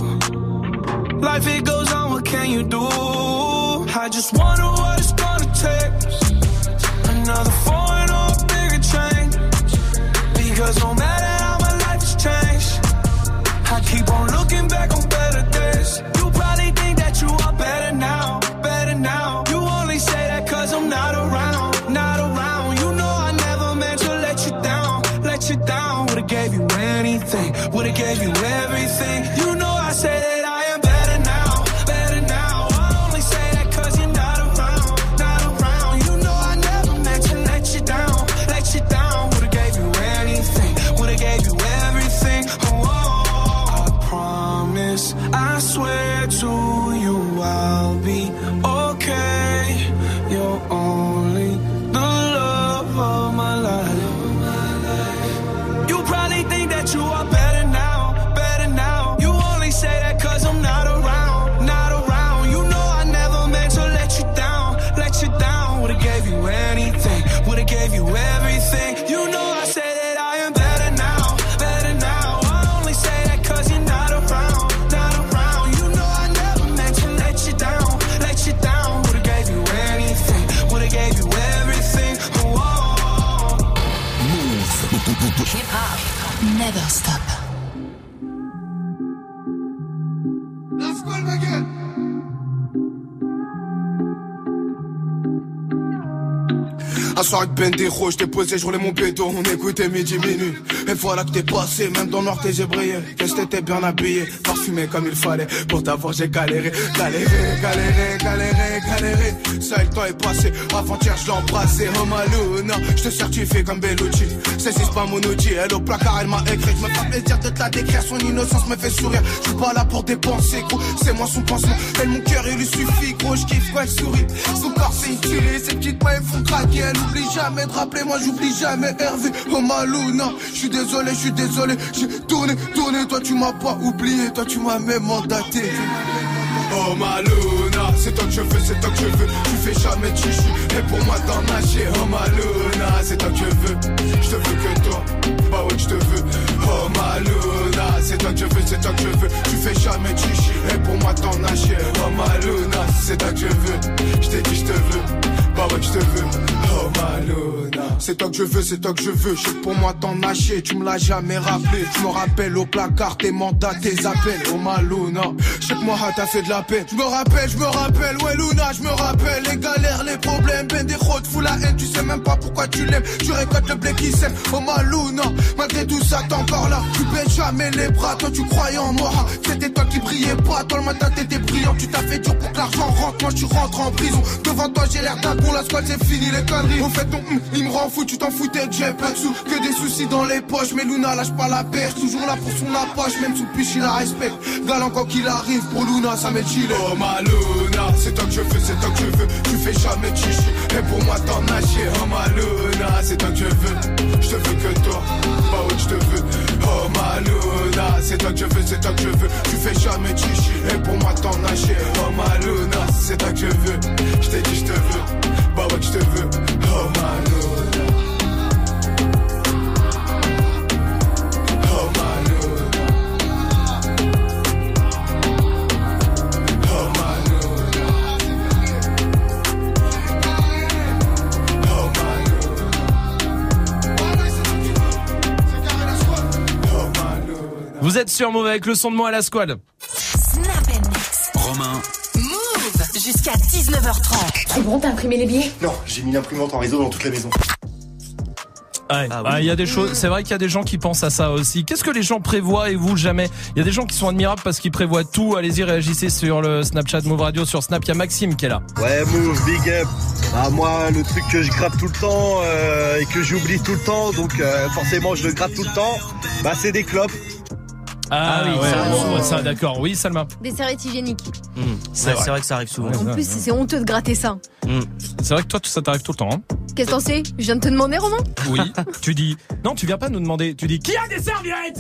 Life it goes on, what can you do? I just wonder what it's gonna take. Another foreign or a bigger change. Because no matter how my life has changed, I keep on looking back on better days. You probably think that you are better now, better now. You only say that cause I'm not around, not around. You know I never meant to let you down, let you down. Would've gave you anything, would've gave you everything. You know I say that I am better now, better now. I only say that cause you're not around, not around. You know I never meant to let you down, let you down. Would've gave you anything, would've gave you everything. Oh, I promise, I swear to you I'll be okay. You're only the love of my life. You probably think that you are better now, better now. You Never stop. Let's go again. Un soir avec Bendero, je t'ai posé, je roulais mon bédo, on écoutait midi minuit. Et voilà que t'es passé, même dans le noir j'ai brillé. Qu'est-ce que t'étais bien habillé, parfumé comme il fallait. Pour t'avoir j'ai galéré. Ça le temps est passé, avant-hier je l'ai embrassé. Oh Maluna, je te certifie comme Bellucci. C'est pas mon outil, elle au placard elle m'a écrit. Je me fais plaisir de te la décrire, son innocence me fait sourire. Je suis pas là pour dépenser gros, c'est moi son pansement. Elle mon cœur il lui suffit gros, je kiffe quand elle sourit. Son corps c'est une tuerie, ses petites mains elles font craquer. Elle oublie jamais de rappeler, moi j'oublie jamais Hervé. Oh Maluna, je suis désolé, j'ai tourné, toi tu m'as pas oublié, toi tu m'as même mandaté. Oh Maluna, c'est toi que je veux, c'est toi que je veux. Tu fais jamais de chichi, et pour moi t'en nager. Oh Maluna, c'est toi que je veux que toi, bah ouais que je te veux. Oh Maluna, c'est toi que je veux, c'est toi que je veux. Tu fais jamais de chichi, et pour moi t'en nager. Oh Maluna, c'est toi que je veux, je t'ai dit je te veux, bah ouais que je te veux. Oh Maluna, c'est toi que je veux, c'est toi que je veux. Je sais que pour moi t'en nager, tu me l'as jamais rappelé. Je me rappelle au placard tes mandats, tes appels. Oh Maluna, je sais que moi t'as fait de la peine. Je me rappelle, ouais Luna, je me rappelle. Les galères, les problèmes, ben des routes, fous la haine. Tu sais même pas pourquoi tu l'aimes, tu récoltes le blé qui sème. Oh Maluna, malgré tout ça t'es encore là. Tu baisses jamais les bras, toi tu croyais en moi. C'était toi qui brillais pas, toi le matin t'étais brillant. Tu t'as fait dur pour que l'argent rentre, moi tu rentres en prison. Devant toi j'ai l'air d'un con, la squad c'est fini les conneries. Au fait ton il me rend fou, tu t'en foutais que j'ai pas de sous. Que des soucis dans les poches, mais Luna lâche pas la perche. Toujours là pour son approche, même sous piche il la respecte. Galant quand qu'il arrive, pour Luna ça m'est chillé. Oh Maluna, c'est toi que je veux, c'est toi que je veux. Tu fais jamais de chichi, et pour moi t'en nager. Oh Maluna, c'est toi que je veux que toi, bah ouais que je te veux. Oh Maluna, c'est toi que je veux, c'est toi que je veux. Tu fais jamais de chichi, et pour moi t'en nager. Oh Maluna, c'est toi que je veux, je t'ai dit je te veux, bah ouais que je te veux. Oh Maluna. Vous êtes sur Move avec le son de moi à la squad. Snap and Mix. Romain. Move jusqu'à 19h30. C'est bon, t'as imprimé les billets? Non, j'ai mis l'imprimante en réseau dans toute la maison. Ouais. Il y a des choses, c'est vrai qu'il y a des gens qui pensent à ça aussi. Qu'est-ce que les gens prévoient et vous jamais? Il y a des gens qui sont admirables parce qu'ils prévoient tout. Allez-y, réagissez sur le Snapchat Move Radio, sur Snap. Il y a Maxime qui est là. Ouais, Move, big up. Moi, le truc que je gratte tout le temps et que j'oublie tout le temps, donc forcément je le gratte tout le temps, bah c'est des clopes. Ah oui, ça d'accord. Oui, Salma. Des serviettes hygiéniques. C'est vrai que ça arrive souvent. En plus, c'est honteux de gratter ça. C'est vrai que toi, ça t'arrive tout le temps. Hein. Qu'est-ce que t'en sais? Je viens de te demander, Romain? Oui. Tu dis non, tu viens pas nous demander. Tu dis qui a des serviettes?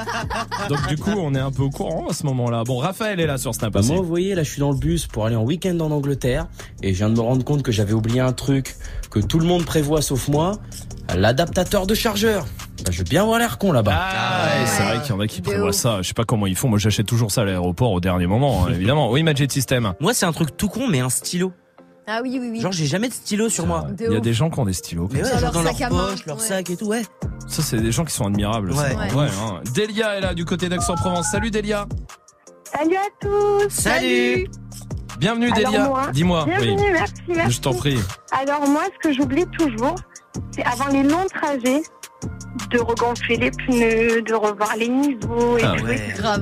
Donc du coup, on est un peu au courant à ce moment-là. Bon, Raphaël est là sur Snap. Moi, vous voyez, là, je suis dans le bus pour aller en week-end en Angleterre et je viens de me rendre compte que j'avais oublié un truc que tout le monde prévoit sauf moi. L'adaptateur de chargeur. Bah, je veux bien avoir l'air con là-bas. Ouais, c'est vrai qu'il y en a qui prévoient ça. Je sais pas comment ils font. Moi, j'achète toujours ça à l'aéroport au dernier moment, hein, évidemment. Oui, Magic System. Moi, c'est un truc tout con, mais un stylo. Ah oui. Genre, j'ai jamais de stylo sur moi. Il y a des gens qui ont des stylos. Mais ouais, ça. genre dans leur sac à main, poche, leur sac et tout, ouais. Ça, c'est des gens qui sont admirables. Ouais. Hein. Delia est là, du côté d'Aix-en-Provence. Salut, Delia. Salut à tous. Salut. Bienvenue, Delia. Dis-moi. Bienvenue, oui. merci. Je t'en prie. Alors moi, ce que j'oublie toujours, c'est avant les longs trajets, de regonfler les pneus, de revoir les niveaux et tout. Ouais. Grave.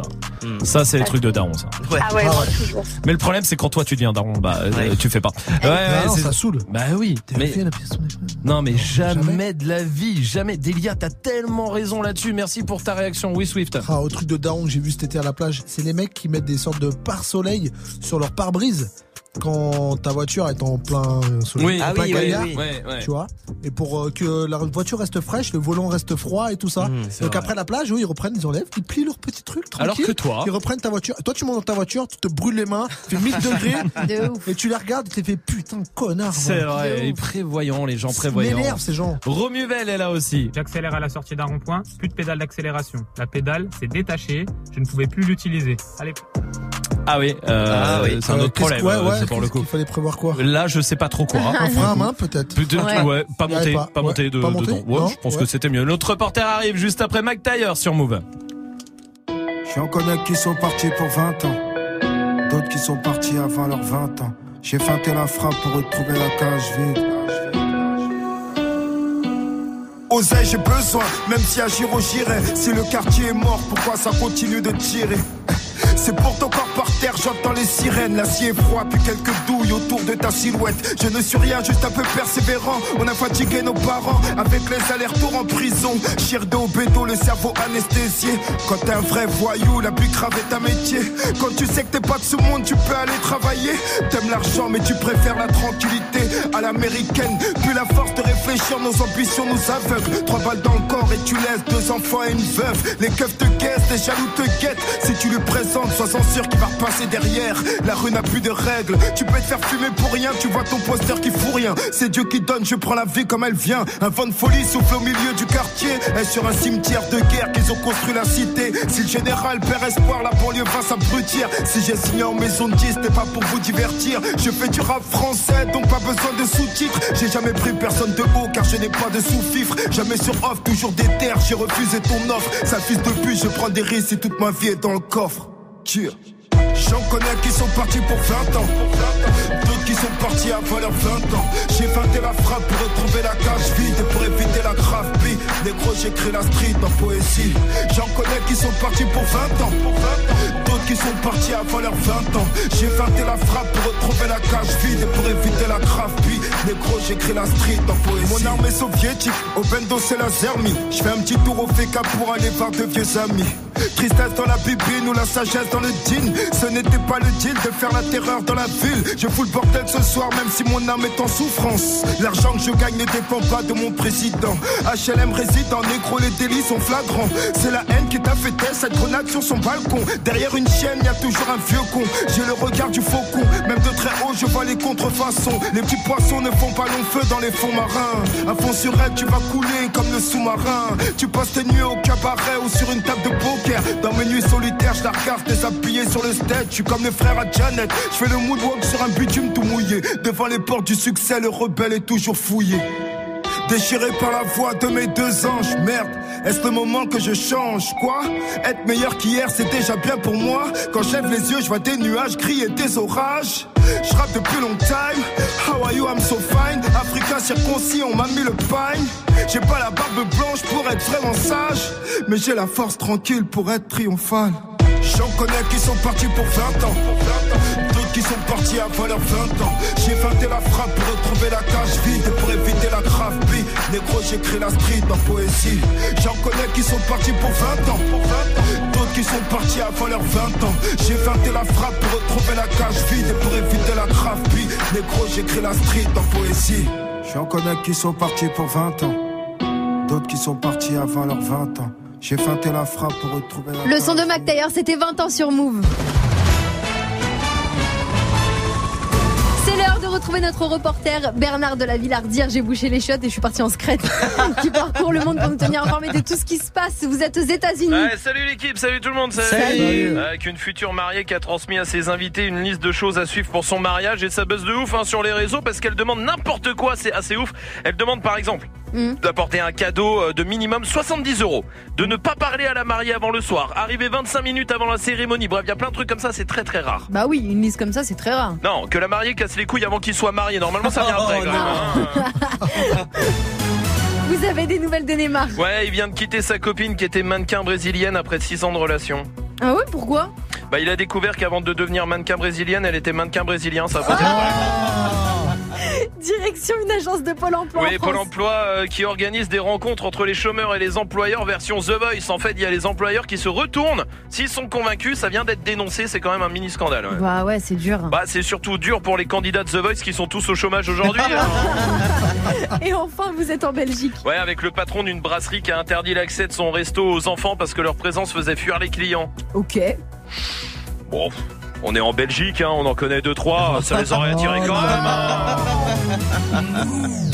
Ça c'est les trucs de daron, ça. Ouais. Ah ouais, moi toujours. Mais le problème c'est quand toi tu deviens daron, tu fais pas. Non, ça saoule. Bah oui. Mais non, mais jamais de la vie, jamais. Delia, t'as tellement raison là-dessus. Merci pour ta réaction. Oui, Swift. Au truc de daron que j'ai vu cet été à la plage, c'est les mecs qui mettent des sortes de pare-soleil sur leur pare-brise. Quand ta voiture est en plein soleil, en plein gaillard, tu vois, et pour que la voiture reste fraîche, le volant reste froid et tout ça. Donc après la plage, eux, ils reprennent, ils enlèvent, ils plient leur petit truc tranquille. Alors que toi, ils reprennent ta voiture. Toi, tu montes dans ta voiture, tu te brûles les mains, tu fais 1000 degrés, et tu les regardes, et tu te fais putain connard. C'est vrai, les prévoyants, les gens prévoyants. Ça m'énerve ces gens. Romuvel est là aussi. J'accélère à la sortie d'un rond-point, plus de pédale d'accélération. La pédale s'est détachée, je ne pouvais plus l'utiliser. Allez. Ah oui, c'est un autre problème. C'est pour le coup. Il fallait prévoir quoi? Là, je sais pas trop quoi. Un frein à main peut-être. Ouais, pas monter, pas monter dedans. Ouais, je pense que c'était mieux. Notre reporter arrive juste après Mac Taylor sur Move. J'en connais qui sont partis pour 20 ans, d'autres qui sont partis avant leurs 20 ans. J'ai feinté la frappe pour retrouver la cage vide. Oseille, j'ai besoin, même si à Giro j'irai. Si le quartier est mort, pourquoi ça continue de tirer? C'est pour ton corps par terre, j'entends les sirènes. L'acier est froid, puis quelques douilles autour de ta silhouette. Je ne suis rien, juste un peu persévérant. On a fatigué nos parents avec les allers-retours en prison. Chire d'eau, bédo, le cerveau anesthésié. Quand t'es un vrai voyou, la plus grave est un métier. Quand tu sais que t'es pas de ce monde, tu peux aller travailler. T'aimes l'argent, mais tu préfères la tranquillité à l'américaine. Puis la force de réfléchir, nos ambitions nous aveuglent. 3 balles dans le corps et tu laisses 2 enfants et une veuve. Les keufs te guettent, les jaloux te guettent. Si tu lui présentes, sois-en sûr qu'il va repasser derrière. La rue n'a plus de règles. Tu peux te faire fumer pour rien. Tu vois ton poster qui fout rien. C'est Dieu qui donne, je prends la vie comme elle vient. Un vent de folie souffle au milieu du quartier. Et sur un cimetière de guerre qu'ils ont construit la cité. Si le général perd espoir, la banlieue va s'abrutir. Si j'ai signé en maison de 10, c'était pas pour vous divertir. Je fais du rap français, donc pas besoin de sous-titres. J'ai jamais pris personne de haut car je n'ai pas de sous-fifre. Jamais sur off, toujours des terres. J'ai refusé ton offre. Sa fils de pute, je prends des risques et toute ma vie est dans le coffre. J'en connais qui sont partis pour 20 ans, d'autres qui sont partis avant leurs 20 ans. J'ai feinté la frappe pour retrouver la cage vide et pour éviter la grave bille. Négro, j'écris la street en poésie. J'en connais qui sont partis pour 20 ans, d'autres qui sont partis avant leurs 20 ans. J'ai feinté la frappe pour retrouver la cage vide et pour éviter la grave bille. Négro, j'écris la street en poésie. Mon armée soviétique, au bendo c'est la Zermie. Je fais un petit tour au FK pour aller voir de vieux amis. Tristesse dans la bibine ou la sagesse dans le jean. Ce n'était pas le deal de faire la terreur dans la ville. Je fous le bordel ce soir même si mon âme est en souffrance. L'argent que je gagne ne dépend pas de mon président. HLM réside en négro, les délits sont flagrants. C'est la haine qui t'a fait taire cette grenade sur son balcon. Derrière une chienne, y a toujours un vieux con. J'ai le regard du faucon, même de très haut je vois les contrefaçons. Les petits poissons ne font pas long feu dans les fonds marins. À fond sur elle, tu vas couler comme le sous-marin. Tu passes tes nuits au cabaret ou sur une table de poker. Dans mes nuits solitaires, je la regarde déshabillée sur le stage. Je suis comme le frère à Janet. Je fais le moonwalk sur un bitume tout mouillé. Devant les portes du succès, le rebelle est toujours fouillé. Déchiré par la voix de mes 2 anges. Merde, est-ce le moment que je change? Quoi? Être meilleur qu'hier, c'est déjà bien pour moi. Quand j'lève les yeux, je vois des nuages gris et des orages. Je rappe depuis long time. How are you? I'm so fine. Africain circoncis, on m'a mis le pain. J'ai pas la barbe blanche pour être vraiment sage, mais j'ai la force tranquille pour être triomphal. J'en connais qui sont partis pour 20 ans, d'autres qui sont partis avant leurs 20 ans. J'ai feinté la frappe pour retrouver la cage vide et pour éviter la grave bille. Négro, j'écris la street en poésie. J'en connais qui sont partis pour 20 ans, d'autres qui sont partis avant leurs 20 ans. J'ai feinté la frappe pour retrouver la cage vide et pour éviter la grave bille. Négro, j'écris la street en poésie. J'en connais qui sont partis pour 20 ans, d'autres qui sont partis avant leurs 20 ans. J'ai feinté la frappe pour retrouver la... Le son de Mac Taylor, c'était 20 ans sur Move. C'est l'heure de retrouver notre reporter Bernard de la Villardière. J'ai bouché les shots et je suis partie en secrète qui parcourt le monde pour nous tenir informés de tout ce qui se passe. Vous êtes aux États-Unis. Ouais, salut l'équipe, salut tout le monde. Salut. Avec une future mariée qui a transmis à ses invités une liste de choses à suivre pour son mariage et ça buzz de ouf sur les réseaux parce qu'elle demande n'importe quoi, c'est assez ouf. Elle demande par exemple d'apporter un cadeau de minimum 70 €, de ne pas parler à la mariée avant le soir, arriver 25 minutes avant la cérémonie. Bref, il y a plein de trucs comme ça, c'est très très rare. Bah oui, une liste comme ça, c'est très rare. Non, que la mariée casse les couilles avant qu'il soit marié. Normalement, ça vient après quand même. Vous avez des nouvelles de Neymar? Ouais, il vient de quitter sa copine qui était mannequin brésilienne après 6 ans de relation. Ah ouais, pourquoi? Bah, il a découvert qu'avant de devenir mannequin brésilienne, elle était mannequin brésilien, ça a posé problème. Direction une agence de Pôle emploi. Oui, Pôle emploi qui organise des rencontres entre les chômeurs et les employeurs version The Voice. En fait, il y a les employeurs qui se retournent. S'ils sont convaincus, ça vient d'être dénoncé, c'est quand même un mini scandale. Ouais. Bah ouais, c'est dur. Bah c'est surtout dur pour les candidats de The Voice qui sont tous au chômage aujourd'hui. Et enfin, vous êtes en Belgique. Ouais, avec le patron d'une brasserie qui a interdit l'accès de son resto aux enfants parce que leur présence faisait fuir les clients. Ok. Bon, on est en Belgique, on en connaît 2-3, ça les aurait attirés quand même.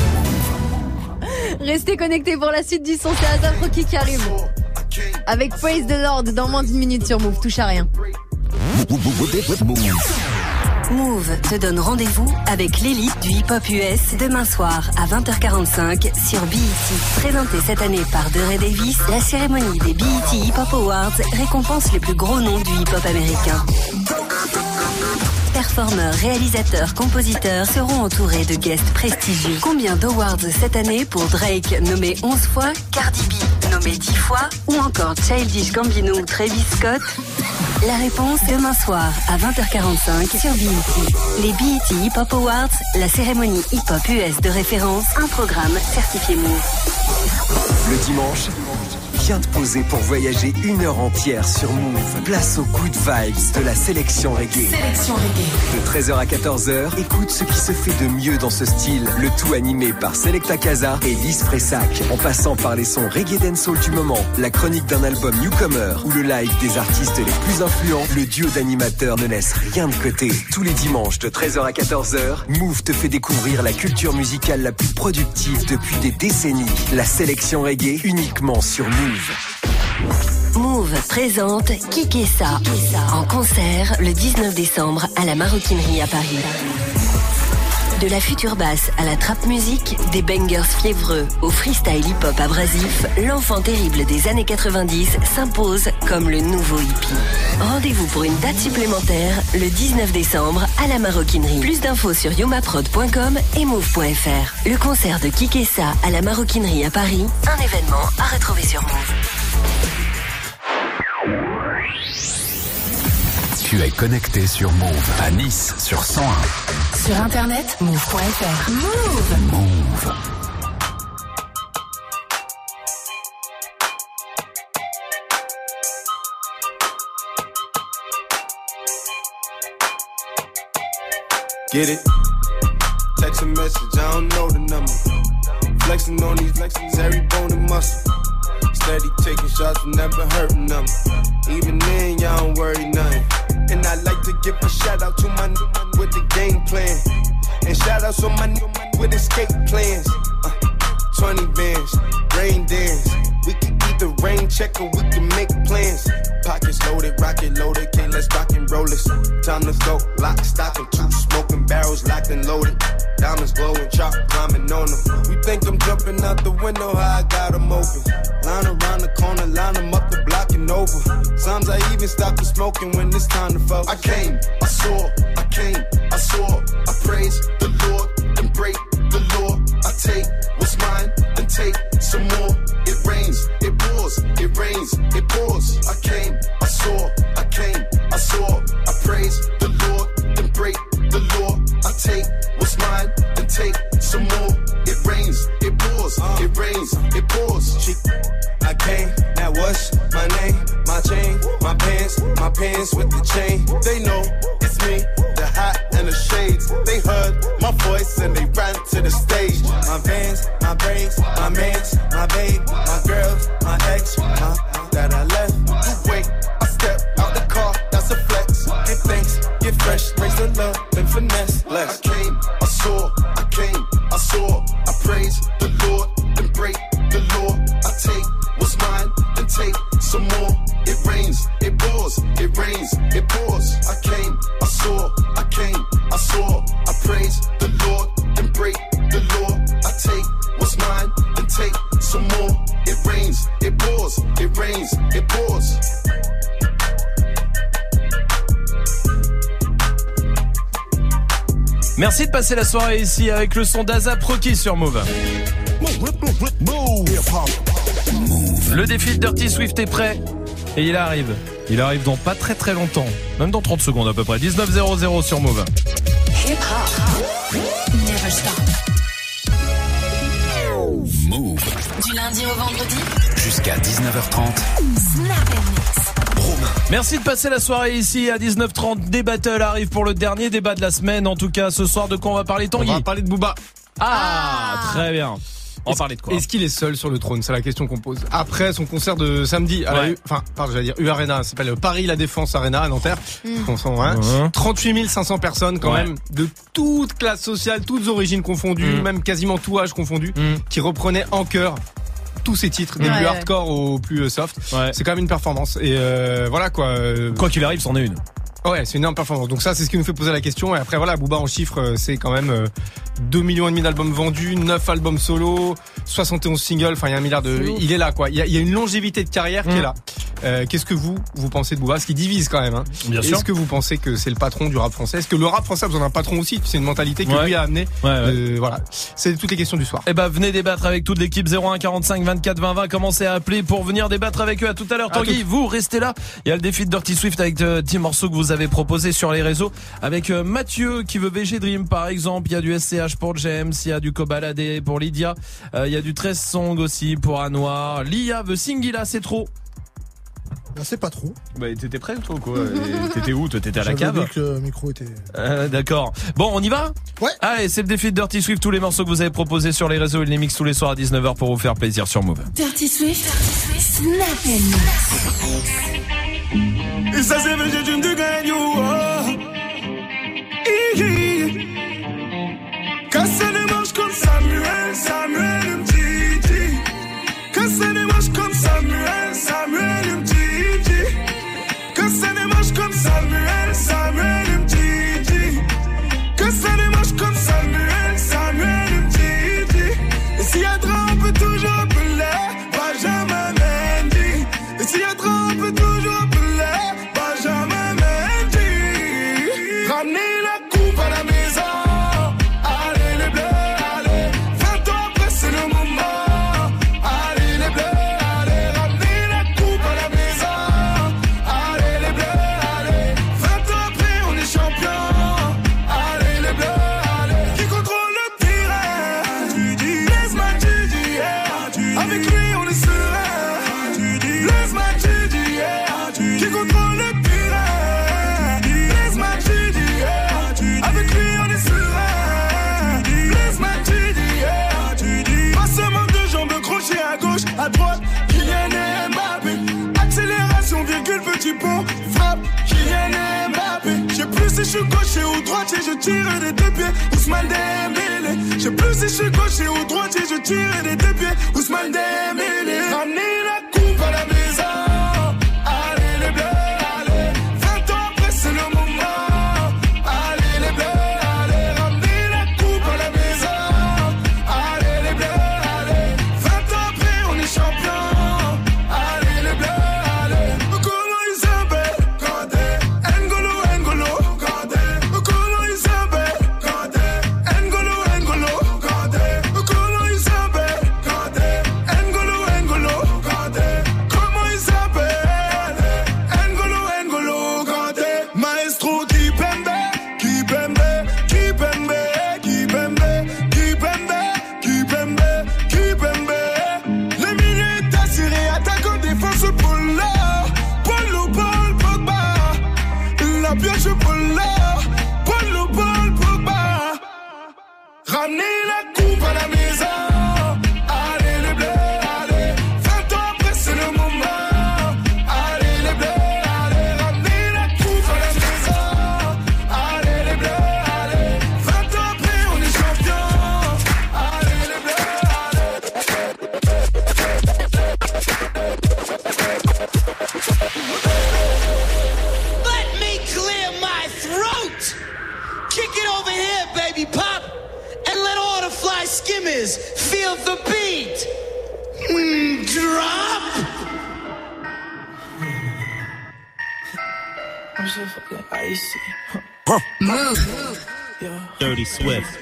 Restez connectés pour la suite du son, c'est A$AP Rocky qui arrive. Avec Praise the Lord dans moins d'1 minute sur Move, touche à rien. Move te donne rendez-vous avec l'élite du hip-hop US demain soir à 20h45 sur BET. Présentée cette année par DeRay Davis, la cérémonie des BET Hip Hop Awards récompense les plus gros noms du hip-hop américain. Performeurs, réalisateurs, compositeurs seront entourés de guests prestigieux. Combien d'awards cette année pour Drake, nommé 11 fois, Cardi B, nommé 10 fois, ou encore Childish Gambino ou Travis Scott? La réponse demain soir à 20h45 sur BET. Les BET Hip Hop Awards, la cérémonie hip-hop US de référence, un programme certifié Move. Le dimanche, viens te poser pour voyager 1 heure entière sur Move. Place aux good vibes de la sélection reggae. Sélection reggae. De 13h à 14h, écoute ce qui se fait de mieux dans ce style. Le tout animé par Selecta Casa et Lise Fressac. En passant par les sons reggae dancehall du moment, la chronique d'un album newcomer ou le live des artistes les plus influents, le duo d'animateurs ne laisse rien de côté. Tous les dimanches de 13h à 14h, Move te fait découvrir la culture musicale la plus productive depuis des décennies. La sélection reggae uniquement sur Move. Move présente Kikessa en concert le 19 décembre à la Maroquinerie à Paris. De la future basse à la trap musique, des bangers fiévreux au freestyle hip-hop abrasif, l'enfant terrible des années 90 s'impose comme le nouveau hippie. Rendez-vous pour une date supplémentaire le 19 décembre à la Maroquinerie. Plus d'infos sur yomaprod.com et move.fr. Le concert de Kikessa à la Maroquinerie à Paris, un événement à retrouver sur Move. Tu es connecté sur Move à Nice sur 101. Sur internet, move.fr. Move. Move. Get it? Text a message, I don't know the number. Flexing on these flexes, every bone and muscle. Steady taking shots, never hurting them. Even then, y'all don't worry nothing. And I like to give a shout out to my new man with the game plan. And shout outs to my new man with escape plans. 20 bands, rain dance. We can either rain check or we can make plans. Pockets loaded, rocket loaded, can't let's rock and roll this. Time to go, lock, stock, and 2 smoking barrels locked and loaded. Diamonds glowing, chop climbing on them. You think I'm jumping out the window, how I got them open. Line around the corner, line them up the block and over. Sometimes I even stop the smoking when it's time to focus. I came, I saw, I came, I saw. I praise the Lord and break the law. I take what's mine and take some more. It rains, it pours, it rains, it pours. I came, I saw, I came, I saw. I praise the Lord and break the law. I take what's mine and take some more. It rains, it pours, it rains, it pours. I came, now what's my name? My chain, my pants with the chain. They know it's me, the hat and the shades. They heard my voice and they ran to the stage. My vans, my braids, my mans, my babe, my girls, my ex, that I left. You wait, I step out the car, that's a flex. Get thanks, get fresh, raise the love, and finesse less. I came, I saw, I came, I saw. I praise the Lord and break the law. I take what's mine and take some more. It rains, it pours, it rains, it pours. I came, I saw, I came, I saw. I praise the Lord and break the law. I take what's mine and take some more. It rains, it pours, it rains, it pours. Merci de passer la soirée ici avec le son d'Azap Rocky sur Move. Le défi de Dirty Swift est prêt et il arrive. Il arrive dans pas très très longtemps, même dans 30 secondes à peu près. 19:00 sur Move. Hip hop, never stop. Move. Du lundi au vendredi, Jusqu'à 19h30. Snap and Mix. Merci de passer la soirée ici à 19h30. Des battles arrivent pour le dernier débat de la semaine. En tout cas, ce soir, de quoi on va parler, Tanguy? On va parler de Booba. Très bien. On va parler de quoi? Est-ce qu'il est seul sur le trône? C'est la question qu'on pose. Après son concert de samedi à U Arena, ça s'appelle Paris La Défense Arena à Nanterre. 38 500 personnes quand même, de toutes classes sociales, toutes origines confondues, même quasiment tout âge confondu, qui reprenaient en chœur tous ces titres, des plus hardcore aux plus soft. C'est quand même une performance. Et voilà quoi. Quoi qu'il arrive, c'en est une. Ouais, c'est une énorme performance. Donc ça, c'est ce qui nous fait poser la question. Et après, voilà, Booba en chiffres, c'est quand même 2,5 millions d'albums vendus, 9 albums solo, 71 singles. Enfin, il y a un milliard de... Il est là, quoi. Il y a une longévité de carrière qui est là. Qu'est-ce que vous pensez de Booba? Parce qu'il divise quand même. Hein. Bien sûr. Est-ce que vous pensez que c'est le patron du rap français? Est-ce que le rap français a besoin d'un patron aussi? C'est une mentalité que lui a amené. Voilà. C'est toutes les questions du soir. Eh ben, venez débattre avec toute l'équipe 01 45 24 20 20. Commencez à appeler pour venir débattre avec eux. À tout à l'heure. Tanguy, vous restez là. Il y a le défi de Dirty Swift avec 10 morceaux que vous avez proposés sur les réseaux. Avec Mathieu qui veut VG Dream par exemple. Il y a du SCH pour James. Il y a du Kobalade pour Lydia. Il y a du 13 Song aussi pour Anwar. Lia veut Singila, c'est trop. Ben, c'est pas trop. Bah, t'étais prêt, toi, quoi? T'étais où? Toi, t'étais à la cave? J'avais dit que le micro était... D'accord. Bon, on y va? Ouais. Allez, c'est le défi de Dirty Swift. Tous les morceaux que vous avez proposés sur les réseaux, il les mixe tous les soirs à 19h pour vous faire plaisir sur Move. Dirty Swift, Snap and Et ça, c'est vrai, j'ai du gagne, Casse les manches comme Samuel, Samuel Mtiti. Casse les manches comme Samuel, Samuel Mtiti. Casse les manches comme Samuel, Samuel Mtiti. Casse les manches comme Samuel, Samuel Mtiti. Et s'il y a trop, on peut toujours appeler Benjamin Mendy. Et s'il y a trop, on peut toujours appeler Benjamin Mendy. Ramenez la coupe à la maison. À droite, Kylian Mbappé. Accélération, virgule, petit pont. Frappe, Kylian Mbappé. Je sais plus si je suis gaucher ou droitier, je tire des deux pieds. Ousmane Dembélé. Je sais plus si je suis gaucher ou droitier, je tire des deux pieds. Ousmane Dembélé. Ramenez la coupe à la maison. Allez les bleus, allez. 20 ans après, c'est le moment. Allez les bleus, allez. Ramenez la coupe à la maison. Allez les bleus, allez. 20 ans après, on est champion. Allez les bleus, allez. Okolo Isabelle, Kandé. N'Golo, N'Golo, Kandé. Okolo Isabelle, Kandé. N'Golo, N'Golo, Kandé. Okolo Isabelle, Kandé. N'Golo, N'Golo, Kandé. Comment il s'appelle? N'Golo, N'Golo, Kandé. Maestro Kipembe, Kipembe, Kipembe, Kipembe, Kipembe, Kipembe, Kipembe. Les minutes assurées, attaquant, défense, Polo. Polo, Paul, Pogba. La pioche, Polo. Polo, Paul, Pogba. Ramenez la coupe à la maison. Allez les bleus, allez. 20 ans après, c'est le moment. Allez les bleus, allez. Ramenez la coupe à la maison. Allez les bleus, allez. 20 ans après, on est champion. Allez les bleus, allez. Let me clear my throat. Kick it over here, baby pop. And let all the fly skimmers feel the beat. Drop. I'm so fucking icy. Move. Dirty Swift.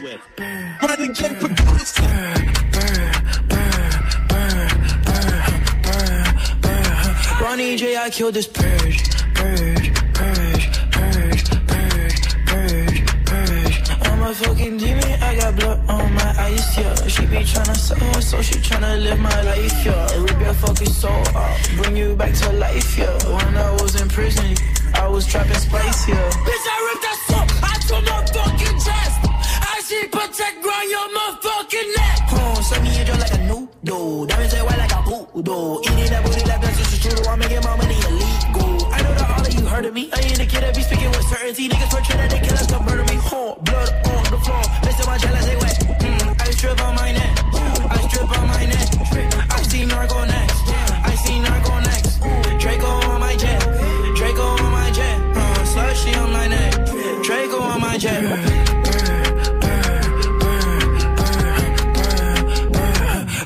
Ronnie J, I killed this purge. Purge, purge, purge, purge, purge, purge. I'm a fucking demon, I got blood on my ice, yeah. She be tryna sell her soul, she tryna live my life, yeah. Rip your fucking soul out, bring you back to life, yeah. When I was in prison, I was trapping spice, yeah. Bitch, I ripped that soul out your motherfucking chest. I see protect ground your motherfucking neck. Suck me in your like a noodle. Diamonds say white like a poodle. Eating that booty like that's just a strudel. I'm making my money illegal. I know that all of you heard of me. I ain't a kid that be speaking with certainty. Niggas torture that they kill us to murder me. Blood on the floor. Mr. My jealous, they wet. I strip on my neck. I strip on my neck. I see narco next. I see narco next. Draco on my jet. Draco on my jet. Slushy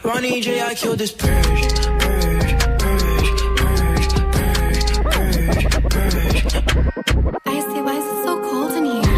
Ronnie J, I killed this purge, purge, purge, purge, purge, purge, purge. I see, why is it so cold in here?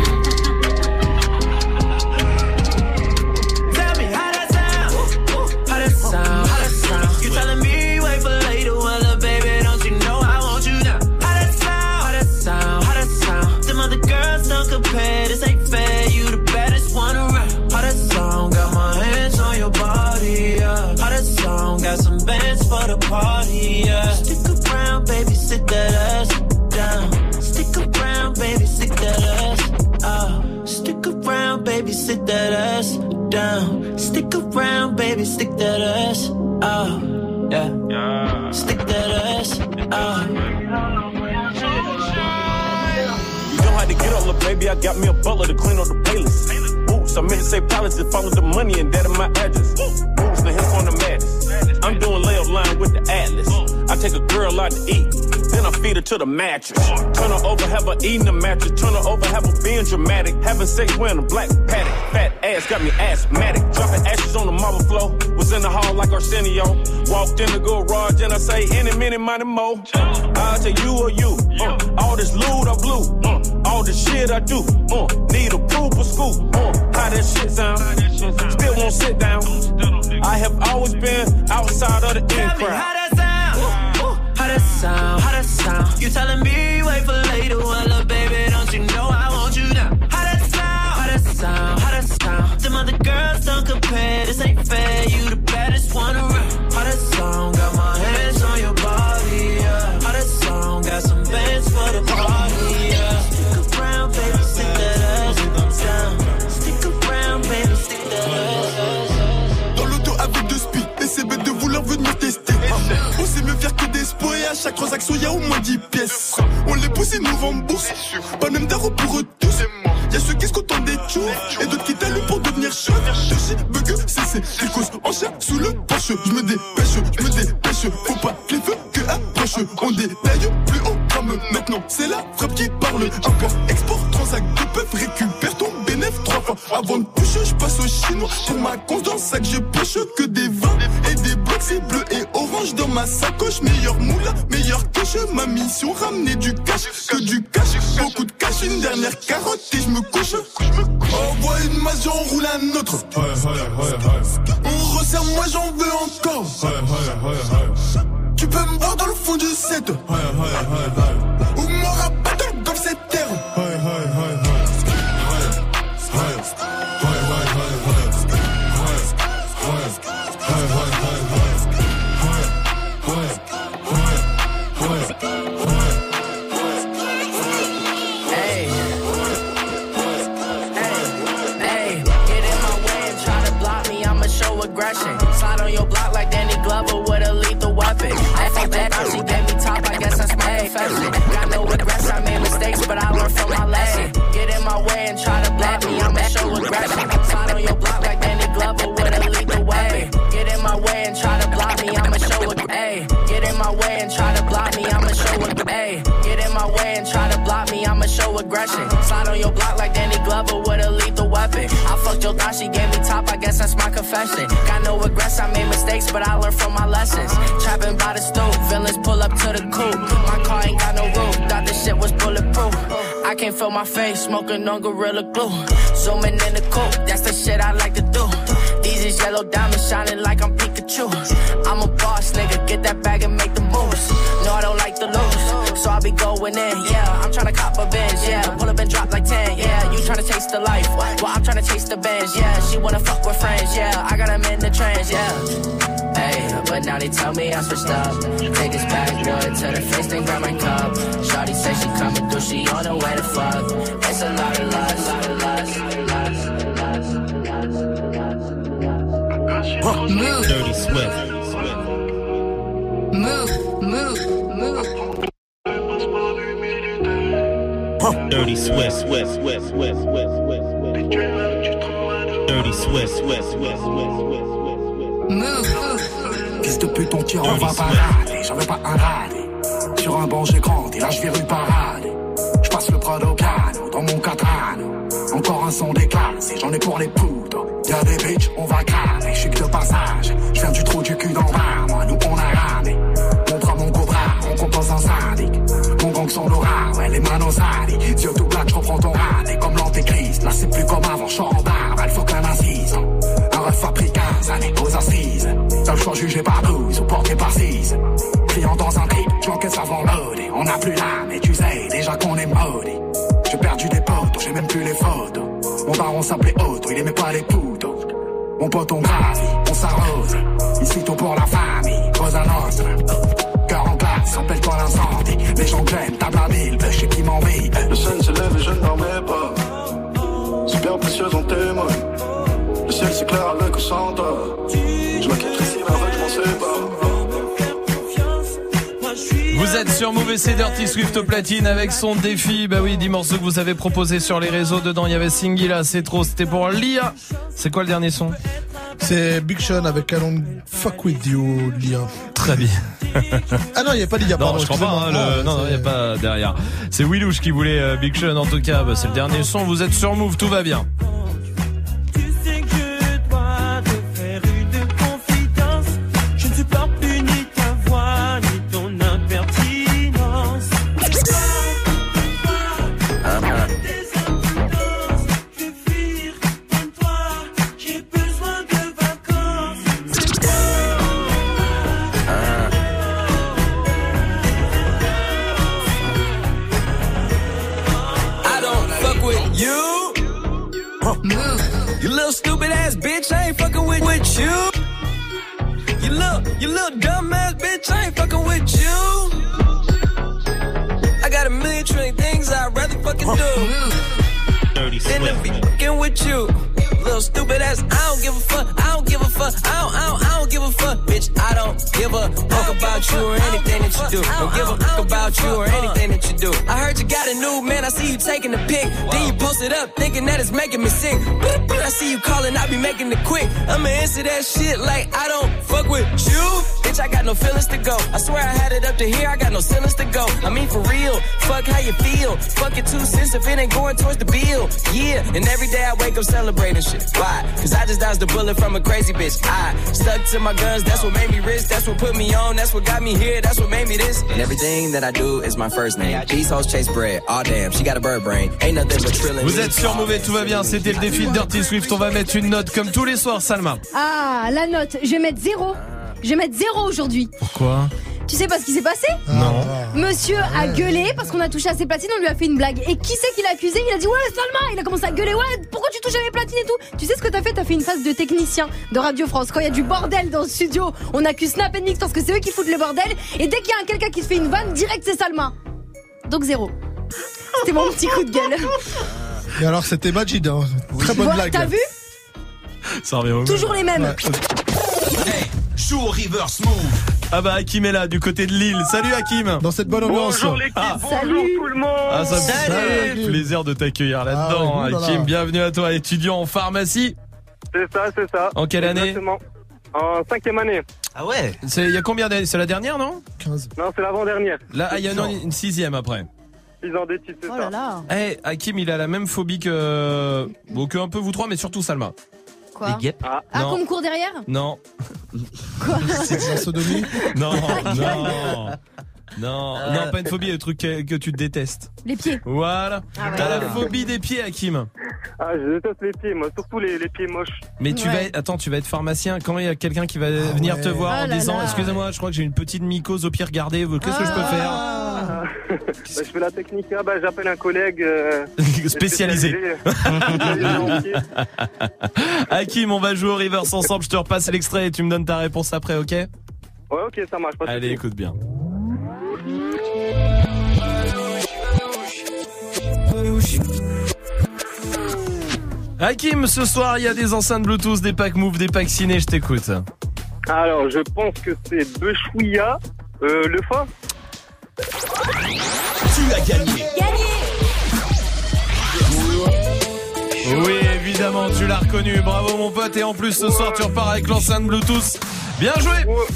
Tell me how that sound, how that sound, how that sound. You telling me wait for later, well, baby, don't you know I want you now? How that sound, how that sound, how that sound. Them other girls don't compare, this ain't fair. You the baddest one around. How that sound, got my hands on your body, yeah. How that sound, got some bands for the party, yeah. Stick around, baby, sit that ass down. Stick around, baby, sit that ass. Stick around, baby, sit that ass down. Stick around, baby, stick that ass. Yeah. Stick that ass. You know how to get up, little baby. I got me a butler to clean up the playlist. Oops, I meant to say palace to follow the money and that in my address. Oops, the hip on the madness. I'm doing layup line with the Atlas. I take a girl out to eat, then I feed her to the mattress. Turn her over, have her eating the mattress. Turn her over, have her being dramatic. Having sex wearing a black paddock. Fat ass got me asthmatic. Dropping ashes on the marble floor. Was in the hall like Arsenio. Walked in the garage and I say, any minute, money more. I'll tell you or you. All this loot I blew. All this shit I do. Need a proof for school. How that shit sound? Still won't sit down. I have always been outside of the in crowd. How that sound? How that sound? How that sound? You telling me wait for later? Well, baby, don't you know I want you now? How that sound? How that sound? How that sound? Them other girls don't compare. This ain't fair. You the baddest one around. How that sound? Got my hands on your body. Yeah. How that sound? Got some bands for the party. Yeah. Stick around, baby, stick that ass down. Stick around, baby, stick that ass. Dans l'auto avec deux speed, et c'est bête de vouloir venir tester. On sait mieux faire que des spots et à chaque transaction y'a au moins 10 pièces. On les pousse et nous rembourse, pas même d'arros pour eux tous. Y'a ceux qui se contentent des tours, et d'autres qui t'allument pour devenir chef. Chercher, bug, c'est les causes en chair sous le porche. Je me dépêche, faut pas que les feux que approche. On détaille plus haut comme maintenant, c'est la frappe qui parle. Import, export, transac, deux peuvent récupère ton bénéf 3 fois. Avant de push, je passe au chinois. Pour ma conce dans le sac, je pêche que des vins et des blocs, c'est bleu et orange dans ma sacoche. Meilleur moula, meilleur cache. Ma mission, ramener du cash, que du cash. Beaucoup de cash, une dernière carotte et je me couche. Envoie une masse, j'en roule un autre. On resserre, moi j'en veux encore. Tu peux me voir dans le fond du set. Ou m'aura pas dans le golf cette terre. Slide on your block like Danny Glover with a lethal weapon. I think that she gave me top, I guess that's my confession. Got no regrets, I made mistakes, but I learned from my lesson. Get in my way and try to block me, I'ma show aggression. Slide on your block like Danny Glover with a lethal weapon. Get in my way and try to block me, I'ma show aggression. Get in my way and try to block me, I'ma show aggression. Get in my way and try to block me, I'ma show aggression. Slide on your block like Danny Glover with a lethal weapon. I fucked your thought, she gave me top, I guess that's my confession. Got no regrets, I made mistakes, but I learned from my lessons. Trapping by the stove, villains pull up to the coupe. My car ain't got no roof, thought this shit was bulletproof. I can't feel my face, smoking on Gorilla Glue. Zooming in the coupe, that's the shit I like to do. These is yellow diamonds shining like I'm Pikachu. I'm a boss, nigga, get that bag and make the moves. No, I don't like to lose, so I be going in, yeah. I'm tryna cop a Benz, yeah. Pull up and drop like 10, yeah. You tryna chase the life, well, I'm tryna chase the Benz, yeah. She wanna fuck with friends, yeah. I got them in the trends, yeah. Hey, but now they tell me I switched up. Take this backwood to the face, then grab my cup. Shawty say she coming through, she on her way to fuck. It's a lot of lust, lot of lust, Move. Dirty Swift. Move. Dirty Swift. Dirty Swift. Fils de pute, ton tir, on va parader. J'en veux pas un radé. Sur un banc, j'ai grandi, là je virule parader. J'passe le Prado Cano dans mon Catano. Encore un son déclassé, j'en ai pour les poudres. Y'a des bitches, on va cramer, j'suis que de passage. J'viens du trou du cul d'en bas, moi nous on a ramé. On prend mon cobra, on compose un syndic. Mon gang sont l'aura, ouais les manos sali. Yeux tout black, j'reprends ton raté comme l'antéchrist. Là c'est plus comme avant, j'suis en barbe, elle faut qu'un assise. Un ref a pris 15 années aux assises. Seul choix jugé par 12 ou porté par 6. Criant dans un trip, j'encaisse avant loadé. On n'a plus l'âme et tu sais déjà qu'on est maudit. J'ai perdu des potes, j'ai même plus les photos. Mon baron s'appelait Otto, il aimait pas les poudres. Mon pote on gravit, on s'arrose. Ici tout pour la famille, Cosa Nostra. Cœur en glace, rappelle-toi l'incendie. Les gens glènent, table à mille, je sais qui m'envie. Le sun s'élève et je ne dormais pas. Super précieuse en témoigne. Le ciel s'éclaire avec ou sans toi. Je la quitte ici, mais avec je m'en sépare. Vous êtes sur Move et c'est Dirty Swift au platine avec son défi. Bah oui, 10 morceaux que vous avez proposés sur les réseaux. Dedans, il y avait Singila, c'est trop. C'était pour Lia. C'est quoi le dernier son? C'est Big Sean avec I Don't Fuck With You, Lia. Très bien. Ah non, il n'y a pas Lia, pardon. Non, je crois pas. Non, il n'y a pas derrière. C'est Willouch qui voulait Big Sean en tout cas. Bah, c'est le dernier son. Vous êtes sur Move, tout va bien. You little dumbass bitch, I ain't fucking with you. I got a million trillion things I'd rather fucking do than to be fucking with you. Little stupid ass, I don't give a fuck, I don't give a fuck, I don't give a fuck, bitch, I don't give a fuck about you or anything that you do. Don't give a fuck about you or anything that you do. I heard you got a new man, I see you taking a pic, then you post it up thinking that it's making me sick. I see you calling, I be making it quick. I'ma answer that shit like I don't fuck with you. Bitch, I got no feelings to go. I swear I had it up to here, I got no ceilings to go. I mean for real, fuck how you feel. Fuck it 2 cents if it ain't going towards the bill. Yeah, and every day I wake up celebrating shit. Why? Cause I just dodged a bullet from a crazy bitch. I stuck to my guns, that's what made me rich. That's what put me on, that's what got me here. That's what made me this. And everything that I do is my first name. These hoes chase bread. Oh damn, she got a bird brain. Ain't nothing but trilling. Vous êtes sur Move, tout va bien. C'était le défi de Dirty Swift. On va mettre une note comme tous les soirs, Salma. Ah, la note. Je vais mettre 0. Je vais mettre 0 aujourd'hui. Pourquoi? Tu sais pas ce qui s'est passé? Non. Monsieur a gueulé parce qu'on a touché à ses platines, on lui a fait une blague. Et qui c'est qui l'a accusé? Il a dit ouais Salma. Il a commencé à gueuler, ouais pourquoi tu touches à mes platines et tout. Tu sais ce que t'as fait? T'as fait une phase de technicien de Radio France. Quand il y a du bordel dans le studio, on accuse Snap et Mix parce que c'est eux qui foutent le bordel. Et dès qu'il y a quelqu'un qui se fait une vanne, direct c'est Salma. Donc 0. C'était mon petit coup de gueule. Et alors c'était Majid, hein. Très bonne blague. T'as vu? Ça revient au toujours les mêmes. Hey, joue au reverse move. Ah bah Hakim est là du côté de Lille. Salut Hakim. Dans cette bonne ambiance. Bonjour l'équipe, bonjour tout le monde. Ah, ça me fait plaisir de t'accueillir là-dedans. Hakim, bienvenue à toi, étudiant en pharmacie. C'est ça. En quelle année? Exactement. En 5e année. Ah ouais. Il y a combien d'années? C'est la dernière, non? 15. Non, c'est l'avant-dernière. Là, il y en a une 6e après. 6 ans d'études, c'est ça. Oh là là. Eh, Hakim, il a la même phobie que un peu vous trois, mais surtout Salma. Quoi? Les guêpes. Ah, qu'on me court derrière? Non. Quoi? C'est la sodomie? Non, pas une phobie, le truc que tu détestes. Les pieds. Voilà. Ah ouais. T'as la phobie des pieds, Hakim. Ah, je déteste les pieds, moi, surtout les pieds moches. Mais tu vas être pharmacien. Quand il y a quelqu'un qui va venir te voir en disant excusez-moi, je crois que j'ai une petite mycose, au pire regardez, qu'est-ce que je peux faire? Je fais la technique, j'appelle un collègue spécialisé. Hakim, on va jouer au reverse ensemble, je te repasse l'extrait et tu me donnes ta réponse après, ok? Ouais, ok, ça marche. Allez, écoute bien. Hakim, ce soir, il y a des enceintes Bluetooth, des packs Move, des packs ciné, je t'écoute. Alors, je pense que c'est de Chouïa, le fa. Tu as gagné. Oui, évidemment, tu l'as reconnu. Bravo, mon pote. Et en plus, ce soir, tu repars avec l'enceinte Bluetooth. Bien joué.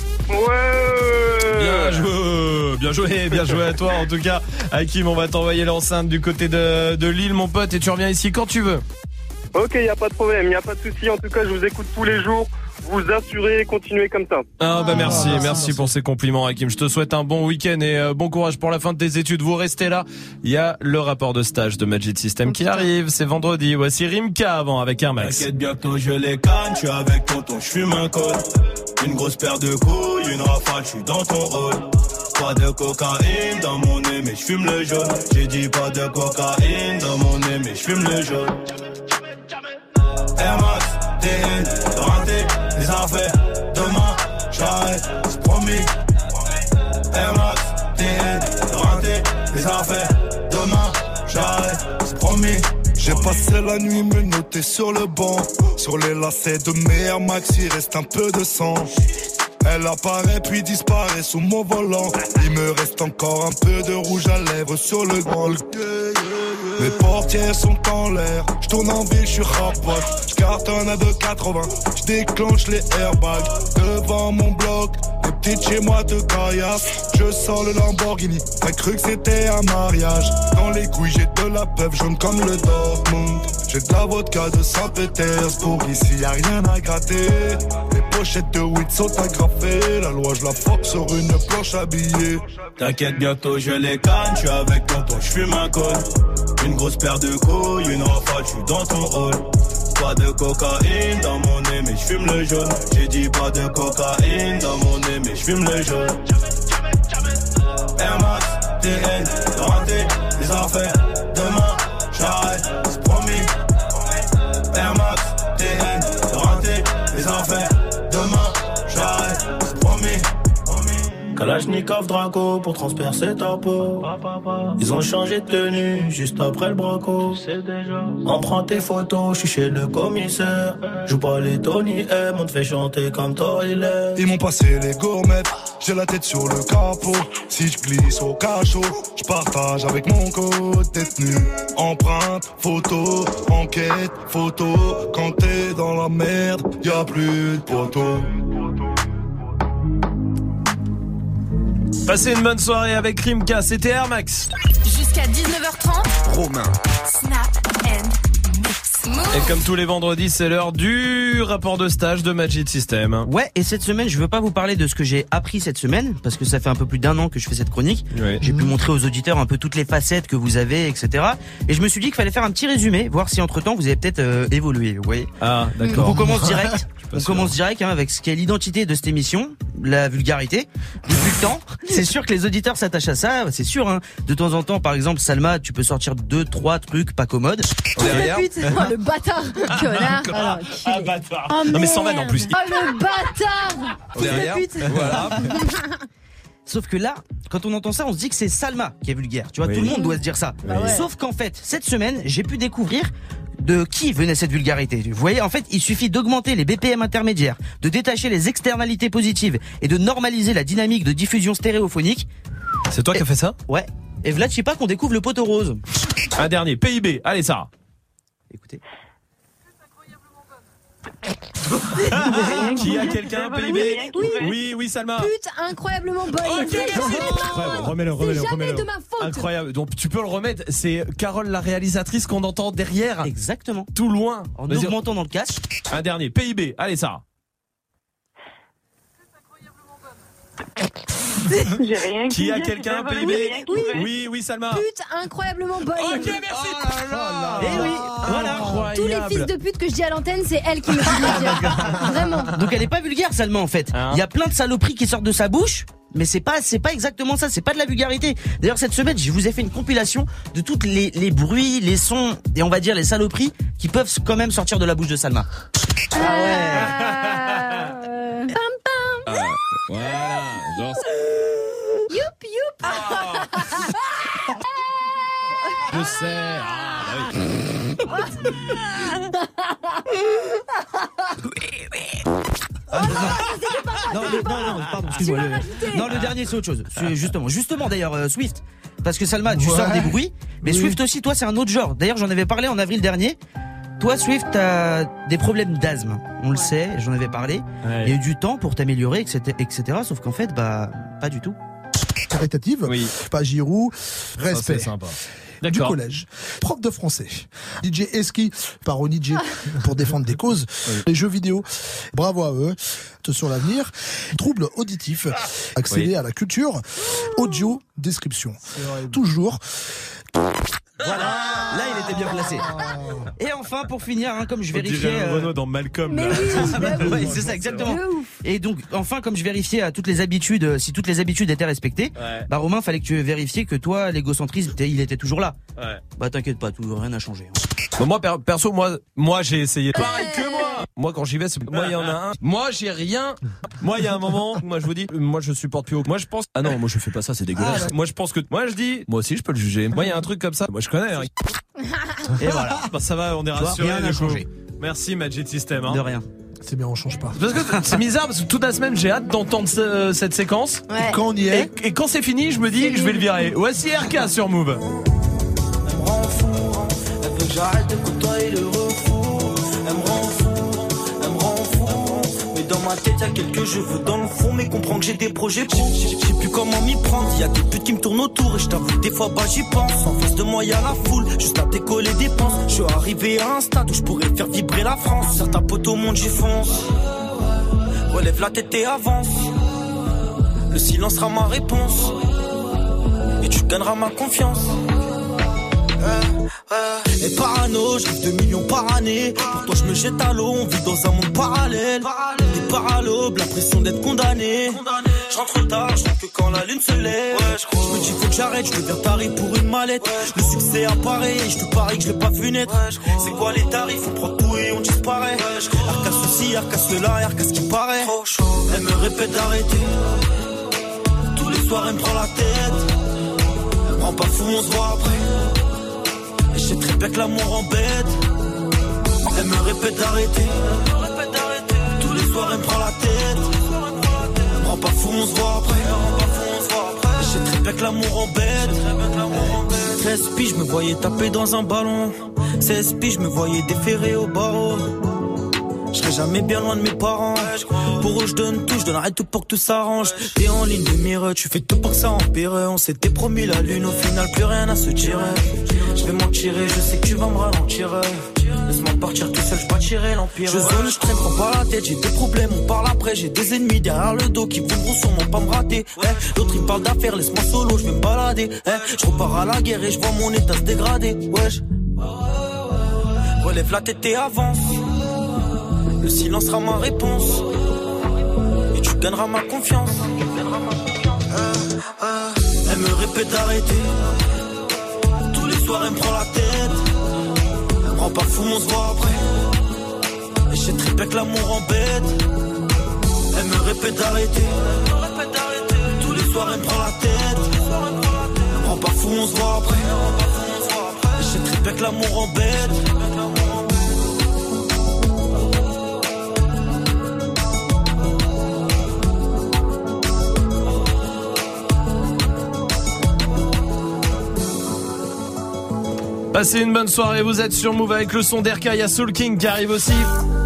Bien joué à toi. En tout cas, Hakim, on va t'envoyer l'enceinte du côté de Lille, mon pote. Et tu reviens ici quand tu veux. Ok, y a pas de problème, y a pas de souci. En tout cas, je vous écoute tous les jours. Vous assurez, continuez comme ça. Ah bah merci pour ces compliments Hakim. Je te souhaite un bon week-end et bon courage pour la fin de tes études. Vous restez là. Il y a le rapport de stage de Magic System qui arrive. C'est vendredi. Voici Rimka avant avec Air Max. T'inquiète, bientôt je les canne. Je suis avec tonton, je fume un col. Une grosse paire de couilles, une rafale, je suis dans ton rôle. Pas de cocaïne dans mon nez, mais je fume le jaune. J'ai dit pas de cocaïne dans mon nez, mais je fume le jaune. Air Max, TN, rentré, les affaires. Demain, j'arrête, c'est promis. Air Max, TN, rentré, les affaires. Demain, j'arrête, c'est promis. J'ai passé la nuit menotté sur le banc. Sur les lacets de mes Air Max, il reste un peu de sang. Elle apparaît puis disparaît sous mon volant. Il me reste encore un peu de rouge à lèvres sur le grand. Mes portières sont en l'air. Je tourne en ville, je suis rapote. Je cartonne à 2,80. Je déclenche les airbags devant mon bloc. Les petites chez moi te caillassent. Je sors le Lamborghini. T'as cru que c'était un mariage? Dans les couilles j'ai de la peuple jaune comme le Dortmund. J'ai de la vodka de Saint-Pétersbourg. Ici y a rien à gratter. Les pochettes de weed sont agrafées. La loi je la force sur une planche à billets. T'inquiète, bientôt je les canne. Je suis avec tonton, je fume un col. Une grosse paire de couilles, une rafale, je suis dans ton rôle. Pas de cocaïne dans mon nez, mais je fume le jaune. J'ai dit pas de cocaïne dans mon nez, mais je fume le jaune. Air Max, TN, rentré, les affaires. Demain, j'arrête, c'est promis. Air Max, TN, rentré, les affaires. Demain, j'arrête, c'est promis. Kalachnikov Draco pour transpercer ta peau. Ils ont changé de tenue juste après le braco. On prend tes photos, je suis chez le commissaire. Joue pas les Tony M, on te fait chanter comme Toilet. Ils m'ont passé les gourmettes, j'ai la tête sur le capot. Si je glisse au cachot, je partage avec mon code détenu. Empreinte, photo, enquête, photo. Quand t'es dans la merde, y'a plus de poteaux. Passez une bonne soirée avec Rimka, c'était Air Max. Jusqu'à 19h30. Romain. Snap and mix. Et comme tous les vendredis, c'est l'heure du rapport de stage de Magic System. Ouais, et cette semaine, je veux pas vous parler de ce que j'ai appris cette semaine, parce que ça fait un peu plus d'1 an que je fais cette chronique. Ouais. J'ai pu montrer aux auditeurs un peu toutes les facettes que vous avez, etc. Et je me suis dit qu'il fallait faire un petit résumé, voir si entre-temps vous avez peut-être évolué, vous voyez. Ah, d'accord. Donc on commence direct. On commence direct avec ce qui est l'identité de cette émission, la vulgarité. Depuis le temps, c'est sûr que les auditeurs s'attachent à ça, c'est sûr. Hein. De temps en temps, par exemple, Salma, tu peux sortir 2-3 trucs pas commodes. Derrière. Le bâtard, connard. Alors, Ah, bâtard. Oh, non mais sans vanne en plus. Oh le bâtard. Derrière. Voilà. Sauf que là, quand on entend ça, on se dit que c'est Salma qui est vulgaire. Tu vois, Oui. tout le monde doit se dire ça. Bah ouais. Sauf qu'en fait, cette semaine, j'ai pu découvrir de qui venait cette vulgarité. Vous voyez, en fait, il suffit d'augmenter les BPM intermédiaires, de détacher les externalités positives et de normaliser la dynamique de diffusion stéréophonique. C'est toi qui as fait ça? Ouais. Et Vlad, je sais pas qu'on découvre le poteau rose. Un dernier, PIB. Allez, Sarah. Écoutez. Qui a quelqu'un, PIB? Oui, Salma. Pute incroyablement bonne. Remets-le. C'est jamais de ma faute. Incroyable. Donc tu peux le remettre. C'est Carole, la réalisatrice, qu'on entend derrière. Exactement. Tout loin. En Vas-y. augmentant dans le casque. Un dernier, PIB. Allez, Sarah. J'ai rien Qui a dit. quelqu'un, PIB? Oui, Salma. Pute incroyablement bonne. Ok, merci. Eh oui, voilà. Tous les fils de pute que je dis à l'antenne, c'est elle qui me fait le dire. Vraiment. Donc elle est pas vulgaire, Salma, en fait. Il y a plein de saloperies qui sortent de sa bouche. Mais c'est pas exactement ça, c'est pas de la vulgarité. D'ailleurs, cette semaine, je vous ai fait une compilation de toutes les bruits, les sons et on va dire les saloperies qui peuvent quand même sortir de la bouche de Salma. Ah ouais. Pam pam. Voilà. Genre. Youp. Je sais. Non, pardon, excuse-moi. Non, le dernier, c'est autre chose. C'est justement d'ailleurs, Swift. Parce que Salma, tu sors des bruits, mais Swift aussi, toi, c'est un autre genre. D'ailleurs, j'en avais parlé en avril dernier. Toi, Swift, t'as des problèmes d'asthme. On le sait, j'en avais parlé. Ouais. Il y a eu du temps pour t'améliorer, etc. Sauf qu'en fait, pas du tout. Caritative, Oui. pas Giroud, respect. Ça, c'est sympa. du collège. Prof de français. DJ Eski, parodie DJ pour défendre des causes. Les jeux vidéo. Bravo à eux. Sur l'avenir. Troubles auditifs. Accéder à la culture. Audio, description. Toujours. Voilà, là il était bien placé. Et enfin pour finir, comme je vérifiais Renaud dans Malcolm. Là. Ouais, c'est ça exactement. Et donc enfin comme je vérifiais à toutes les habitudes, si toutes les habitudes étaient respectées, bah Romain fallait que tu vérifies que toi l'égocentrisme il était toujours là. Ouais. Bah t'inquiète pas, rien n'a changé. Bon, moi perso moi j'ai essayé. Pareil que moi. Moi quand j'y vais, moi il y en a un. Moi j'ai rien. Moi il y a un moment, moi je vous dis, moi je supporte plus haut. Moi je pense moi je fais pas ça, c'est dégueulasse. Moi je pense que moi je dis, moi aussi je peux le juger. Moi il y a un truc comme ça. Moi je connais. Et voilà. Bah ça va, on est rassurés. Rien n'a changé. Merci Magic System. De rien. C'est bien, on change pas. Parce que c'est bizarre parce que toute la semaine j'ai hâte d'entendre cette séquence. Ouais. Et quand on y est. Et quand c'est fini, je me dis je vais le virer. Voici RK sur Move. Elle me rend fou, elle veut que j'arrête de côtoyer le refou. Elle me rend fou, mais dans ma tête y'a quelques cheveux dans le fond. Mais comprends que j'ai des projets pro. Je sais plus comment m'y prendre. Y'a des putes qui me tournent autour et je t'avoue des fois j'y pense. En face de moi y'a la foule, juste à décoller des penses. Je suis arrivé à un stade où je pourrais faire vibrer la France. Certains potes au monde j'y fonce. Relève la tête et avance. Le silence sera ma réponse. Et tu gagneras ma confiance. Et parano, je rêve 2 millions par année. Pour toi je me jette à l'eau, on vit dans un monde parallèle. Des paralobes, l'impression d'être condamné. Je rentre tard, je rentre que quand la lune se lève. Je me dis faut que j'arrête, je deviens taré pour une mallette. Le succès apparaît, je te parie que je l'ai pas vu naître. C'est quoi les tarifs, on prend tout et on disparaît. Arca ceci, arca cela, arca ce qui paraît. Elle me répète d'arrêter. Tous les soirs elle me prend la tête. Elle me rend pas fou, on se voit après. Et je sais très bien que l'amour embête. Elle me répète d'arrêter. Tous les soirs elle me prend la tête. Elle me rend pas fou, on se voit après. Et je sais très bien que l'amour embête. 13 piges, je me voyais taper dans un ballon. 16 piges, je me voyais déférer au barreau. Je serai jamais bien loin de mes parents. Pour eux je donne tout, je donnerai tout pour que tout s'arrange. T'es en ligne de mire, tu fais tout pour que ça empire. On s'était promis la lune, au final plus rien à se tirer. Je vais m'en tirer, je sais que tu vas me ralentir. Laisse-moi partir tout seul, je bâtirai l'empire. Je zone, je traîne, prends pas la tête. J'ai des problèmes, on parle après. J'ai des ennemis derrière le dos qui voudront sûrement pas me rater. L'autre il parle d'affaires, laisse-moi solo, je vais me balader. Je repars à la guerre et je vois mon état se dégrader. Wesh. Relève la tête et avance. Le silence sera ma réponse. Et tu gagneras ma confiance. Elle me répète d'arrêter. Tous les soirs elle me prend la tête. Elle me rend pas fou, on se voit après. Et je sais très bien que l'amour embête. Elle me répète d'arrêter. Tous les soirs elle me prend la tête. Elle me rend pas fou, on se voit après. Et je sais très bien que l'amour embête. Passez une bonne soirée, vous êtes sur Move avec le son d'RK, il y a Soul King qui arrive aussi.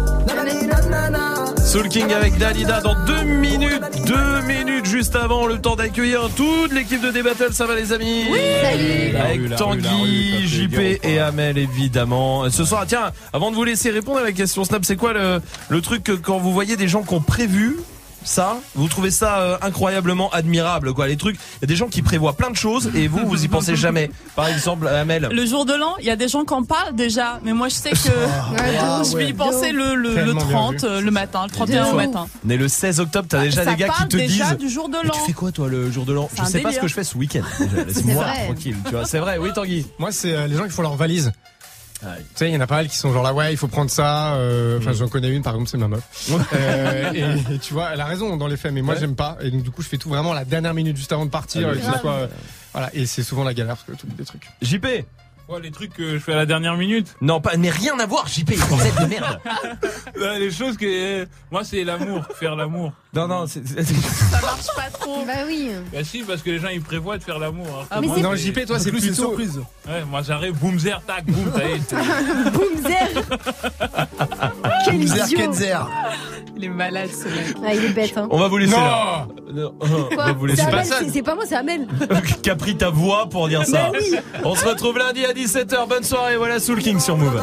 Soul King avec Dalida dans 2 minutes. 2 minutes juste avant, le temps d'accueillir toute l'équipe de D-Battle, ça va les amis? Oui, salut. Avec Tanguy, JP et Amel évidemment. Ce soir, tiens, avant de vous laisser répondre à la question Snap, c'est quoi le truc que quand vous voyez des gens qui ont prévu ça, vous trouvez ça incroyablement admirable quoi, les trucs, il y a des gens qui prévoient plein de choses et vous y pensez jamais. Par exemple, Amel. Le jour de l'an, il y a des gens qui en parlent déjà, mais moi je sais que je vais y penser le 30 le matin, le 31 au matin. Mais le 16 octobre, t'as déjà des gars qui te disent du jour de l'an. Mais tu fais quoi toi le jour de l'an? Je sais pas ce que je fais ce week-end. Laisse-moi tranquille, tu vois, c'est vrai. Oui Tanguy. Moi c'est les gens qui font leur valise. Tu sais, il y en a pas mal qui sont genre là, ouais, il faut prendre ça. Enfin, j'en connais une, par exemple, c'est ma meuf. Et tu vois, elle a raison dans les faits, mais moi j'aime pas. Et donc du coup, je fais tout vraiment la dernière minute juste avant de partir, que ce soit, voilà. Et c'est souvent la galère parce que tout des trucs. JP. Ouais, les trucs que je fais à la dernière minute. Non, pas, mais rien à voir, JP, concept de merde. Les choses que, moi, c'est l'amour, faire l'amour. Non, ça marche pas trop. Bah oui. Bah si, parce que les gens, ils prévoient de faire l'amour. Ah, moi, non, JP, toi, c'est plutôt surprise. Ouais, moi, j'arrive, boum, zer, tac, boum, ça y est. Boum, zer. Quel idiot. Kenzer. Il est malade ce mec. Ah, il est bête, hein. On va vous laisser Non. là. Non. On va vous laisser C'est là. Amel, c'est pas moi, c'est Amel. Qui a pris ta voix pour dire ça. Mais oui. On se retrouve lundi à 17h. Bonne soirée. Voilà Soul King sur Move.